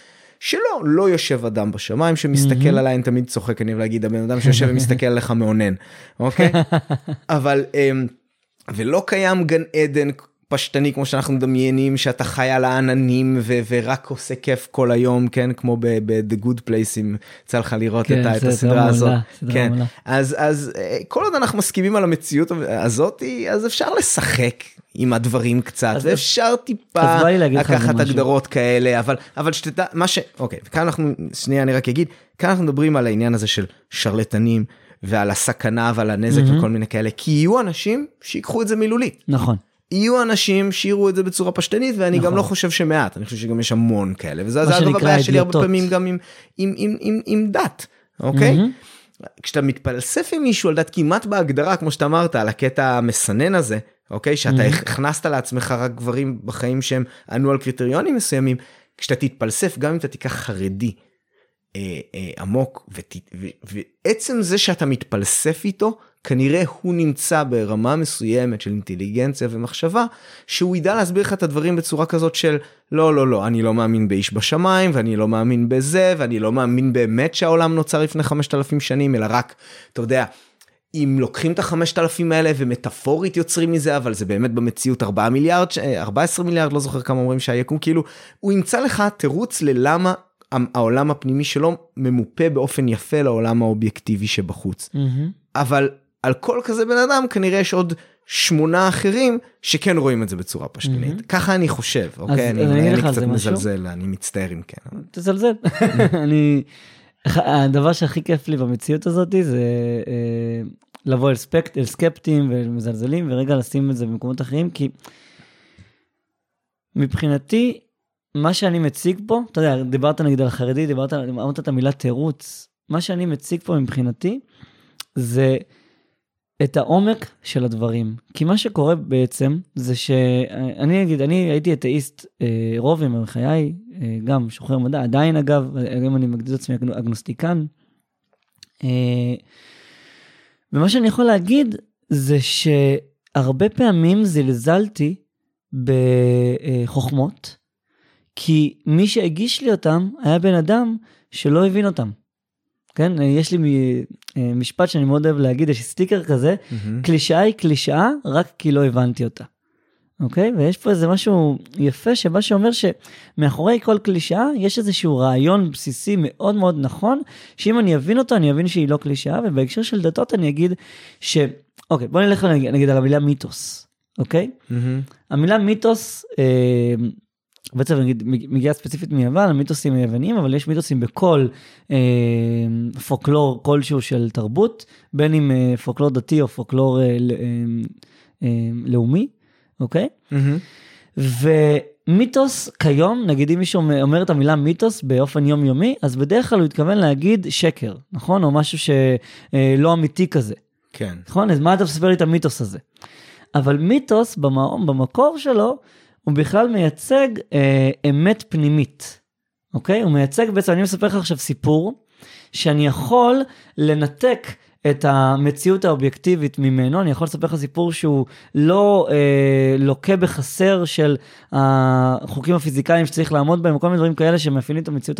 A: שלא, לא יושב אדם בשמיים שמסתכל עליי, אני תמיד צוחק, אני אוהב להגיד, הבן אדם שיושב ומסתכל עליך מעונן, אוקיי? אבל, ולא קיים גן עדן פשטני, כמו שאנחנו מדמיינים, שאתה חי על העננים, ו- ורק עושה כיף כל היום, כן? כמו ב-The Good Place, אם יצא לך לראות
B: כן,
A: את, את הסדרה
B: מולה,
A: הזאת.
B: כן,
A: מולה. אז, אז כל עוד אנחנו מסכימים על המציאות הזאת, אז אפשר לשחק עם הדברים קצת, ואפשר טיפה לקחת הגדרות כאלה, אבל, אבל שתדע, מה ש... אוקיי, וכאן אנחנו, שנייה, אני רק אגיד, כאן אנחנו מדברים על העניין הזה של שרלטנים, ועל הסכנה ועל הנזק mm-hmm. וכל מיני כאלה, כי יהיו אנשים שיקחו את זה מילולית.
B: נכון.
A: יהיו אנשים שיראו את זה בצורה פשטנית, ואני נכון. גם לא חושב שמעט, אני חושב שגם יש המון כאלה, וזה אגב הבעיה שלי הרבה פעמים גם עם, עם, עם, עם, עם דת, אוקיי? Mm-hmm. כשאתה מתפלסף עם מישהו על דת כמעט בהגדרה, כמו שאתה אמרת, על הקטע המסנן הזה, אוקיי? שאתה mm-hmm. הכנסת לעצמך רק גברים בחיים שהם ענו על קריטריונים מסוימים, כשאתה תתפלסף, גם אם אתה תיקח חרדי, אה, אה, עמוק, ות, ו, ועצם זה שאתה מתפלסף איתו, כנראה הוא נמצא ברמה מסוימת של אינטליגנציה ומחשבה, שהוא ידע להסביר לך את הדברים בצורה כזאת של, לא, לא, לא, אני לא מאמין באיש בשמיים, ואני לא מאמין בזה, ואני לא מאמין באמת שהעולם נוצר לפני חמשת אלפים שנים, אלא רק, אתה יודע, אם לוקחים את החמשת אלפים האלה, ומטאפורית יוצרים מזה, אבל זה באמת במציאות ארבעה מיליארד, ארבע עשרה מיליארד, לא זוכר כמה אומרים שהיקום, כאילו, הוא ימצא לך תירוץ ללמה העולם הפנימי שלו ממופה באופן יפה לעולם האובייקטיבי שבחוץ. אבל על כל כזה בן אדם, כנראה יש עוד שמונה אחרים שכן רואים את זה בצורה פשטנית. ככה אני חושב, אוקיי? אני קצת מזלזל, אני מצטער אם כן.
B: תזלזל. אני, הדבר שהכי כיף לי במציאות הזאת, זה לבוא אל סקפטים ומזלזלים, ורגע לשים את זה במקומות אחרים, כי מבחינתי, מה שאני מציג פה, אתה יודע, דיברת נגיד על החרדי, דיברת, אמרת את המילה תירוץ, מה שאני מציג פה מבחינתי, זה את העומק של הדברים. כי מה שקורה בעצם, זה שאני אגיד, אני הייתי אתאיסט רוב ימי חיי, גם שוחר מדע, עדיין אגב, אם אני מגדיר את עצמי אגנוסטיקן, ומה שאני יכול להגיד, זה שהרבה פעמים זלזלתי בחוכמות, כי מי שהגיש לי אותם, היה בן אדם שלא הבין אותם. כן, יש לי משפט שאני מאוד אוהב להגיד, יש סטיקר כזה, קלישאה היא קלישאה, רק כי לא הבנתי אותה. אוקיי? ויש פה איזה משהו יפה, שבא שאומר שמאחורי כל קלישאה, יש איזשהו רעיון בסיסי מאוד מאוד נכון, שאם אני אבין אותו, אני אבין שהיא לא קלישאה, ובהקשר של דתות אני אגיד ש... אוקיי, בוא נלך נגיד על המילה מיתוס. אוקיי? המילה מיתוס... בעצם נגיד, מגיעה ספציפית מיוון, המיתוסים היווניים, אבל יש מיתוסים בכל אה, פולקלור כלשהו של תרבות, בין אם אה, פולקלור דתי או פולקלור אה, אה, לאומי, אוקיי? Mm-hmm. ומיתוס כיום, נגיד אם מישהו אומר את המילה מיתוס באופן יומיומי, אז בדרך כלל הוא התכוון להגיד שקר, נכון? או משהו שלא אמיתי כזה.
A: כן.
B: נכון? אז מה אתה מספר לי את המיתוס הזה? אבל מיתוס במקור שלו, הוא בכלל מייצג אה, אמת פנימית, אוקיי? הוא מייצג בעצם, אני מספר לך עכשיו סיפור, שאני יכול לנתק את המציאות האובייקטיבית ממנו, אני יכול לספר לך סיפור שהוא לא אה, לוקה בחסר של החוקים הפיזיקליים שצריך לעמוד בהם, וכל מיני דברים כאלה שמאפיינים את המציאות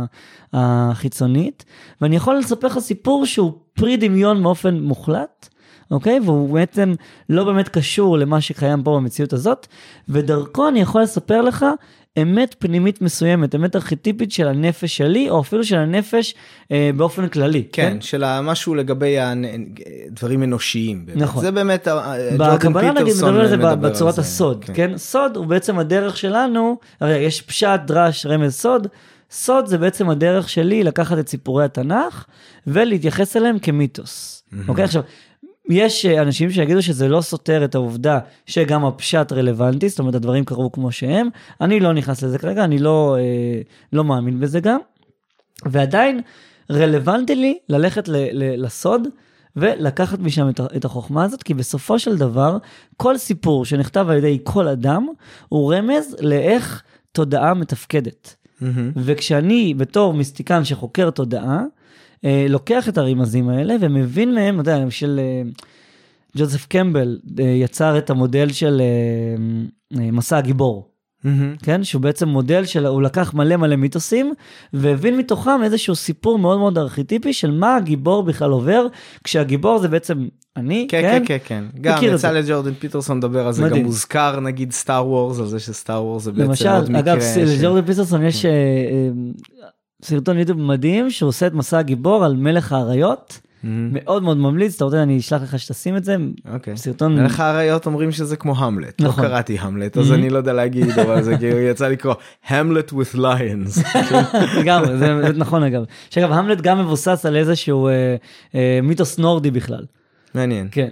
B: החיצונית, ואני יכול לספר לך סיפור שהוא פרי דמיון מאופן מוחלט, אוקיי? והוא בעצם לא באמת קשור למה שקיים פה במציאות הזאת, ודרכו אני יכול לספר לך אמת פנימית מסוימת, אמת ארכיטיפית של הנפש שלי, או אפילו של הנפש אה, באופן כללי.
A: כן, כן? של משהו לגבי הדברים אנושיים. באמת.
B: נכון.
A: זה באמת,
B: בקבלה נגיד מדבר על זה בצורת זה. הסוד, כן. כן? סוד הוא בעצם הדרך שלנו, הרי יש פשט, דרש, רמז, סוד, סוד זה בעצם הדרך שלי לקחת את סיפורי התנ"ך, ולהתייחס אליהם כמיתוס. Mm-hmm. אוקיי, עכשיו, יש אנשים שיגידו שזה לא סותר את העובדה שגם הפשט רלוונטי, זאת אומרת הדברים קרו כמו שהם, אני לא נכנס לזה כרגע, אני לא, אה, לא מאמין בזה גם, ועדיין רלוונטי לי ללכת ל, ל, לסוד, ולקחת משם את, את החוכמה הזאת, כי בסופו של דבר, כל סיפור שנכתב על ידי כל אדם, הוא רמז לאיך תודעה מתפקדת. Mm-hmm. וכשאני בתור מיסטיקן שחוקר תודעה, לוקח את הרמזים האלה ומבין מהם, אתה יודע, למשל ג'וזף קמבל יצר את המודל של מסע הגיבור, כן? שהוא בעצם מודל של, הוא לקח מלא מלא מיתוסים, והבין מתוכם איזשהו סיפור מאוד מאוד ארכיטיפי, של מה הגיבור בכלל עובר, כשהגיבור זה בעצם אני,
A: כן? כן, כן, כן. גם יצא לג'ורדן פיטרסון לדבר על זה,
B: מדהים.
A: גם מוזכר נגיד סטאר וורס, על זה שסטאר וורס זה בעצם
B: למשל,
A: עוד מקרה.
B: אגב,
A: ש...
B: לג'ורדן פיטרסון יש אה, אה, סרטון יוטיוב מדהים, שהוא עושה את מסע הגיבור על מלך האריות, מאוד מאוד ממליץ, אתה רוצה, אני אשלח לך שתשים את זה, סרטון...
A: מלך האריות אומרים שזה כמו המלט, לא קראתי המלט, אז אני לא יודע להגיד, אבל זה יצא לקרוא, המלט with lions.
B: לגמרי, זה נכון אגב. שאגב, המלט גם מבוסס על איזשהו מיתוס נורדי בכלל.
A: מעניין.
B: כן.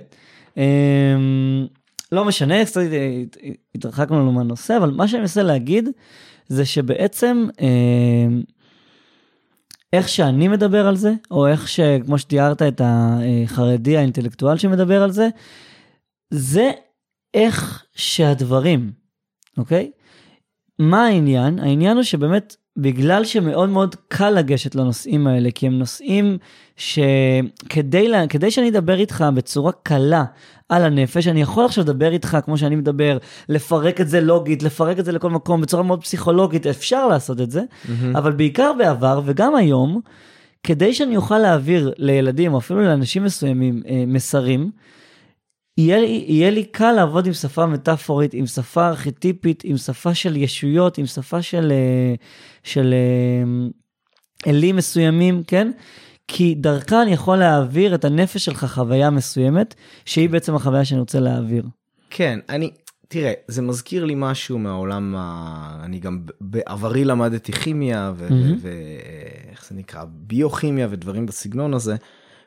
B: לא משנה, קצת התרחקנו לנו מהנושא, אבל מה שאני מנסה להגיד, זה שבעצם... איך שאני מדבר על זה, או איך שכמו שתיארת את החרדי האינטלקטואל שמדבר על זה, זה איך שהדברים, אוקיי? מה העניין? העניין הוא שבאמת, בגלל שמאוד מאוד קל לגשת לנושאים האלה, כי הם נושאים שכדי לה, כדי שאני אדבר איתך בצורה קלה על הנפש, אני יכול עכשיו לדבר איתך כמו שאני מדבר, לפרק את זה לוגית, לפרק את זה לכל מקום, בצורה מאוד פסיכולוגית, אפשר לעשות את זה, mm-hmm. אבל בעיקר בעבר וגם היום, כדי שאני אוכל להעביר לילדים, או אפילו לאנשים מסוימים, מסרים, יהיה לי, יהיה לי קל לעבוד עם שפה מטאפורית, עם שפה ארכיטיפית, עם שפה של ישויות, עם שפה של, של אלים מסוימים, כן? כי דרכה אני יכול להעביר את הנפש שלך חוויה מסוימת, שהיא בעצם החוויה שאני רוצה להעביר.
A: כן, אני, תראה, זה מזכיר לי משהו מהעולם, ה... אני גם בעברי למדתי כימיה, ו... mm-hmm. ואיך זה נקרא, ביוכימיה ודברים בסגנון הזה,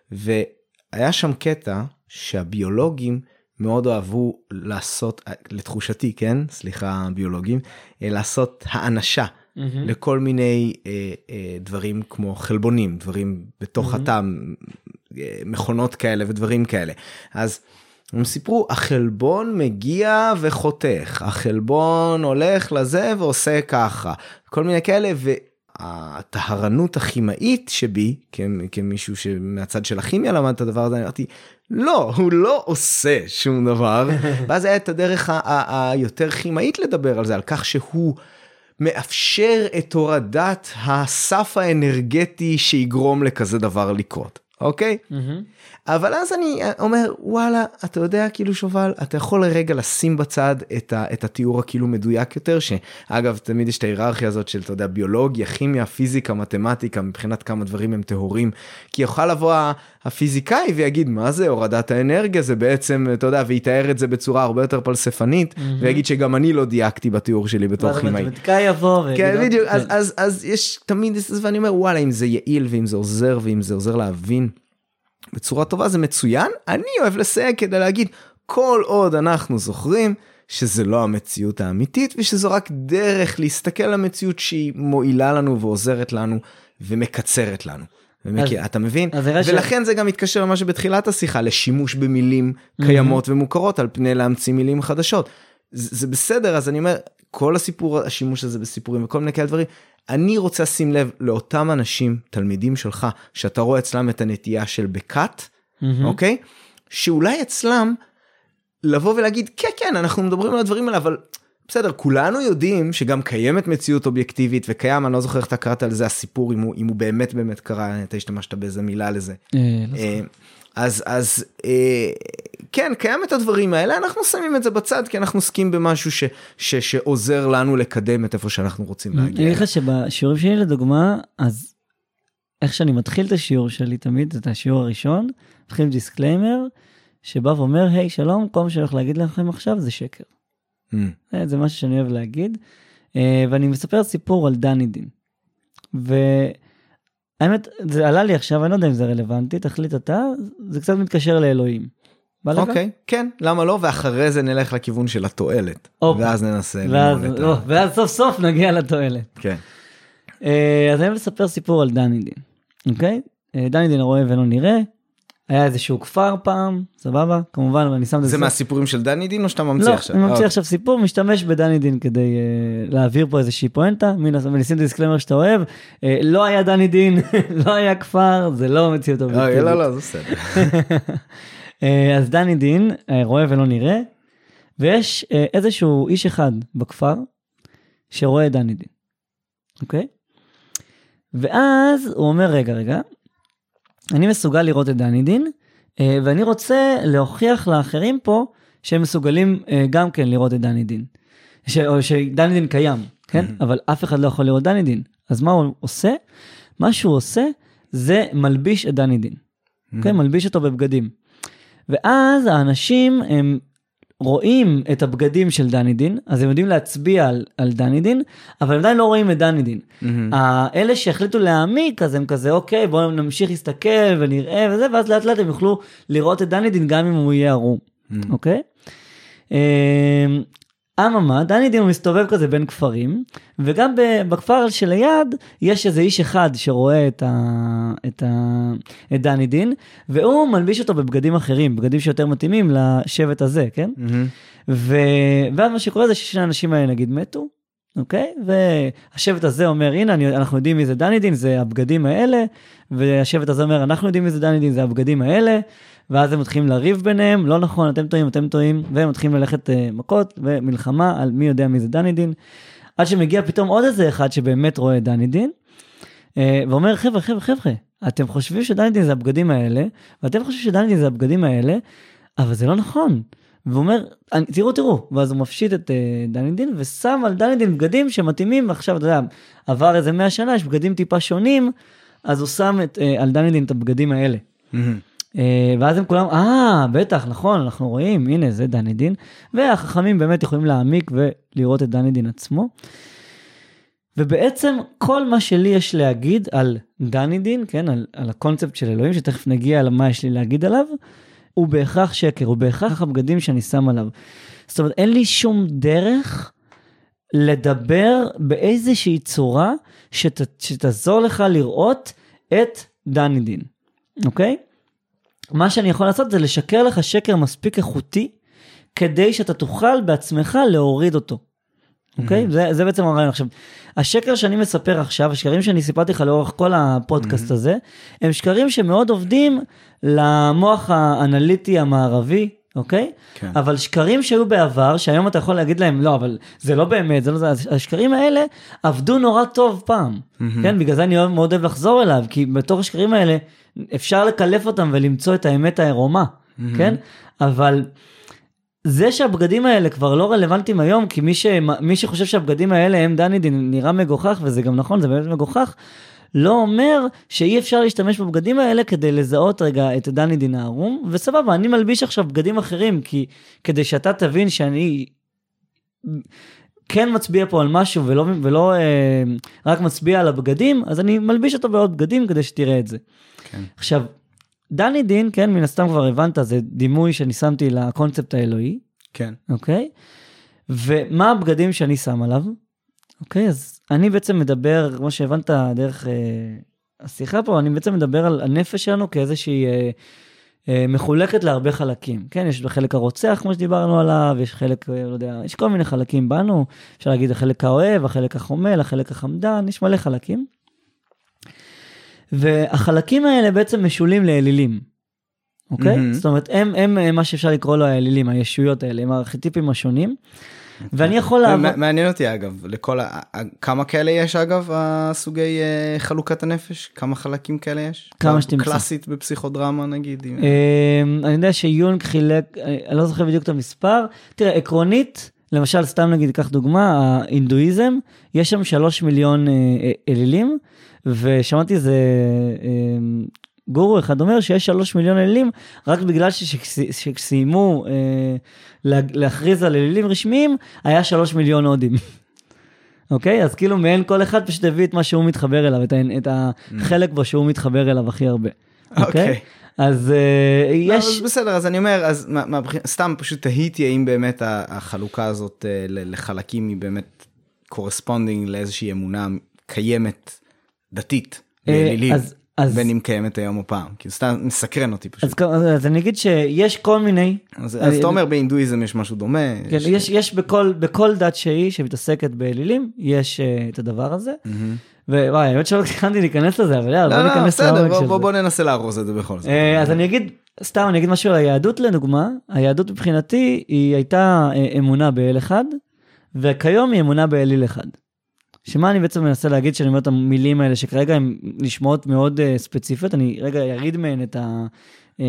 A: והיה שם קטע שהביולוגים מאוד אוהבו לעשות, לתחושתי, כן? סליחה, ביולוגים, לעשות האנשה. Mm-hmm. לכל מיני אה, אה, דברים כמו חלבונים, דברים בתוך mm-hmm. הטעם, אה, מכונות כאלה ודברים כאלה. אז הם סיפרו, החלבון מגיע וחותך, החלבון הולך לזה ועושה ככה, כל מיני כאלה, והטהרנות הכימאית שבי, כמישהו שמהצד של הכימיה למד את הדבר הזה, אני אמרתי, לא, הוא לא עושה שום דבר, ואז היה את הדרך היותר כימאית לדבר על זה, על כך שהוא מאפשר את הורדת הסף האנרגטי שיגרום לכזה דבר לקרות, אוקיי? Mm-hmm. אבל אז אני אומר, וואלה, אתה יודע כאילו שובל, אתה יכול לרגע לשים בצד את, ה, את התיאור הכאילו מדויק יותר, שאגב, תמיד יש את ההיררכיה הזאת של, אתה יודע, ביולוגיה, כימיה, פיזיקה, מתמטיקה, מבחינת כמה דברים הם טהורים, כי יוכל לבוא הפיזיקאי ויגיד, מה זה הורדת האנרגיה, זה בעצם, אתה יודע, ויתאר את זה בצורה הרבה יותר פלספנית, mm-hmm. ויגיד שגם אני לא דייקתי בתיאור שלי בתור כימאי.
B: מתמטיקאי יבוא.
A: כן, בדיוק, אז, אז, אז יש תמיד, ואני אומר, וואלה, אם זה יעיל, ואם זה עוזר, ואם זה עוזר להבין, בצורה טובה זה מצוין, אני אוהב לסייג כדי להגיד, כל עוד אנחנו זוכרים שזה לא המציאות האמיתית, ושזו רק דרך להסתכל על המציאות שהיא מועילה לנו ועוזרת לנו ומקצרת לנו. ומכיר, אתה מבין? ולכן זה גם מתקשר למה שבתחילת השיחה, לשימוש במילים קיימות ומוכרות על פני להמציא מילים חדשות. זה בסדר, אז אני אומר, כל הסיפור, השימוש הזה בסיפורים וכל מיני כאלה דברים, אני רוצה לשים לב לאותם אנשים, תלמידים שלך, שאתה רואה אצלם את הנטייה של בקאט, mm-hmm. אוקיי? שאולי אצלם לבוא ולהגיד, כן, כן, אנחנו מדברים על הדברים האלה, אבל בסדר, כולנו יודעים שגם קיימת מציאות אובייקטיבית, וקיים, אני לא זוכר איך אתה קראת על זה, הסיפור, אם הוא, אם הוא באמת באמת קרא, אתה השתמשת באיזה מילה לזה. אז, אז, כן, קיים את הדברים האלה, אנחנו שמים את זה בצד, כי אנחנו עוסקים במשהו ש, ש, שעוזר לנו לקדם את איפה שאנחנו רוצים להגיע.
B: אני אגיד לך שבשיעורים שלי לדוגמה, אז איך שאני מתחיל את השיעור שלי תמיד, את השיעור הראשון, מתחיל עם דיסקליימר, שבא ואומר, היי, שלום, כל מה שאני הולך להגיד לכם עכשיו זה שקר. זה משהו שאני אוהב להגיד, ואני מספר סיפור על דני דין. והאמת, זה עלה לי עכשיו, אני לא יודע אם זה רלוונטי, תחליט אתה, זה קצת מתקשר לאלוהים.
A: אוקיי, כן, למה לא? ואחרי זה נלך לכיוון של התועלת, ואז ננסה.
B: ואז סוף סוף נגיע לתועלת.
A: כן.
B: אז אני מספר סיפור על דני דין, אוקיי? דני דין הרואה ולא נראה, היה איזשהו כפר פעם, סבבה, כמובן, ואני שם את זה.
A: זה מהסיפורים של דני דין או שאתה ממציא עכשיו?
B: לא, אני ממציא עכשיו סיפור, משתמש בדני דין כדי להעביר פה איזושהי פואנטה, ונשים את הדיסקליימר שאתה אוהב, לא היה דני דין, לא היה כפר, זה לא מציאות אובייקטיבית.
A: לא, לא, זה בסדר.
B: אז דני דין רואה ולא נראה, ויש איזשהו איש אחד בכפר, שרואה את דנידין. אוקיי? ואז הוא אומר, רגע, רגע, אני מסוגל לראות את דנידין, ואני רוצה להוכיח לאחרים פה, שהם מסוגלים גם כן לראות את דנידין. ש... או שדנידין קיים, כן? Mm-hmm. אבל אף אחד לא יכול לראות דנידין. אז מה הוא עושה? מה שהוא עושה, זה מלביש את דנידין. Mm-hmm. כן? מלביש אותו בבגדים. ואז האנשים, הם רואים את הבגדים של דנידין, אז הם יודעים להצביע על, על דנידין, אבל הם עדיין לא רואים את דנידין. Mm-hmm. האלה שהחליטו להעמיק, אז הם כזה, אוקיי, בואו נמשיך להסתכל ונראה וזה, ואז לאט לאט הם יוכלו לראות את דנידין, גם אם הוא יהיה ערום. Mm-hmm. אוקיי? אממה, דנידין הוא מסתובב כזה בין כפרים, וגם בכפר שליד יש איזה איש אחד שרואה את, ה, את, ה, את דנידין, והוא מלביש אותו בבגדים אחרים, בגדים שיותר מתאימים לשבט הזה, כן? Mm-hmm. ו... ואז מה שקורה זה ששני האנשים האלה נגיד מתו, אוקיי? והשבט הזה אומר, הנה, אני, אנחנו יודעים מי זה דנידין, זה הבגדים האלה, והשבט הזה אומר, אנחנו יודעים מי זה דנידין, זה הבגדים האלה, ואז הם מתחילים לריב ביניהם, לא נכון, אתם טועים, אתם טועים, והם מתחילים ללכת uh, מכות ומלחמה על מי יודע מי זה דנידין, עד שמגיע פתאום עוד איזה אחד שבאמת רואה את דנידין, uh, ואומר, חבר'ה, חבר'ה, חבר'ה, אתם חושבים שדנידין זה הבגדים האלה, ואתם חושבים שדנידין זה הבגדים האלה, אבל זה לא נכון. והוא אומר, תראו, תראו, ואז הוא מפשיט את uh, דנידין, ושם על דנידין בגדים שמתאימים, עכשיו אתה יודע, עבר איזה מאה שנה, יש בגדים טיפה שונים, אז הוא שם את, uh, על דנידין את הבגדים האלה. ואז הם כולם, אה, בטח, נכון, אנחנו רואים, הנה, זה דנידין, והחכמים באמת יכולים להעמיק ולראות את דנידין עצמו. ובעצם כל מה שלי יש להגיד על דנידין, כן, על, על הקונספט של אלוהים, שתכף נגיע על מה יש לי להגיד עליו, הוא בהכרח שקר, הוא בהכרח הבגדים שאני שם עליו. זאת אומרת, אין לי שום דרך לדבר באיזושהי צורה שת, שתעזור לך לראות את דנידין, אוקיי? מה שאני יכול לעשות זה לשקר לך שקר מספיק איכותי, כדי שאתה תוכל בעצמך להוריד אותו. אוקיי? Mm-hmm. זה, זה בעצם הרעיון. עכשיו, השקר שאני מספר עכשיו, השקרים שאני סיפרתי לך לאורך כל הפודקאסט mm-hmm. הזה, הם שקרים שמאוד עובדים למוח האנליטי המערבי, אוקיי? כן. אבל שקרים שהיו בעבר, שהיום אתה יכול להגיד להם, לא, אבל זה לא באמת, זה לא זה, השקרים האלה עבדו נורא טוב פעם. Mm-hmm. כן? בגלל זה אני מאוד אוהב לחזור אליו, כי בתוך השקרים האלה, אפשר לקלף אותם ולמצוא את האמת העירומה, mm-hmm. כן? אבל זה שהבגדים האלה כבר לא רלוונטיים היום, כי מי, ש... מי שחושב שהבגדים האלה הם דנידין נראה מגוחך, וזה גם נכון, זה באמת מגוחך, לא אומר שאי אפשר להשתמש בבגדים האלה כדי לזהות רגע את דנידין הערום, וסבבה, אני מלביש עכשיו בגדים אחרים, כי כדי שאתה תבין שאני כן מצביע פה על משהו, ולא, ולא אה, רק מצביע על הבגדים, אז אני מלביש אותו בעוד בגדים כדי שתראה את זה. כן. עכשיו, דנידין, כן, מן הסתם כבר הבנת, זה דימוי שאני שמתי לקונספט האלוהי. כן. אוקיי? ומה הבגדים שאני שם עליו? אוקיי, אז אני בעצם מדבר, כמו שהבנת דרך אה, השיחה פה, אני בעצם מדבר על הנפש שלנו כאיזושהי אה, אה, מחולקת להרבה חלקים. כן, יש בחלק הרוצח, כמו שדיברנו עליו, יש חלק, לא יודע, יש כל מיני חלקים בנו, אפשר להגיד החלק האוהב, החלק החומל, החלק החמדן, יש מלא חלקים. והחלקים האלה בעצם משולים לאלילים, אוקיי? Mm-hmm. זאת אומרת, הם, הם, הם מה שאפשר לקרוא לו האלילים, הישויות האלה, הם הארכיטיפים השונים, okay. ואני יכול לעבור...
A: מעניין אותי אגב, לכל ה... כמה כאלה יש אגב, הסוגי חלוקת הנפש? כמה חלקים כאלה יש?
B: כמה שתמצא.
A: קלאסית בפסיכודרמה נגיד?
B: אני יודע שיונג חילק, אני לא זוכר בדיוק את המספר, תראה, עקרונית, למשל, סתם נגיד, קח דוגמה, ההינדואיזם, יש שם שלוש מיליון אלילים, ושמעתי איזה גורו אחד אומר שיש שלוש מיליון אלילים, רק בגלל שסיימו להכריז על אלילים רשמיים, היה שלוש מיליון הודים. אוקיי? אז כאילו מעין כל אחד פשוט הביא את מה שהוא מתחבר אליו, את החלק בו שהוא מתחבר אליו הכי הרבה. אוקיי? אז יש...
A: בסדר, אז אני אומר, אז סתם פשוט תהיתי האם באמת החלוקה הזאת לחלקים היא באמת קורספונדינג לאיזושהי אמונה קיימת דתית, באלילים, בין אם קיימת היום או פעם, כי סתם מסקרן אותי פשוט.
B: אז אני אגיד שיש כל מיני...
A: אז אתה אומר בהינדואיזם יש משהו דומה?
B: כן, יש בכל דת שהיא שמתעסקת באלילים, יש את הדבר הזה, ווואי, האמת שלא תכנתי להיכנס לזה, אבל יאללה, בוא ניכנס לעומק של זה.
A: בוא ננסה להרוז את זה בכל זאת.
B: אז אני אגיד, סתם אני אגיד משהו על היהדות לדוגמה, היהדות מבחינתי היא הייתה אמונה באל אחד, וכיום היא אמונה באליל אחד. שמה אני בעצם מנסה להגיד שאני אומר את המילים האלה, שכרגע הן נשמעות מאוד uh, ספציפיות, אני רגע יריד מהן את ה... Uh,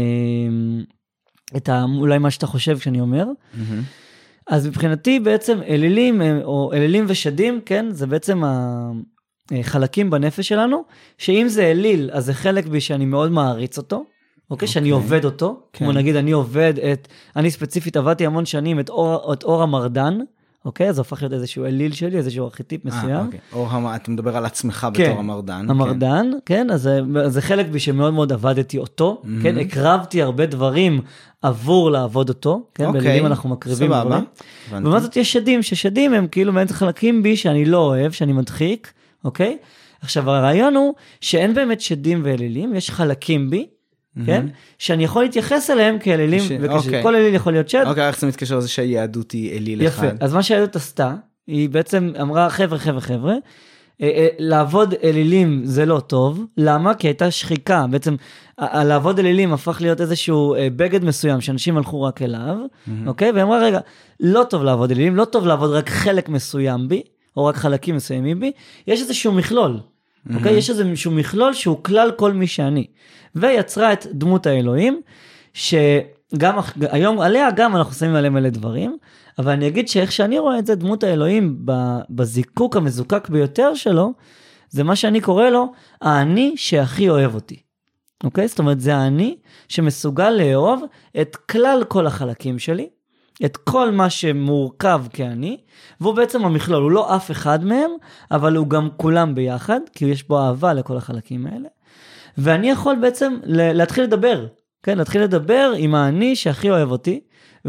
B: את ה... אולי מה שאתה חושב כשאני אומר. Mm-hmm. אז מבחינתי בעצם אלילים, או אלילים ושדים, כן, זה בעצם החלקים בנפש שלנו, שאם זה אליל, אז זה חלק בי שאני מאוד מעריץ אותו, אוקיי, okay. שאני עובד אותו, כן. כמו נגיד אני עובד את, אני ספציפית עבדתי המון שנים את אור, את אור המרדן, אוקיי, אז זה הופך להיות איזשהו אליל שלי, איזשהו ארכיטיפ מסוים. אוקיי,
A: אור, אתה מדבר על עצמך בתור המרדן.
B: המרדן, כן, אז זה חלק בי שמאוד מאוד עבדתי אותו, כן, הקרבתי הרבה דברים עבור לעבוד אותו, כן, בלילים אנחנו מקריבים דברים. ומה זאת יש שדים, ששדים הם כאילו באמת חלקים בי שאני לא אוהב, שאני מדחיק, אוקיי? עכשיו הרעיון הוא שאין באמת שדים ואלילים, יש חלקים בי, כן? שאני יכול להתייחס אליהם כאלילים וכשדים. כל אליל יכול להיות שד.
A: אוקיי, איך זה מתקשר לזה שהיהדות היא אליל אחד?
B: יפה, אז מה שהיהדות עשתה, היא בעצם אמרה, חבר'ה, חבר'ה, חבר'ה, לעבוד אלילים זה לא טוב. למה? כי הייתה שחיקה. בעצם, לעבוד אלילים הפך להיות איזשהו בגד מסוים, שאנשים הלכו רק אליו, אוקיי? והיא אמרה, רגע, לא טוב לעבוד אלילים, לא טוב לעבוד רק חלק מסוים בי, או רק חלקים מסוימים בי, יש איזשהו מכלול. אוקיי? יש איזשהו מכלול שהוא כלל כל מי שאני. ויצרה את דמות האלוהים, שגם היום עליה גם אנחנו שמים עליהם אלה דברים, אבל אני אגיד שאיך שאני רואה את זה, דמות האלוהים בזיקוק המזוקק ביותר שלו, זה מה שאני קורא לו, האני שהכי אוהב אותי. אוקיי? זאת אומרת, זה האני שמסוגל לאהוב את כלל כל החלקים שלי, את כל מה שמורכב כאני, והוא בעצם המכלול, הוא לא אף אחד מהם, אבל הוא גם כולם ביחד, כי יש בו אהבה לכל החלקים האלה. ואני יכול בעצם להתחיל לדבר, כן, להתחיל לדבר עם האני שהכי אוהב אותי,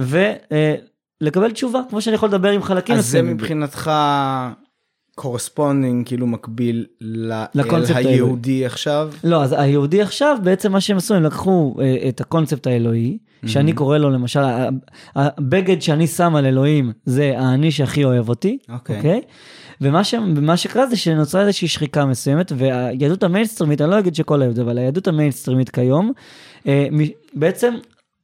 B: ולקבל תשובה, כמו שאני יכול לדבר עם חלקים.
A: אז זה מבחינתך קורספונדינג, כאילו מקביל לאל היהודי עכשיו?
B: לא, אז היהודי עכשיו, בעצם מה שהם עשו, הם לקחו את הקונספט האלוהי, שאני קורא לו למשל, הבגד שאני שם על אלוהים, זה האני שהכי אוהב אותי, אוקיי? ומה שקרה זה שנוצרה איזושהי שחיקה מסוימת, והיהדות המיינסטרימית, אני לא אגיד שכל היהדות, אבל היהדות המיינסטרימית כיום, בעצם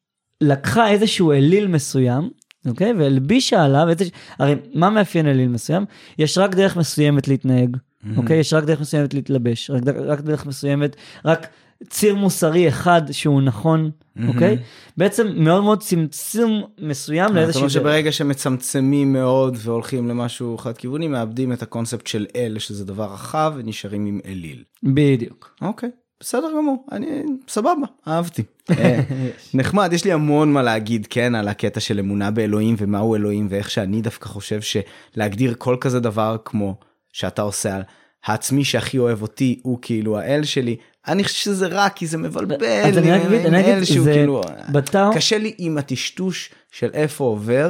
B: לקחה איזשהו אליל מסוים, אוקיי? והלבישה עליו, הרי מה מאפיין אליל מסוים? יש רק דרך מסוימת להתנהג, אוקיי? יש רק דרך מסוימת להתלבש, רק דרך מסוימת, רק ציר מוסרי אחד שהוא נכון, אוקיי? בעצם מאוד מאוד צמצום מסוים לאיזושהי...
A: זאת אומרת שברגע שמצמצמים מאוד והולכים למשהו חד כיווני, מאבדים את הקונספט של אל, שזה דבר רחב, ונשארים עם אליל.
B: בדיוק.
A: אוקיי, בסדר גמור, אני סבבה, אהבתי. נחמד, יש לי המון מה להגיד, כן, על הקטע של אמונה באלוהים, ומהו אלוהים, ואיך שאני דווקא חושב שלהגדיר כל כזה דבר כמו שאתה עושה על העצמי שהכי אוהב אותי, הוא כאילו האל שלי, אני חושב שזה רק כי זה מבלבל,
B: אז אני אגיד, אני אגיד, זה כאילו,
A: בתאו... קשה לי עם הטשטוש של איפה עובר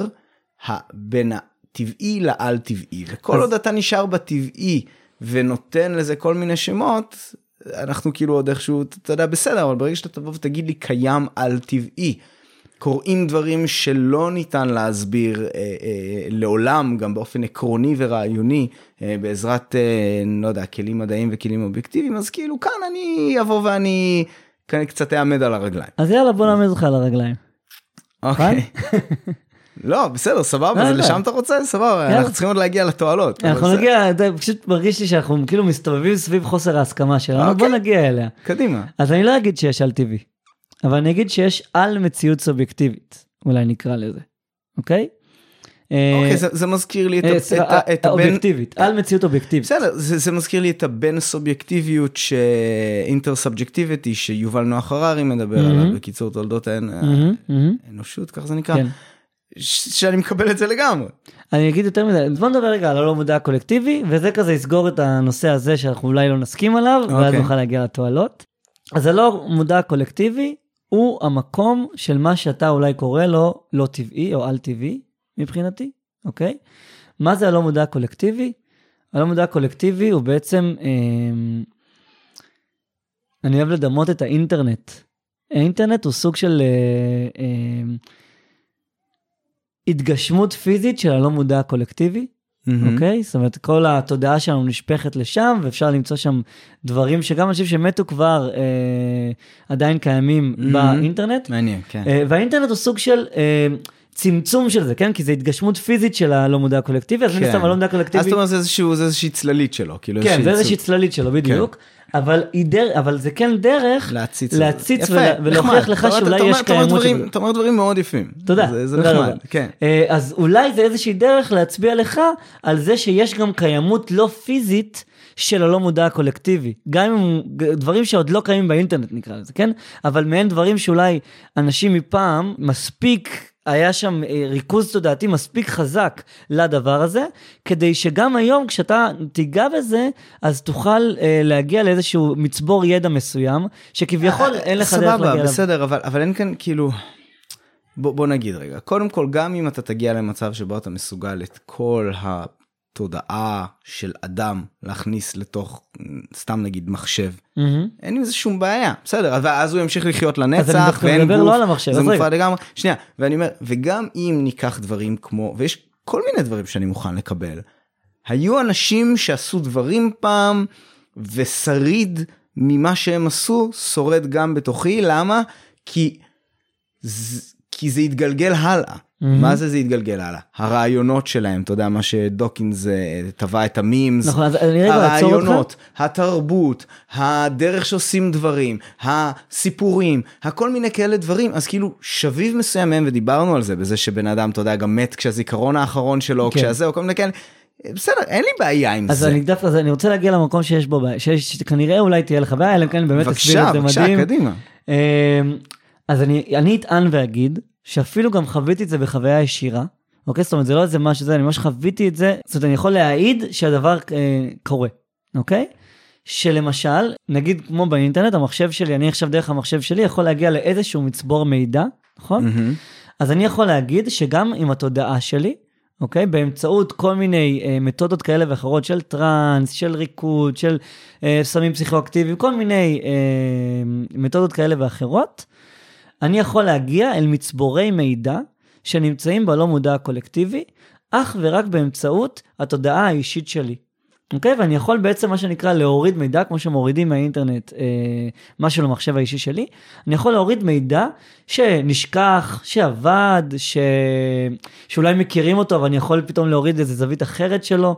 A: בין הטבעי לעל טבעי, וכל אז... עוד אתה נשאר בטבעי, ונותן לזה כל מיני שמות, אנחנו כאילו עוד איכשהו, אתה יודע, בסדר, אבל ברגע שאתה תבוא ותגיד לי קיים על טבעי, קוראים דברים שלא ניתן להסביר אה, אה, לעולם, גם באופן עקרוני ורעיוני, אה, בעזרת, אה, לא יודע, כלים מדעיים וכלים אובייקטיביים, אז כאילו כאן אני אבוא ואני כאן קצת אעמד על הרגליים.
B: אז יאללה, בוא נעמד לך על הרגליים.
A: אוקיי. לא, בסדר, סבבה, אז לשם אתה רוצה, סבבה, אנחנו צריכים עוד להגיע לתועלות.
B: אנחנו נגיע, פשוט מרגיש לי שאנחנו כאילו מסתובבים סביב חוסר ההסכמה שלנו, בוא נגיע אליה.
A: קדימה.
B: אז אני לא אגיד שיש על טבעי. אבל אני אגיד שיש על מציאות סובייקטיבית, אולי נקרא לזה, אוקיי?
A: אוקיי, זה מזכיר לי את הבן...
B: אובייקטיבית, על מציאות אובייקטיבית.
A: בסדר, זה מזכיר לי את הבן סובייקטיביות, אינטר-סובייקטיביטי, שיובל נוח הררי מדבר עליו, בקיצור תולדות האנושות, כך זה נקרא, שאני מקבל את זה לגמרי. אני
B: אגיד יותר מזה, בוא נדבר רגע על הלא מודע הקולקטיבי, וזה כזה יסגור את הנושא הזה, שאנחנו אולי לא נסכים עליו, ואז נוכל להגיע לתועלות. אז הלא מודע הקולקטיבי, הוא המקום של מה שאתה אולי קורא לו לא טבעי או על טבעי, מבחינתי, אוקיי? מה זה הלא מודע הקולקטיבי? הלא מודע הקולקטיבי הוא בעצם, אה, אני אוהב לדמות את האינטרנט. האינטרנט הוא סוג של אה, אה, התגשמות פיזית של הלא מודע הקולקטיבי, אוקיי? זאת אומרת, כל התודעה שלנו נשפכת לשם, ואפשר למצוא שם דברים שגם אנשים שמתו כבר עדיין קיימים באינטרנט.
A: מעניין, כן.
B: והאינטרנט הוא סוג של צמצום של זה, כן? כי זה התגשמות פיזית של הלא מודע הקולקטיבי, אז מן הסתם הלא מודע הקולקטיבי...
A: אז זאת אומרת, זה איזושהי צללית שלו.
B: כן, זה איזושהי צללית שלו, בדיוק. אבל זה כן דרך להציץ ולהוכיח לך שאולי יש קיימות...
A: אתה אומר דברים מאוד יפים.
B: תודה.
A: זה נחמד, כן.
B: אז אולי זה איזושהי דרך להצביע לך על זה שיש גם קיימות לא פיזית של הלא מודע הקולקטיבי. גם אם דברים שעוד לא קיימים באינטרנט נקרא לזה, כן? אבל מעין דברים שאולי אנשים מפעם מספיק... היה שם ריכוז תודעתי מספיק חזק לדבר הזה, כדי שגם היום כשאתה תיגע בזה, אז תוכל אה, להגיע לאיזשהו מצבור ידע מסוים, שכביכול אין לך דרך להגיע אליו.
A: סבבה, בסדר, אבל, אבל אין כאן כאילו, בוא, בוא נגיד רגע, קודם כל גם אם אתה תגיע למצב שבו אתה מסוגל את כל התודעה של אדם להכניס לתוך, סתם נגיד מחשב, mm-hmm. אין עם זה שום בעיה, בסדר, אז הוא ימשיך לחיות לנצח,
B: אז אני דווקא מדבר לא על המחשב,
A: זה מופרד לגמרי, שנייה, ואני אומר, וגם אם ניקח דברים כמו, ויש כל מיני דברים שאני מוכן לקבל, היו אנשים שעשו דברים פעם, ושריד ממה שהם עשו, שורד גם בתוכי, למה? כי, כי זה יתגלגל הלאה. Mm-hmm. מה זה זה יתגלגל הלאה? הרעיונות שלהם, אתה יודע מה שדוקינס טבע את המימס,
B: נכון, אז אני רגע
A: הרעיונות, התרבות, הדרך שעושים דברים, הסיפורים, הכל מיני כאלה דברים, אז כאילו שביב מסוים מהם, ודיברנו על זה, בזה שבן אדם, אתה יודע, גם מת כשהזיכרון האחרון שלו, כן. כשהזה, או כל מיני כאלה, בסדר, אין לי בעיה עם
B: אז
A: זה.
B: אני דווקא, אז אני רוצה להגיע למקום שיש בו בעיה, שכנראה אולי תהיה לך בעיה, אלא כן, באמת תסביר את זה מדהים.
A: בבקשה, קדימה.
B: אז אני, אני אטען ואגיד, שאפילו גם חוויתי את זה בחוויה ישירה, אוקיי? זאת אומרת, זה לא איזה משהו זה, אני ממש חוויתי את זה, זאת אומרת, אני יכול להעיד שהדבר אה, קורה, אוקיי? שלמשל, נגיד כמו באינטרנט, המחשב שלי, אני עכשיו דרך המחשב שלי, יכול להגיע לאיזשהו מצבור מידע, נכון? Mm-hmm. אז אני יכול להגיד שגם עם התודעה שלי, אוקיי? באמצעות כל מיני אה, מתודות כאלה ואחרות של טרנס, של ריקוד, של אה, סמים פסיכואקטיביים, כל מיני אה, מתודות כאלה ואחרות, אני יכול להגיע אל מצבורי מידע שנמצאים בלא מודע הקולקטיבי, אך ורק באמצעות התודעה האישית שלי. אוקיי? ואני יכול בעצם מה שנקרא להוריד מידע, כמו שמורידים מהאינטרנט, אה, משהו למחשב האישי שלי, אני יכול להוריד מידע שנשכח, שעבד, ש... שאולי מכירים אותו, אבל אני יכול פתאום להוריד איזה זווית אחרת שלו,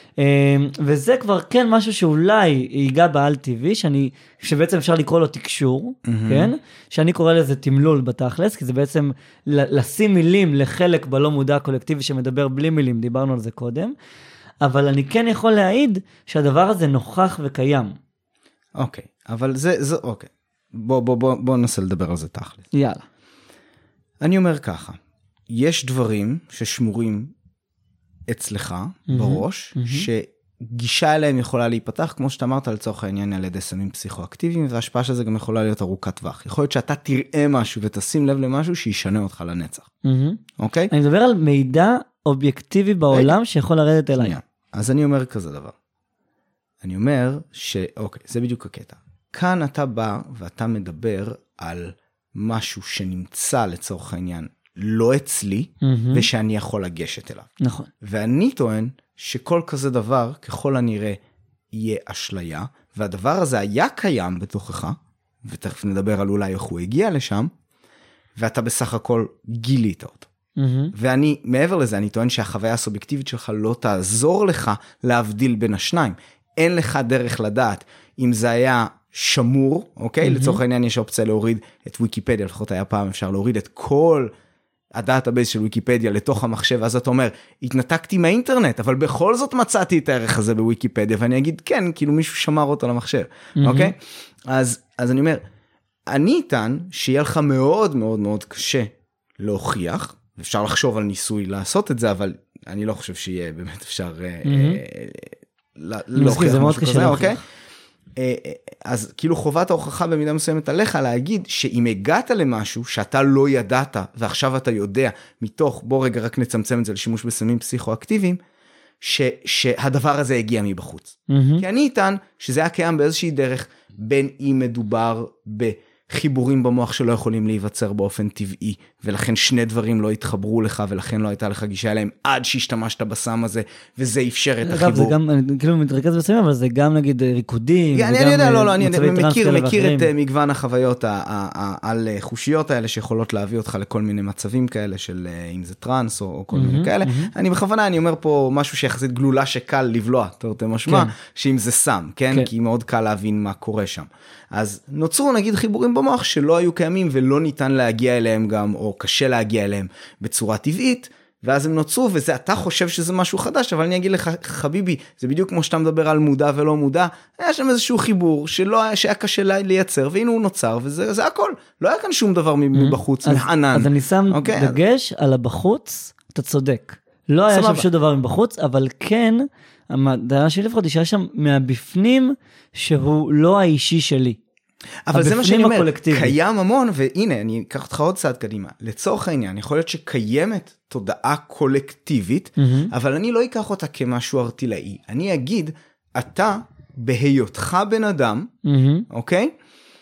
B: וזה כבר כן משהו שאולי ייגע בעל טבעי, שאני, שבעצם אפשר לקרוא לו תקשור, mm-hmm. כן? שאני קורא לזה תמלול בתכלס, כי זה בעצם לשים מילים לחלק בלא מודע הקולקטיבי שמדבר בלי מילים, דיברנו על זה קודם, אבל אני כן יכול להעיד שהדבר הזה נוכח וקיים.
A: אוקיי, okay, אבל זה, זה, אוקיי. בוא, בוא, בוא, בוא ננסה לדבר על זה תכלס.
B: יאללה.
A: אני אומר ככה, יש דברים ששמורים אצלך mm-hmm, בראש, mm-hmm. שגישה אליהם יכולה להיפתח, כמו שאתה אמרת לצורך העניין על ידי סמים פסיכואקטיביים, וההשפעה של זה גם יכולה להיות ארוכת טווח. יכול להיות שאתה תראה משהו ותשים לב למשהו שישנה אותך לנצח. אוקיי?
B: Mm-hmm. Okay? אני מדבר על מידע אובייקטיבי בעולם שיכול לרדת אליי.
A: אז אני אומר כזה דבר. אני אומר ש... אוקיי, זה בדיוק הקטע. כאן אתה בא ואתה מדבר על משהו שנמצא לצורך העניין לא אצלי, mm-hmm. ושאני יכול לגשת אליו.
B: נכון.
A: ואני טוען שכל כזה דבר, ככל הנראה, יהיה אשליה, והדבר הזה היה קיים בתוכך, ותכף נדבר על אולי איך הוא הגיע לשם, ואתה בסך הכל גילית אותו. Mm-hmm. ואני, מעבר לזה, אני טוען שהחוויה הסובייקטיבית שלך לא תעזור לך להבדיל בין השניים. אין לך דרך לדעת אם זה היה שמור, אוקיי? Mm-hmm. לצורך העניין יש אופציה להוריד את ויקיפדיה, לפחות היה פעם אפשר להוריד את כל הדאטאבייס של ויקיפדיה לתוך המחשב, אז אתה אומר, התנתקתי מהאינטרנט, אבל בכל זאת מצאתי את הערך הזה בוויקיפדיה, ואני אגיד, כן, כאילו מישהו שמר אותו למחשב, mm-hmm. אוקיי? אז, אז אני אומר, אני אטען שיהיה לך מאוד מאוד מאוד קשה להוכיח, אפשר לחשוב על ניסוי לעשות את זה, אבל אני לא חושב שיהיה באמת אפשר להוכיח משהו כזה, אוקיי? אז כאילו חובת ההוכחה במידה מסוימת עליך להגיד שאם הגעת למשהו שאתה לא ידעת, ועכשיו אתה יודע מתוך, בוא רגע רק נצמצם את זה לשימוש בסמים פסיכואקטיביים, ש, שהדבר הזה הגיע מבחוץ. Mm-hmm. כי אני איתן שזה היה קיים באיזושהי דרך, בין אם מדובר חיבורים במוח שלא יכולים להיווצר באופן טבעי, ולכן שני דברים לא התחברו לך, ולכן לא הייתה לך גישה אליהם, עד שהשתמשת בסם הזה, וזה אפשר את החיבור.
B: אגב, זה גם, אני כאילו מתרכז בסמים, אבל זה גם נגיד ריקודים,
A: אני יודע, לא, לא, אני מכיר, מכיר את מגוון החוויות על חושיות האלה, שיכולות להביא אותך לכל מיני מצבים כאלה, של אם זה טרנס, או כל מיני כאלה. אני בכוונה, אני אומר פה משהו שיחסית גלולה שקל לבלוע, תרתי משמע, שאם זה סם, כן? כי מאוד קל להבין מה קורה שם. אז נוצרו נגיד חיבורים במוח שלא היו קיימים ולא ניתן להגיע אליהם גם, או קשה להגיע אליהם בצורה טבעית, ואז הם נוצרו, וזה אתה חושב שזה משהו חדש, אבל אני אגיד לך, חביבי, זה בדיוק כמו שאתה מדבר על מודע ולא מודע, היה שם איזשהו חיבור שלא היה, שהיה קשה לייצר, והנה הוא נוצר, וזה זה הכל. לא היה כאן שום דבר מבחוץ, מענן.
B: אז אני שם דגש על הבחוץ, אתה צודק. לא היה שם שום דבר מבחוץ, אבל כן, המדעה שלי לפחות, יש שם מהבפנים, שהוא לא האישי שלי.
A: אבל זה מה שאני אומר, קיים המון, והנה, אני אקח אותך עוד צעד קדימה. לצורך העניין, יכול להיות שקיימת תודעה קולקטיבית, אבל אני לא אקח אותה כמשהו ארטילאי. אני אגיד, אתה, בהיותך בן אדם, אוקיי?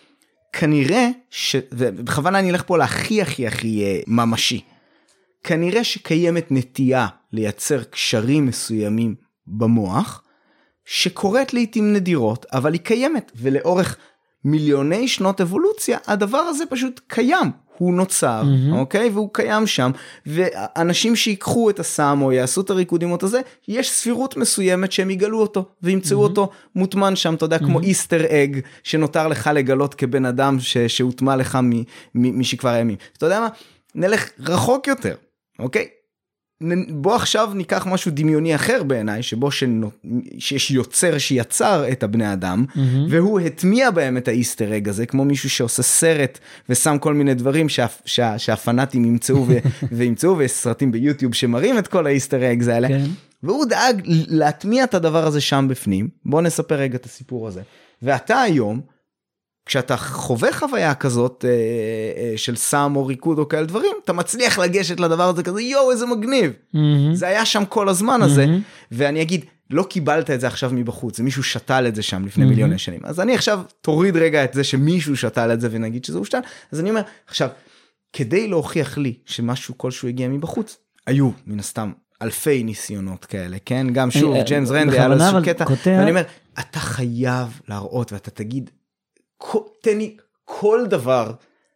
A: כנראה, ובכוונה אני אלך פה להכי הכי הכי ממשי, כנראה שקיימת נטייה לייצר קשרים מסוימים במוח, שקורית לעתים נדירות, אבל היא קיימת, ולאורך מיליוני שנות אבולוציה, הדבר הזה פשוט קיים, הוא נוצר, mm-hmm. אוקיי? והוא קיים שם, ואנשים שיקחו את הסם, או יעשו את הריקודים אותו זה, יש סבירות מסוימת שהם יגלו אותו, וימצאו mm-hmm. אותו מוטמן שם, אתה יודע, mm-hmm. כמו איסטר אג, שנותר לך לגלות כבן אדם, ש- שהוטמע לך משכבר הימים. אתה יודע מה? נלך רחוק יותר, אוקיי? בוא עכשיו ניקח משהו דמיוני אחר בעיניי, שבו שנו, שיש יוצר שיצר את הבני אדם, mm-hmm. והוא התמיע בהם את האיסטר אג הזה, כמו מישהו שעושה סרט ושם כל מיני דברים שה, שה, שהפנאטים ימצאו ו, וימצאו, ויש סרטים ביוטיוב שמראים את כל האיסטר אגס האלה, כן. והוא דאג להטמיע את הדבר הזה שם בפנים. בוא נספר רגע את הסיפור הזה. ואתה היום, כשאתה חווה חוויה כזאת אה, אה, של סם או ריקוד או כאלה דברים, אתה מצליח לגשת לדבר הזה כזה, יואו, איזה מגניב. Mm-hmm. זה היה שם כל הזמן הזה, mm-hmm. ואני אגיד, לא קיבלת את זה עכשיו מבחוץ, זה מישהו שתל את זה שם לפני mm-hmm. מיליוני שנים. אז אני עכשיו תוריד רגע את זה שמישהו שתל את זה ונגיד שזה הוא שתל, אז אני אומר, עכשיו, כדי להוכיח לי שמשהו כלשהו הגיע מבחוץ, היו מן הסתם אלפי ניסיונות כאלה, כן? גם שוב, ג'יימס רנד היה לו איזשהו קטע, ואני אומר, אתה חייב להראות ואתה תגיד, תן לי כל דבר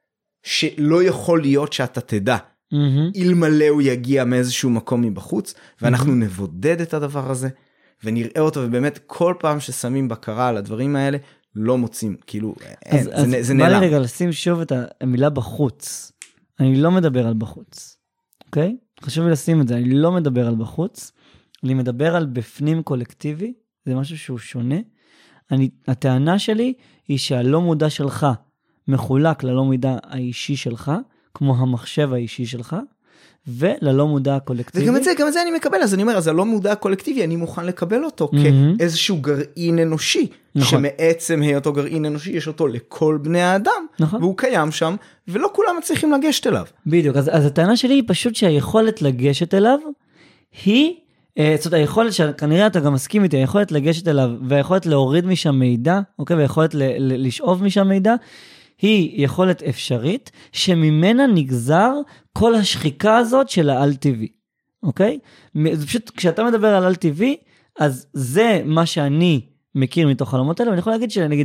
A: שלא יכול להיות שאתה תדע, mm-hmm. אלמלא הוא יגיע מאיזשהו מקום מבחוץ, ואנחנו mm-hmm. נבודד את הדבר הזה, ונראה אותו, ובאמת כל פעם ששמים בקרה על הדברים האלה, לא מוצאים, כאילו,
B: אז,
A: אין,
B: אז
A: זה, זה נעלם.
B: בא לי רגע לשים שוב את המילה בחוץ, אני לא מדבר על בחוץ, אוקיי? חשוב לי לשים את זה, אני לא מדבר על בחוץ, אני מדבר על בפנים קולקטיבי, זה משהו שהוא שונה, אני, הטענה שלי היא שהלא מודע שלך מחולק ללא מודע האישי שלך, כמו המחשב האישי שלך, וללא מודע הקולקטיבי.
A: וגם את זה, גם את זה אני מקבל, אז אני אומר, אז הלא מודע הקולקטיבי, אני מוכן לקבל אותו mm-hmm. כאיזשהו גרעין אנושי, נכון. שמעצם היותו גרעין אנושי, יש אותו לכל בני האדם, נכון. והוא קיים שם, ולא כולם מצליחים לגשת אליו.
B: בדיוק, אז, אז הטענה שלי היא פשוט שהיכולת לגשת אליו, היא, זאת אומרת, היכולת שכנראה אתה גם מסכים איתי, היכולת לגשת אליו, והיכולת להוריד משם מידע, אוקיי, והיכולת ל- ל- לשאוב משם מידע, היא יכולת אפשרית, שממנה נגזר כל השחיקה הזאת של העל-טבעי, אוקיי? זה פשוט, כשאתה מדבר על על-טבעי, אז זה מה שאני מכיר מתוך העולמות האלה, ואני יכול להגיד שנגיד,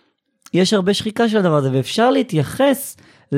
B: יש הרבה שחיקה של הדבר הזה, ואפשר להתייחס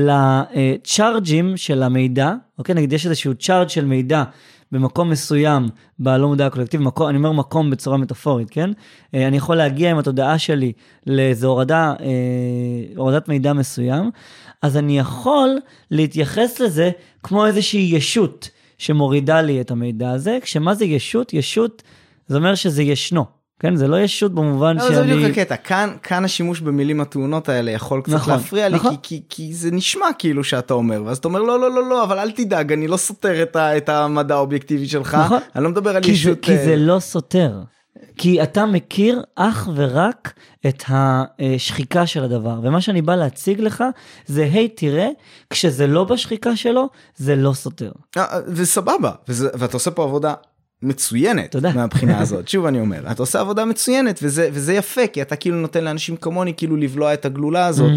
B: לצ'ארג'ים של המידע, אוקיי? נגיד, יש איזשהו צ'ארג' של מידע, במקום מסוים, בלא מודע הקולקטיב, מקום, אני אומר מקום בצורה מטאפורית, כן? אני יכול להגיע עם התודעה שלי לאיזו הורדה, הורדת מידע מסוים, אז אני יכול להתייחס לזה כמו איזושהי ישות שמורידה לי את המידע הזה, כשמה זה ישות? ישות, זה אומר שזה ישנו, כן? זה לא ישות במובן שאני...
A: זה בדיוק הקטע, כאן, כאן השימוש במילים התאונות האלה יכול קצת נכון, להפריע נכון. לי, כי, כי, כי זה נשמע כאילו שאתה אומר, ואז אתה אומר, לא, לא, לא, לא, אבל אל תדאג, אני לא סותר את, ה, את המדע האובייקטיבי שלך, נכון. אני לא מדבר על
B: כי
A: ישות...
B: זה, כי זה לא סותר, כי אתה מכיר אך ורק את השחיקה של הדבר, ומה שאני בא להציג לך, זה, היי, תראה, כשזה לא בשחיקה שלו, זה לא סותר.
A: וסבבה, וזה, ואתה עושה פה עבודה... מצוינת
B: תודה.
A: מהבחינה הזאת. שוב אני אומר, אתה עושה עבודה מצוינת, וזה, וזה יפה, כי אתה כאילו נותן לאנשים כמוני, כאילו לבלוע את הגלולה הזאת,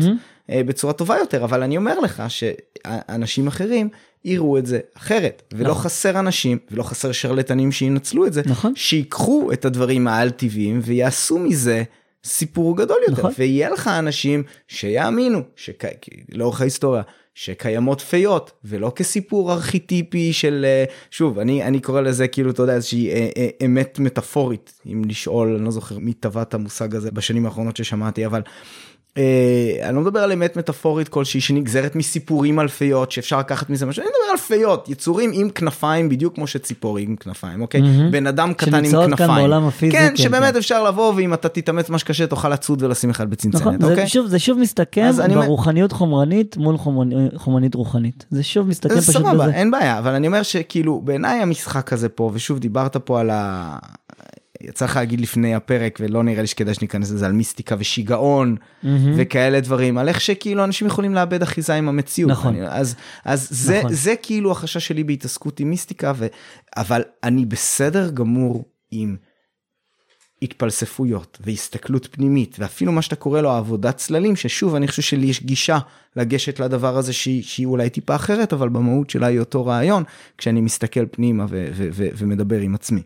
A: בצורה טובה יותר, אבל אני אומר לך שאנשים אחרים יראו את זה אחרת, ולא נכון. חסר אנשים, ולא חסר שרלטנים שינצלו את זה, נכון. שיקחו את הדברים העל טבעיים, ויעשו מזה סיפור גדול יותר, נכון. ויהיה לך אנשים שיאמינו, שק... לאורך ההיסטוריה, שקיימות פיות, ולא כסיפור ארכיטיפי של, שוב, אני, אני קורא לזה כאילו, אתה יודע, איזושהי אה, אה, אמת מטאפורית, אם לשאול, אני לא זוכר מי טבע את המושג הזה בשנים האחרונות ששמעתי, אבל אני לא מדבר על אמת מטאפורית כלשהי שנגזרת מסיפורים על פיות שאפשר לקחת מזה משהו, אני מדבר על פיות, יצורים עם כנפיים בדיוק כמו שציפורי עם כנפיים, אוקיי? בן אדם קטן עם כנפיים. כן, שבאמת אפשר לבוא ואם אתה תתאמץ מה שקשה תוכל לצוד ולשים אחד בצנצנת, אוקיי?
B: זה שוב מסתכם ברוחניות חומרנית מול חומרנית רוחנית. זה שוב מסתכם פשוט בזה.
A: סבבה, אין בעיה, אבל אני אומר שכאילו בעיניי המשחק הזה פה, ושוב דיברת פה על ה... יצא לך להגיד לפני הפרק, ולא נראה לי שכדאי שניכנס לזה, על מיסטיקה ושיגעון, mm-hmm. וכאלה דברים, על איך שכאילו אנשים יכולים לאבד אחיזה עם המציאות. נכון. אני, אז, אז זה, נכון. זה כאילו החשש שלי בהתעסקות עם מיסטיקה, ו, אבל אני בסדר גמור עם התפלספויות, והסתכלות פנימית, ואפילו מה שאתה קורא לו, עבודת צללים, ששוב, אני חושב שלי יש גישה לגשת לדבר הזה, שהיא, שהיא אולי טיפה אחרת, אבל במהות שלה היא אותו רעיון, כשאני מסתכל פנימה ו, ו, ו, ומדבר עם עצמי.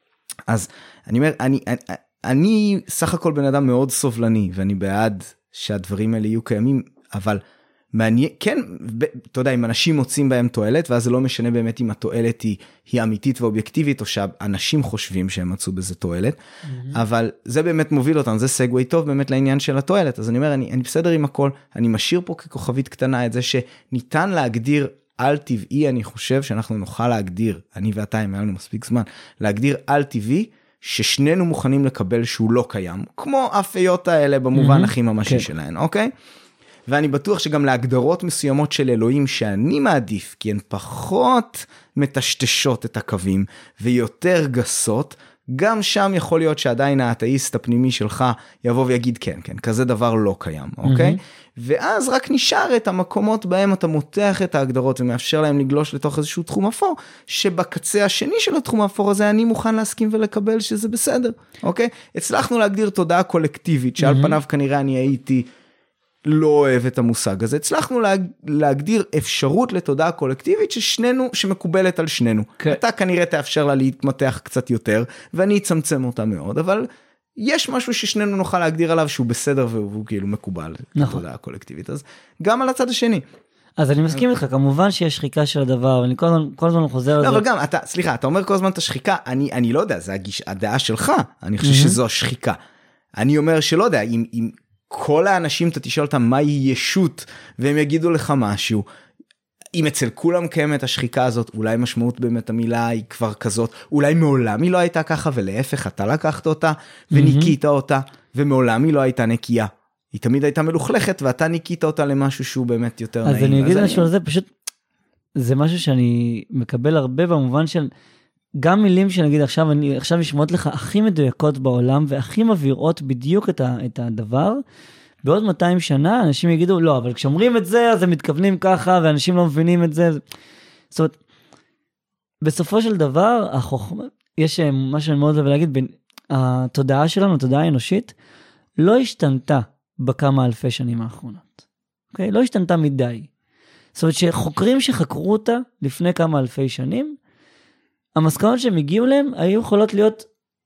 A: אז אני אומר, אני, אני, אני סך הכל בן אדם מאוד סובלני, ואני בעד שהדברים האלה יהיו קיימים, אבל מעניין, כן, אתה יודע, אם אנשים מוצאים בהם תועלת, ואז זה לא משנה באמת אם התועלת היא, היא אמיתית ואובייקטיבית, או שאנשים חושבים שהם מצאו בזה תועלת, mm-hmm. אבל זה באמת מוביל אותנו, זה סגווי טוב באמת לעניין של התועלת, אז אני אומר, אני, אני בסדר עם הכל, אני משאיר פה ככוכבית קטנה את זה שניתן להגדיר על טבעי, אני חושב שאנחנו נוכל להגדיר, אני ואתה, אם היה לנו מספיק זמן, להגדיר על טבעי, ששנינו מוכנים לקבל שהוא לא קיים, כמו הפיות האלה במובן הכי ממשי שלהן, אוקיי? ואני בטוח שגם להגדרות מסוימות של אלוהים שאני מעדיף, כי הן פחות מטשטשות את הקווים, ויותר גסות, גם שם יכול להיות שעדיין האתאיסט הפנימי שלך יבוא ויגיד כן, כן, כזה דבר לא קיים, אוקיי? ואז רק נשאר את המקומות בהם אתה מותח את ההגדרות ומאפשר להם לגלוש לתוך איזשהו תחום אפור, שבקצה השני של התחום האפור הזה אני מוכן להסכים ולקבל שזה בסדר, אוקיי? הצלחנו להגדיר תודעה קולקטיבית, שעל פניו כנראה אני הייתי לא אוהב את המושג הזה, הצלחנו להג... להגדיר אפשרות לתודעה קולקטיבית ששנינו, שמקובלת על שנינו. Okay. אתה כנראה תאפשר לה להתמתח קצת יותר, ואני אצמצם אותה מאוד, אבל יש משהו ששנינו נוכל להגדיר עליו שהוא בסדר והוא כאילו מקובל, נכון. תודעה קולקטיבית, אז גם על הצד השני.
B: אז אני מסכים איתך, כמובן שיש שחיקה של הדבר, ואני כל הזמן, כל הזמן חוזר על זה.
A: לא, אבל גם, אתה, סליחה, אתה אומר כל הזמן את השחיקה, אני, אני לא יודע, זה הגיש, הדעה שלך, אני חושב שזו השחיקה. אני אומר שלא יודע, אם, אם כל האנשים, אתה תשאל אותם מהי ישות, והם יגידו לך משהו, אם אצל כולם קיימת השחיקה הזאת, אולי משמעות באמת המילה היא כבר כזאת, אולי מעולם היא לא הייתה ככה, ולהפך אתה לקחת אותה, וניקית אותה, ומעולם היא לא הייתה נקייה. היא תמיד הייתה מלוכלכת, ואתה ניקית אותה למשהו שהוא באמת יותר נעים.
B: אז אני אגיד משהו על זה, פשוט, זה משהו שאני מקבל הרבה במובן של, גם מילים שנגיד עכשיו, אני עכשיו נשמעות לך הכי מדויקות בעולם, והכי מבהירות בדיוק את, ה, את הדבר, בעוד מאתיים שנה אנשים יגידו, לא, אבל כשאומרים את זה, אז הם מתכוונים ככה, ואנשים לא מבינים את זה. זאת אומרת, בסופו של דבר, החוכמה, יש מה שאני מאוד אוהב להגיד, בין, התודעה שלנו, התודעה האנושית, לא השתנתה בכמה אלפי שנים האחרונות. אוקיי? לא השתנתה מדי. זאת אומרת, שחוקרים שחקרו אותה לפני כמה אלפי שנים, המסקנות שהם הגיעו להם, היו יכולות להיות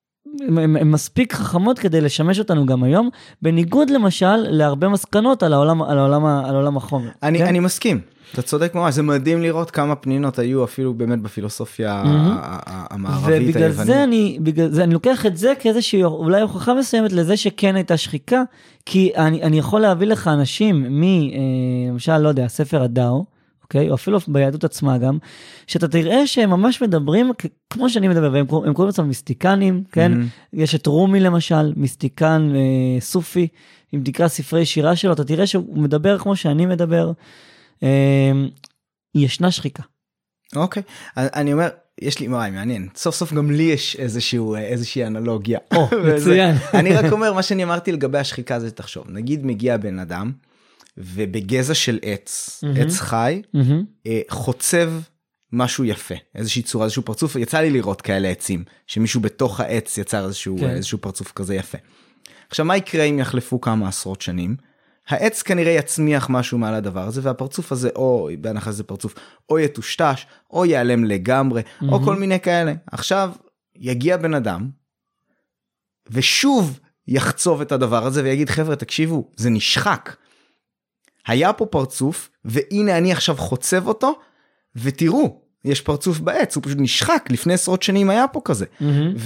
B: הן מספיק חכמות כדי לשמש אותנו גם היום, בניגוד למשל להרבה מסקנות על העולם, על העולם, על העולם החומר.
A: אני, כן? אני מסכים, אתה צודק ממש, זה מדהים לראות כמה פנינות היו אפילו באמת בפילוסופיה המערבית.
B: ובגלל זה אני, בגלל זה אני לוקח את זה כאיזושהי אולי הוכחה מסוימת לזה שכן הייתה שחיקה, כי אני, אני יכול להביא לך אנשים מ, למשל, לא יודע, ספר הדאו, אוקיי? או אפילו ביהדות עצמה גם, שאתה תראה שהם ממש מדברים, כמו שאני מדבר, והם קוראים לעצמם מיסטיקנים, כן? Mm-hmm. יש את רומי למשל, מיסטיקן אה, סופי, אם תקרא ספרי שירה שלו, אתה תראה שהוא מדבר כמו שאני מדבר, אה, ישנה שחיקה.
A: אוקיי, אני אומר, יש לי, וואי, מעניין, סוף סוף גם לי יש איזשהו, איזושהי אנלוגיה.
B: או, מצוין.
A: אני רק אומר, מה שאני אמרתי לגבי השחיקה זה תחשוב, נגיד מגיע בן אדם, ובגזע של עץ, mm-hmm. עץ חי, mm-hmm. חוצב משהו יפה, איזושהי צורה, איזשהו פרצוף, יצא לי לראות כאלה עצים, שמישהו בתוך העץ יצר איזשהו, כן. איזשהו פרצוף כזה יפה. עכשיו, מה יקרה אם יחלפו כמה עשרות שנים, העץ כנראה יצמיח משהו מעל הדבר הזה, והפרצוף הזה, או בהנחה זה פרצוף, או יטושטש, או ייעלם לגמרי, mm-hmm. או כל מיני כאלה. עכשיו, יגיע בן אדם, ושוב יחצוב את הדבר הזה, ויגיד, חבר'ה, תקשיבו, זה נשחק. היה פה פרצוף, והנה אני עכשיו חוצב אותו, ותראו, יש פרצוף בעץ, הוא פשוט נשחק, לפני עשרות שנים היה פה כזה. Mm-hmm.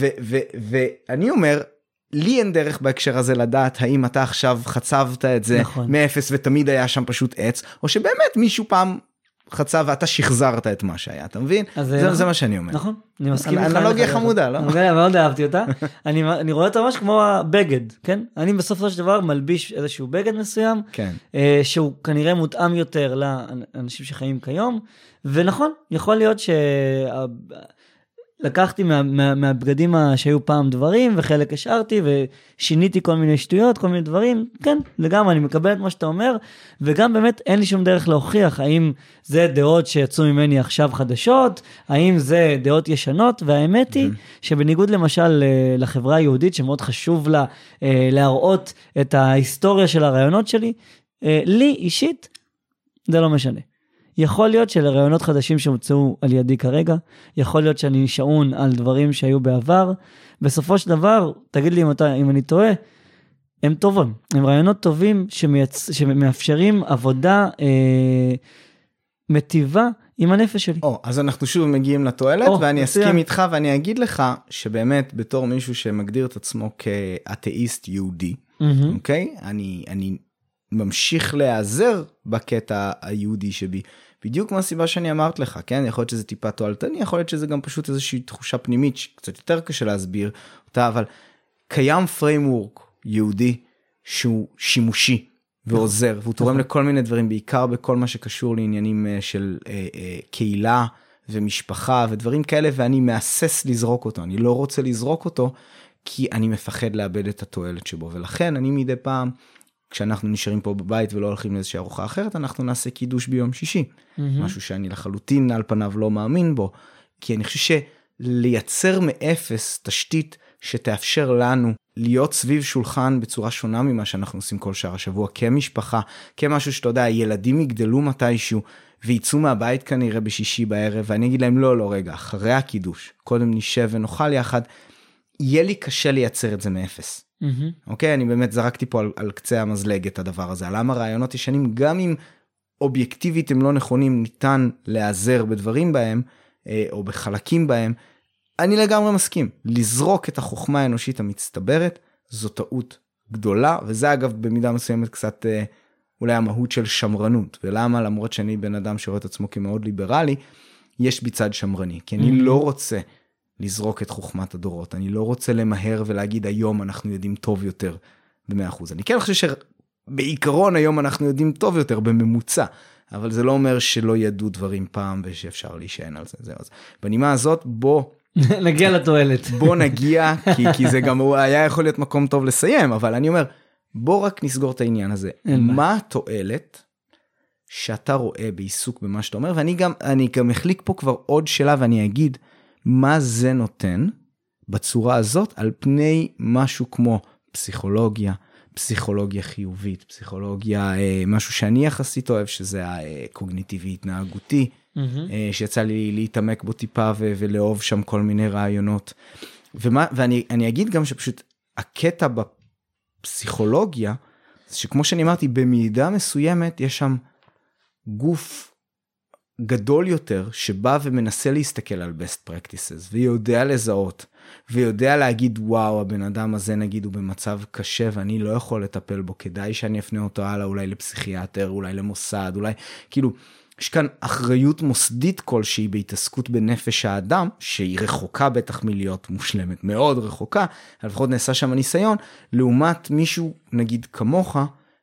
A: ואני אומר, לי אין דרך בהקשר הזה לדעת, האם אתה עכשיו חצבת את זה נכון. מאפס, ותמיד היה שם פשוט עץ, או שבאמת מישהו פעם חצב, ואתה שחזרת את מה שהיה, אתה מבין? זה, נכון. זה מה שאני אומר.
B: נכון, אני מסכים איתך.
A: אנלוגיה חמודה, לא?
B: אני מאוד אהבתי אותה. אני, אני רואה אותה ממש כמו הבגד, כן? אני בסופו של דבר מלביש איזשהו בגד מסוים, כן. אה, שהוא כנראה מותאם יותר לאנשים שחיים כיום, ונכון, יכול להיות ש... לקחתי מה, מה, מהבגדים שהיו פעם דברים, וחלק השארתי, ושיניתי כל מיני שטויות, כל מיני דברים, כן, לגמרי, אני מקבל את מה שאתה אומר, וגם באמת אין לי שום דרך להוכיח, האם זה דעות שיצאו ממני עכשיו חדשות, האם זה דעות ישנות, והאמת היא, שבניגוד למשל לחברה היהודית, שמאוד חשוב לה להראות את ההיסטוריה של הרעיונות שלי, לי אישית, זה לא משנה. יכול להיות שלרעיונות חדשים שהוצאו על ידי כרגע, יכול להיות שאני שעון על דברים שהיו בעבר, בסופו של דבר, תגיד לי אם, אתה, אם אני טועה, הם טובים, הם רעיונות טובים שמייצ... שמאפשרים עבודה אה, מטיבה עם הנפש שלי.
A: או, אז אנחנו שוב מגיעים לתועלת, או, ואני אסכים מצוין. איתך, ואני אגיד לך שבאמת בתור מישהו שמגדיר את עצמו כאתאיסט יהודי, mm-hmm. אוקיי? אני, אני ממשיך להיעזר בקטע היהודי שבי, בדיוק כמו הסיבה שאני אמרת לך, כן? יכול להיות שזה טיפה תועלתני, יכול להיות שזה גם פשוט איזושהי תחושה פנימית, שקצת יותר קשה להסביר אותה, אבל קיים פריימוורק יהודי שהוא שימושי ועוזר, והוא תורם לכל מיני דברים, בעיקר בכל מה שקשור לעניינים של אה, אה, קהילה ומשפחה ודברים כאלה, ואני מאסס לזרוק אותו, אני לא רוצה לזרוק אותו, כי אני מפחד לאבד את התועלת שבו, ולכן אני מדי פעם, כשאנחנו נשארים פה בבית ולא הולכים לאיזושהי ארוחה אחרת, אנחנו נעשה קידוש ביום שישי. Mm-hmm. משהו שאני לחלוטין על פניו לא מאמין בו, כי אני חושב שלייצר מאפס תשתית שתאפשר לנו להיות סביב שולחן בצורה שונה ממה שאנחנו עושים כל שער השבוע, כמשפחה, כמשהו שאתה יודע, ילדים יגדלו מתישהו, ויצאו מהבית כנראה בשישי בערב, ואני אגיד להם לא, לא רגע, אחרי הקידוש, קודם נשב ונאכל יחד, יהיה לי קשה לייצר את זה מאפס. Mm-hmm. אוקיי, אני באמת זרקתי פה על, על קצה המזלג את הדבר הזה, למה רעיונות ישנים, גם אם אובייקטיבית הם לא נכונים, ניתן להיעזר בדברים בהם, אה, או בחלקים בהם, אני לגמרי מסכים, לזרוק את החוכמה האנושית המצטברת, זו טעות גדולה, וזה אגב במידה מסוימת קצת, אה, אולי המהות של שמרנות, ולמה למרות שאני בן אדם שרואה את עצמו כמאוד ליברלי, יש בי צד שמרני, כי אני mm-hmm. לא רוצה, לזרוק את חוכמת הדורות. אני לא רוצה למהר ולהגיד היום אנחנו יודעים טוב יותר ב-מאה אחוז. אני כן חושב שבעיקרון היום אנחנו יודעים טוב יותר בממוצע, אבל זה לא אומר שלא ידעו דברים פעם ושאפשר להישען על זה. זהו. אז בנימה הזאת בוא
B: נגיע לתועלת.
A: בוא נגיע, כי, כי זה גם היה יכול להיות מקום טוב לסיים, אבל אני אומר, בוא רק נסגור את העניין הזה. מה התועלת שאתה רואה בעיסוק במה שאתה אומר, ואני גם, אני גם מחליק פה כבר עוד שאלה ואני אגיד, מה זה נותן בצורה הזאת על פני משהו כמו פסיכולוגיה, פסיכולוגיה חיובית, פסיכולוגיה, משהו שאני יחסית אוהב, שזה הקוגניטיבי התנהגותי, mm-hmm. שיצא לי להתעמק בו טיפה ו- ולאהוב שם כל מיני רעיונות. ומה, ואני אני אגיד גם שפשוט הקטע בפסיכולוגיה, שכמו שאני אמרתי, במידה מסוימת יש שם גוף גדול יותר, שבא ומנסה להסתכל על best practices, ויודע לזהות, ויודע להגיד, וואו, הבן אדם הזה נגיד הוא במצב קשה, ואני לא יכול לטפל בו, כדאי שאני אפנה אותו הלאה, אולי לפסיכיאטר, אולי למוסד, אולי, כאילו, יש כאן אחריות מוסדית כלשהי, בהתעסקות בנפש האדם, שהיא רחוקה בטח מלהיות מושלמת, מאוד רחוקה, לפחות נעשה שם הניסיון, לעומת מישהו, נגיד כמוך,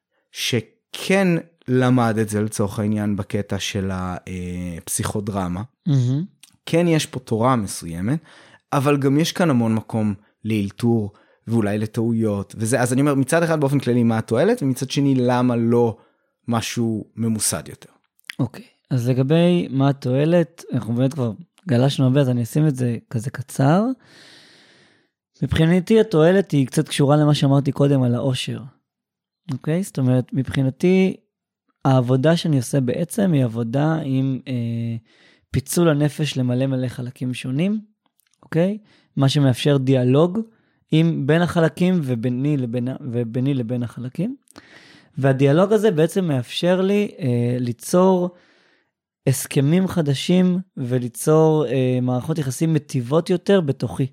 A: שכן למד את זה לצורך העניין בקטע של הפסיכודרמה. Mm-hmm. כן יש פה תורה מסוימת, אבל גם יש כאן המון מקום לאלתור, ואולי לטעויות, וזה, אז אני אומר, מצד אחד באופן כללי מה התועלת, ומצד שני למה לא משהו ממוסד יותר.
B: אוקיי, okay. אז לגבי מה התועלת, אנחנו באמת כבר גלשנו הרבה, אז אני אשים את זה כזה קצר. מבחינתי התועלת היא קצת קשורה למה שאמרתי קודם על האושר. אוקיי? זאת אומרת, מבחינתי, העבודה שאני עושה בעצם היא עבודה עם אה, פיצול הנפש למלא מלא חלקים שונים, אוקיי? מה שמאפשר דיאלוג עם בין החלקים וביני לבין, וביני לבין החלקים. והדיאלוג הזה בעצם מאפשר לי אה, ליצור הסכמים חדשים וליצור אה, מערכות יחסים מטיבות יותר בתוכי.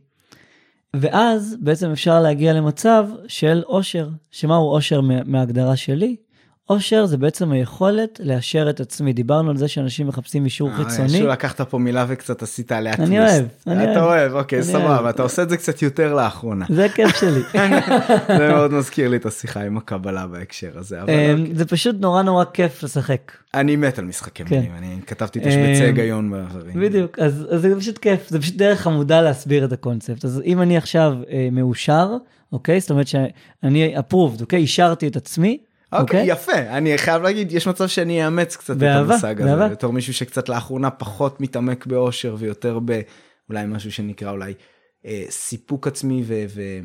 B: ואז בעצם אפשר להגיע למצב של אושר. שמהו אושר מההגדרה שלי? אושר זה בעצם היכולת לאשר את עצמי. דיברנו על זה שאנשים מחפשים אישור חיצוני.
A: שוב לקחת פה מילה וקצת עשית עליה טוויסט.
B: אני אוהב. אני
A: אתה אוהב, אוקיי, סבבה. אתה עושה את זה קצת יותר לאחרונה.
B: זה הכיף שלי.
A: זה מאוד מזכיר לי את השיחה עם הקבלה בהקשר הזה.
B: זה פשוט נורא נורא כיף לשחק.
A: אני מת על משחקי מילים. אני כתבתי את השבצי היגיון בעברים.
B: בדיוק. אז זה פשוט כיף. זה פשוט דרך חמודה להסביר את הקונספט. אז אם אני עכשיו מאושר, אוקיי? זאת אומרת שאני approved, אוקיי? אישרתי את עצמי.
A: אוקיי, יפה. אני חייב להגיד, יש מצב שאני אאמץ קצת את המושג הזה. בתור מישהו שקצת לאחרונה פחות מתעמק באושר ויותר באולי משהו שנקרא אולי סיפוק עצמי ו...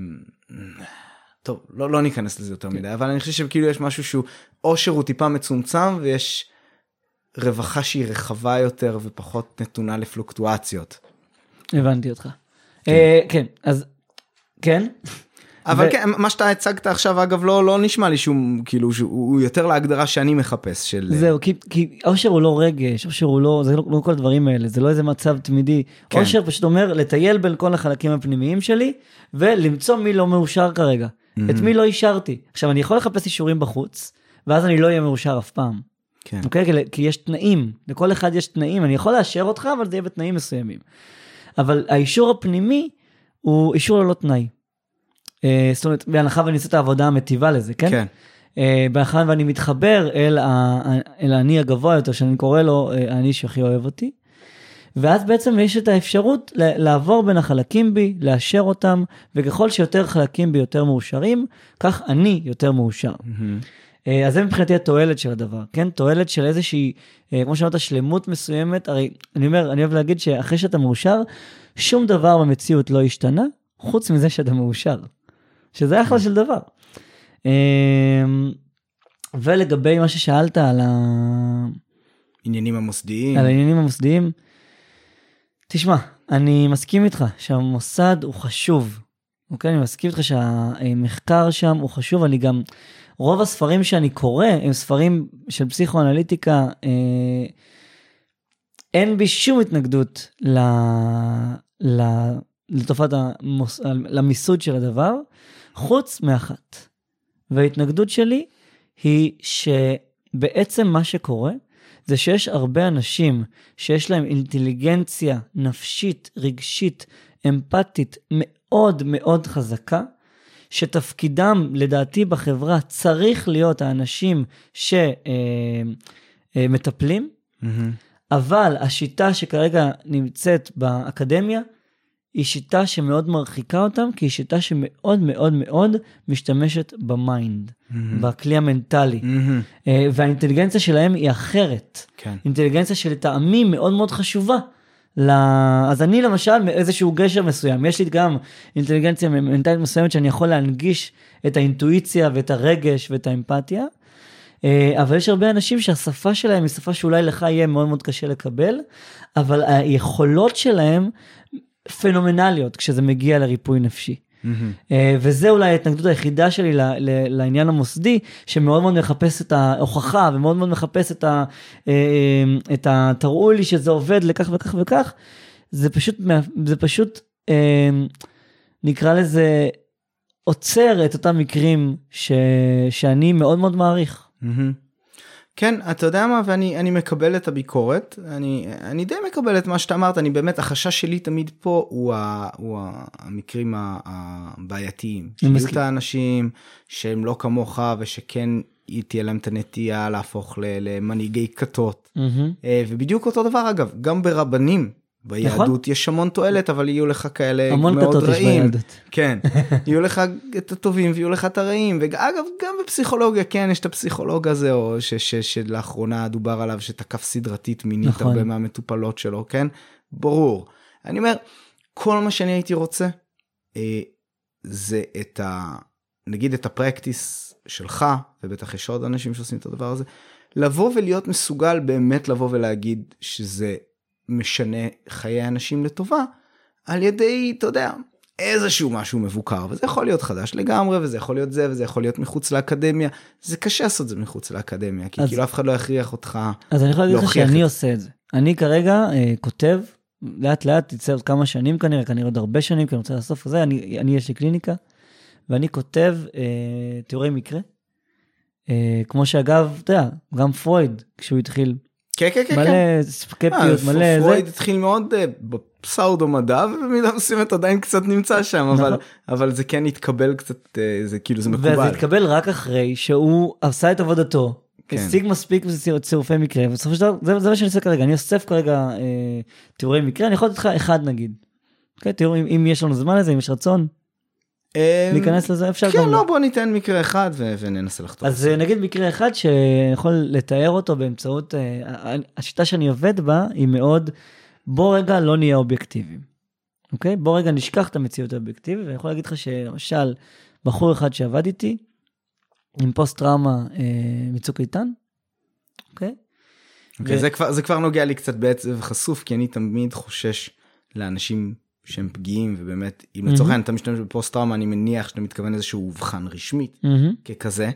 A: טוב, לא ניכנס לזה יותר מדי, אבל אני חושב שכאילו יש משהו שהוא, אושר הוא טיפה מצומצם ויש רווחה שהיא רחבה יותר ופחות נתונה לפלוקטואציות.
B: הבנתי אותך. כן, אז כן.
A: אבל כן, מה שאתה הצגת עכשיו, אגב, לא, לא נשמע לי שום, כאילו, שהוא יותר להגדרה שאני מחפש של...
B: זהו, כי, כי אושר הוא לא רגש, אושר הוא לא, זה לא, לא כל הדברים האלה, זה לא איזה מצב תמידי. כן. אושר פשוט אומר, לטייל בין כל החלקים הפנימיים שלי, ולמצוא מי לא מאושר כרגע. Mm-hmm. את מי לא אישרתי. עכשיו, אני יכול לחפש אישורים בחוץ, ואז אני לא אהיה מאושר אף פעם.
A: כן.
B: אוקיי? כי, כי יש תנאים, לכל אחד יש תנאים, אני יכול לאשר אותך, אבל זה יהיה בתנאים מסוימים. אבל האישור הפנימי, הוא אישור ללא תנאי. זאת אומרת, בהנחה ואני עושה את העבודה המטיבה לזה, כן?
A: כן.
B: בהנחה ואני מתחבר אל, ה, אל האני הגבוה יותר, שאני קורא לו האני שהכי אוהב אותי, ואז בעצם יש את האפשרות לעבור בין החלקים בי, לאשר אותם, וככל שיותר חלקים בי יותר מאושרים, כך אני יותר מאושר. Mm-hmm. אז זה מבחינתי התועלת של הדבר, כן? תועלת של איזושהי, כמו שאמרת, שלמות מסוימת, הרי אני אומר, אני אוהב להגיד שאחרי שאתה מאושר, שום דבר במציאות לא השתנה, חוץ מזה שאתה מאושר. שזה אחלה של דבר. ולגבי מה ששאלת על
A: העניינים המוסדיים.
B: על העניינים המוסדיים, תשמע, אני מסכים איתך שהמוסד הוא חשוב. אוקיי? אני מסכים איתך שהמחקר שם הוא חשוב. אני גם, רוב הספרים שאני קורא, הם ספרים של פסיכואנליטיקה, אין בי שום התנגדות ל... ל... לתופעת המוס... למיסוד של הדבר, חוץ מאחת. וההתנגדות שלי היא שבעצם מה שקורה, זה שיש הרבה אנשים שיש להם אינטליגנציה נפשית, רגשית, אמפתית, מאוד מאוד חזקה, שתפקידם לדעתי בחברה צריך להיות האנשים שמטפלים, mm-hmm. אבל השיטה שכרגע נמצאת באקדמיה, היא שיטה שמאוד מרחיקה אותם, כי היא שיטה שמאוד מאוד מאוד משתמשת במיינד, mm-hmm. בכלי המנטלי. Mm-hmm. והאינטליגנציה שלהם היא אחרת. כן. אינטליגנציה שלטעמי מאוד מאוד חשובה. אז אני למשל מאיזשהו גשר מסוים, יש לי גם אינטליגנציה מנטלית מסוימת שאני יכול להנגיש את האינטואיציה ואת הרגש ואת האמפתיה, אבל יש הרבה אנשים שהשפה שלהם היא שפה שאולי לך יהיה מאוד מאוד קשה לקבל, אבל היכולות שלהם פנומנליות כשזה מגיע לריפוי נפשי. Mm-hmm. וזה אולי ההתנגדות היחידה שלי לעניין המוסדי, שמאוד מאוד מחפש את ההוכחה, ומאוד מאוד מחפש את ה, את ה, תראו לי שזה עובד לכך וכך וכך, זה פשוט, זה פשוט, נקרא לזה, עוצר את אותם מקרים ש, שאני מאוד מאוד מעריך.
A: Mm-hmm. כן, אתה יודע מה, ואני אני מקבל את הביקורת, אני, אני די מקבל את מה שאתה אמרת, אני באמת, החשש שלי תמיד פה הוא, ה, הוא המקרים הבעייתיים. שיהיו את האנשים שהם לא כמוך, ושכן תהיה להם את הנטייה להפוך למנהיגי כתות. Mm-hmm. ובדיוק אותו דבר, אגב, גם ברבנים, ביהדות יש המון תועלת, אבל יהיו לך כאלה מאוד רעים. כן, יהיו לך את הטובים ויהיו לך את הרעים. ואגב, גם בפסיכולוגיה, כן, יש את הפסיכולוג הזה, או שלאחרונה דובר עליו שתקף סדרתית מינית הרבה מהמטופלות שלו, כן? ברור. אני אומר, כל מה שאני הייתי רוצה, זה את נגיד את הפרקטיס שלך, ובטח יש עוד אנשים שעושים את הדבר הזה, לבוא ולהיות מסוגל באמת לבוא ולהגיד שזה משנה חיי אנשים לטובה, על ידי, אתה יודע, איזשהו משהו מבוקר, וזה יכול להיות חדש לגמרי, וזה יכול להיות זה, וזה יכול להיות מחוץ לאקדמיה, זה קשה לעשות זה מחוץ לאקדמיה, כי אז, כאילו אף אחד לא יכריח אותך.
B: אז אני יכול להגיד לך שאני עושה את זה. אני כרגע אה, כותב, לאט לאט, תצא עוד כמה שנים כנראה, כנראה עוד הרבה שנים, כי אני רוצה לסוף הזה, אני, אני יש לי קליניקה, ואני כותב אה, תיאורי מקרה, אה, כמו שאגב, אתה יודע, גם פרויד, כשהוא התחיל,
A: כן, כן, כן.
B: מלא סקפטיות, מלא...
A: פרויד התחיל מאוד בפסאודו מדע, ובמידה מסוימת עדיין קצת נמצא שם, אבל זה כן התקבל קצת, זה כאילו זה מקובל.
B: וזה התקבל רק אחרי שהוא עשה את עבודתו, השיג מספיק צירופי מקרה, ובסופו של דבר, זה מה שאני עושה כרגע, אני אוסף כרגע תיאורי מקרה, אני יכול לתת לך אחד נגיד. אם יש לנו זמן לזה, אם יש רצון, להיכנס לזה, אפשר גם...
A: כן, לא, בוא ניתן מקרה אחד וננסה לחתוך.
B: אז נגיד מקרה אחד שיכול לתאר אותו באמצעות, השיטה שאני עובד בה היא מאוד, בוא רגע לא נהיה אובייקטיביים. אוקיי? בוא רגע נשכח את המציאות האובייקטיבית, ואני יכול להגיד לך שלמשל, בחור אחד שעבד איתי, עם פוסט טראומה מצוק איתן, אוקיי?
A: אוקיי, זה כבר נוגע לי קצת בעצב חשוף, כי אני תמיד חושש לאנשים שהם פגיעים, ובאמת, אם לצורך העניין אתה משתמש בפוסט טראומה, אני מניח שאתה מתכוון איזשהו אובחן רשמית, ככזה,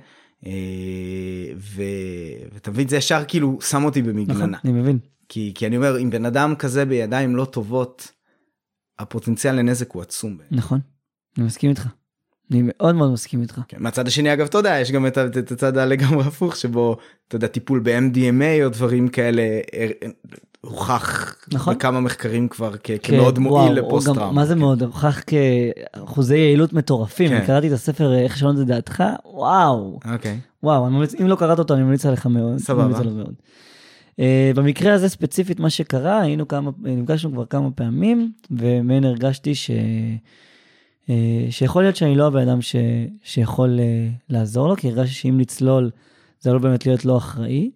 A: ואתה מבין, זה ישר כאילו שם אותי במגננה.
B: אני מבין.
A: כי אני אומר, אם בן אדם כזה בידיים לא טובות, הפוטנציאל לנזק הוא עצום.
B: נכון, אני מסכים איתך. אני מאוד מאוד מסכים איתך.
A: מהצד השני, אגב, אתה יודע, יש גם את הצד לגמרי הפוך, שבו, אתה יודע, טיפול ב-אם די אם איי או דברים כאלה, הוכח בכמה מחקרים כבר כמאוד מועיל לפוסט טראומה.
B: מה זה מאוד? הוכח כאחוזי יעילות מטורפים. אני קראתי את הספר, איך לשנות את דעתך? וואו. וואו, אם לא קראת אותו, אני ממליץ עליך מאוד.
A: סבבה.
B: במקרה הזה ספציפית מה שקרה, נפגשנו כבר כמה פעמים, ומהן הרגשתי ש... שיכול להיות שאני לא הבן אדם ש... שיכול לעזור לו, כי הרגשתי שאם לצלול, זה לא באמת להיות לא אחראי.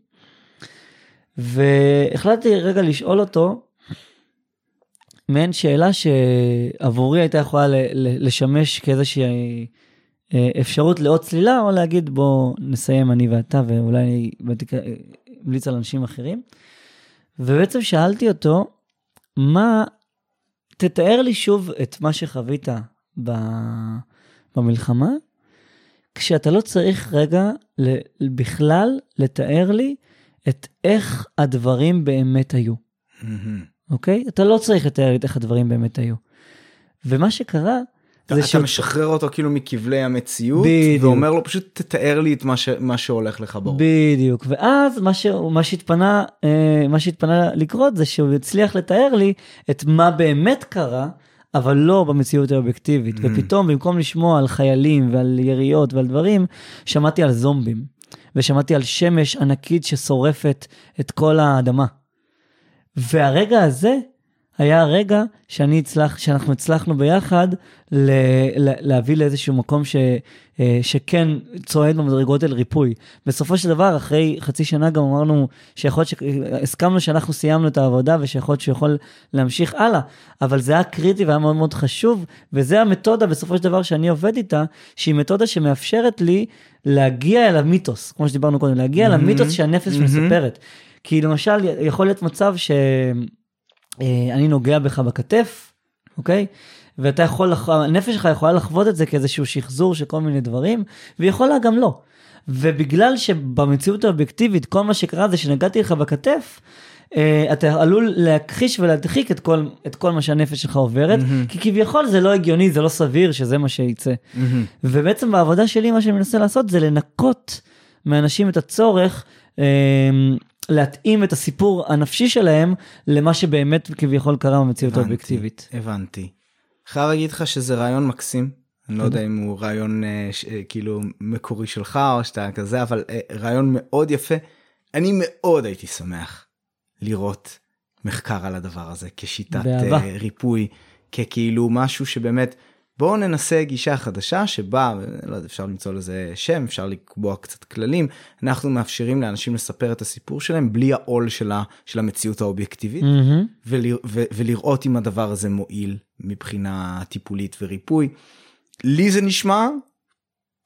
B: והחלטתי רגע לשאול אותו, מעין שאלה שעבורי הייתה יכולה לשמש כאיזושהי אפשרות לעוד צלילה, או להגיד בוא נסיים אני ואתה, ואולי אני אמליץ על אנשים אחרים. ובעצם שאלתי אותו, מה, תתאר לי שוב את מה שחווית במלחמה, כשאתה לא צריך רגע בכלל לתאר לי את איך הדברים באמת היו. אוקיי? אתה לא צריך לתאר לי את איך הדברים באמת היו. ומה שקרה,
A: אתה משחרר אותו כאילו מכבלי המציאות, ואומר לו פשוט תתאר לי את מה שהולך לך בראש.
B: בדיוק, ואז מה שהתפנה, מה שהתפנה לקרות זה שהוא הצליח לתאר לי את מה באמת קרה, אבל לא במציאות האובייקטיבית, ופתאום במקום לשמוע על חיילים ועל יריות ועל דברים, שמעתי על זומבים, ושמעתי על שמש ענקית ששורפת את כל האדמה. והרגע הזה, היה הרגע שאני הצלח, שאנחנו הצלחנו ביחד ל, ל, להביא לאיזשהו מקום ש, שכן צועד במדרגות אל ריפוי. בסופו של דבר, אחרי חצי שנה גם אמרנו שיכול, הסכמנו שאנחנו סיימנו את העבודה ושיכול שיכול להמשיך הלאה, אבל זה היה קריטי והיה מאוד מאוד חשוב, וזה המתודה בסופו של דבר שאני עובד איתה, שהיא מתודה שמאפשרת לי להגיע אל המיתוס, כמו שדיברנו קודם, להגיע אל המיתוס שהנפש מספרת. כי למשל יכול להיות מצב ש... אני נוגע בך בכתף, אוקיי? ואתה יכול, הנפש שלך יכולה לחוות את זה כאיזשהו שחזור של כל מיני דברים, ויכולה גם לא. ובגלל שבמציאות האובייקטיבית, כל מה שקרה זה שנגעתי לך בכתף, אתה עלול להכחיש ולהדחיק את כל, את כל מה שהנפש שלך עוברת, mm-hmm. כי כביכול זה לא הגיוני, זה לא סביר שזה מה שיצא. Mm-hmm. ובעצם בעבודה שלי, מה שאני מנסה לעשות, זה לנקות מאנשים את הצורך, להתאים את הסיפור הנפשי שלהם למה שבאמת כביכול קרה במציאות האובייקטיבית.
A: הבנתי. חייב להגיד לך שזה רעיון מקסים. אני לא יודע אם הוא רעיון כאילו מקורי שלך או שאתה כזה, אבל רעיון מאוד יפה. אני מאוד הייתי שמח לראות מחקר על הדבר הזה כשיטת ריפוי, ככאילו משהו שבאמת, בואו ננסה גישה חדשה שבה, לא יודע, אפשר למצוא לזה שם, אפשר לקבוע קצת כללים, אנחנו מאפשרים לאנשים לספר את הסיפור שלהם, בלי העול שלה, של המציאות האובייקטיבית, mm-hmm. ולרא, ו, ולראות אם הדבר הזה מועיל, מבחינה טיפולית וריפוי. לי זה נשמע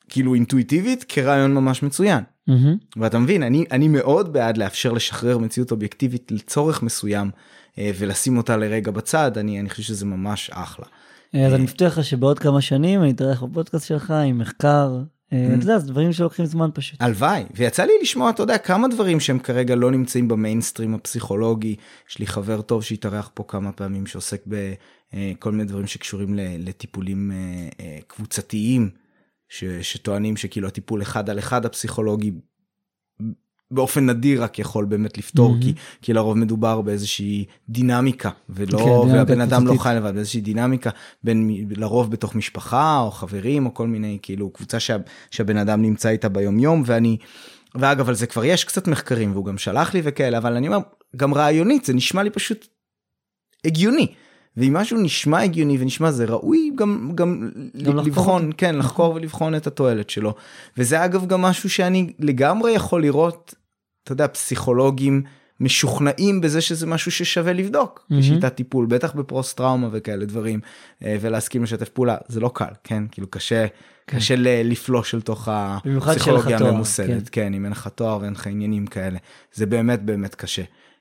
A: כאילו אינטואיטיבית כרעיון ממש מצוין. Mm-hmm. ואתה מבין, אני, אני מאוד בעד לאפשר לשחרר מציאות אובייקטיבית לצורך מסוים, ולשים אותה לרגע בצד, אני, אני חושב שזה ממש אחלה.
B: אז אני מבטיח לך שבעוד כמה שנים אני אתארח בפודקאסט שלך עם מחקר, אתה יודע, זה דברים שלוקחים זמן פשוט.
A: הלוואי, ויצא לי לשמוע, אתה יודע, כמה דברים שהם כרגע לא נמצאים במיינסטרים הפסיכולוגי, יש לי חבר טוב שהתארח פה כמה פעמים, שעוסק בכל מיני דברים שקשורים לטיפולים קבוצתיים, שטוענים שכאילו הטיפול אחד על אחד הפסיכולוגי, באופן נדיר רק יכול באמת לפתור, mm-hmm. כי, כי לרוב מדובר באיזושהי דינמיקה, ולא, okay, והבן אדם לא חי לבד, באיזושהי דינמיקה, בין, לרוב בתוך משפחה, או חברים, או כל מיני, כאילו, קבוצה שה, שהבן אדם נמצא איתה ביום יום, ואני, ואגב, על זה כבר יש קצת מחקרים, והוא גם שלח לי וכאלה, אבל אני אומר, גם רעיונית, זה נשמע לי פשוט הגיוני, ואם משהו נשמע הגיוני ונשמע זה ראוי גם, גם, גם לבחון, כן, לחקור ולבחון את התועלת שלו. וזה אגב גם משהו שאני לגמרי יכול לראות, אתה יודע, פסיכולוגים משוכנעים בזה שזה משהו ששווה לבדוק, בשיטת טיפול, בטח בפרוסט טראומה וכאלה דברים, ולהסכים לשתף פעולה, זה לא קל, כן? כאילו קשה, קשה לפלוש אל תוך הפסיכולוגיה הממוסדת, כן, אם אין לך תואר ואין לך עניינים כאלה, זה באמת באמת קשה.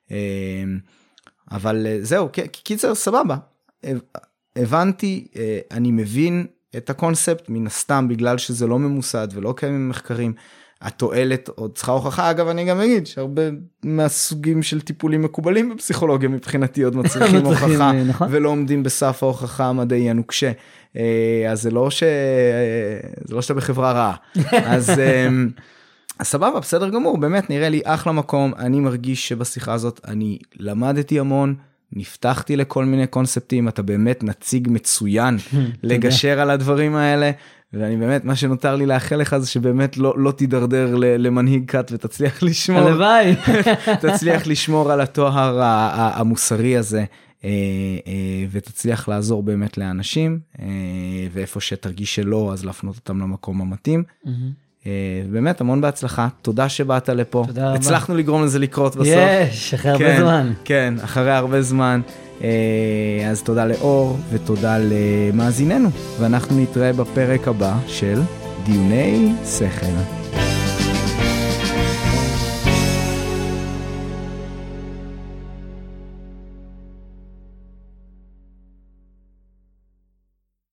A: אבל זהו, קיצר, סבבה. הבנתי, אני מבין את הקונספט, מן הסתם, בגלל שזה לא ממוסד ולא קיימים מחקרים, התועלת עוד צריכה הוכחה. אגב, אני גם אגיד שהרבה מהסוגים של טיפולים מקובלים בפסיכולוגיה מבחינתי עוד מצריכים הוכחה, ולא עומדים בסף ההוכחה המדעי הנוקשה. אז זה לא ש... זה לא שאתה בחברה רעה. אז... אז סבבה, בסדר גמור, באמת נראה לי אחלה מקום, אני מרגיש שבשיחה הזאת אני למדתי המון, נפתחתי לכל מיני קונספטים, אתה באמת נציג מצוין לגשר על הדברים האלה, ואני באמת, מה שנותר לי לאחל לך זה שבאמת לא, לא תידרדר למנהיג קאט ותצליח לשמור,
B: הלוואי.
A: תצליח לשמור על התואר המוסרי הזה, ותצליח לעזור באמת לאנשים, ואיפה שתרגיש שלא, אז להפנות אותם למקום המתאים. באמת המון בהצלחה, תודה שבאת לפה, הצלחנו לגרום לזה לקרות בסוף.
B: יש, אחרי הרבה זמן.
A: כן, אחרי הרבה זמן, אז תודה לאור ותודה למאזיננו, ואנחנו נתראה בפרק הבא של דיוני שכל.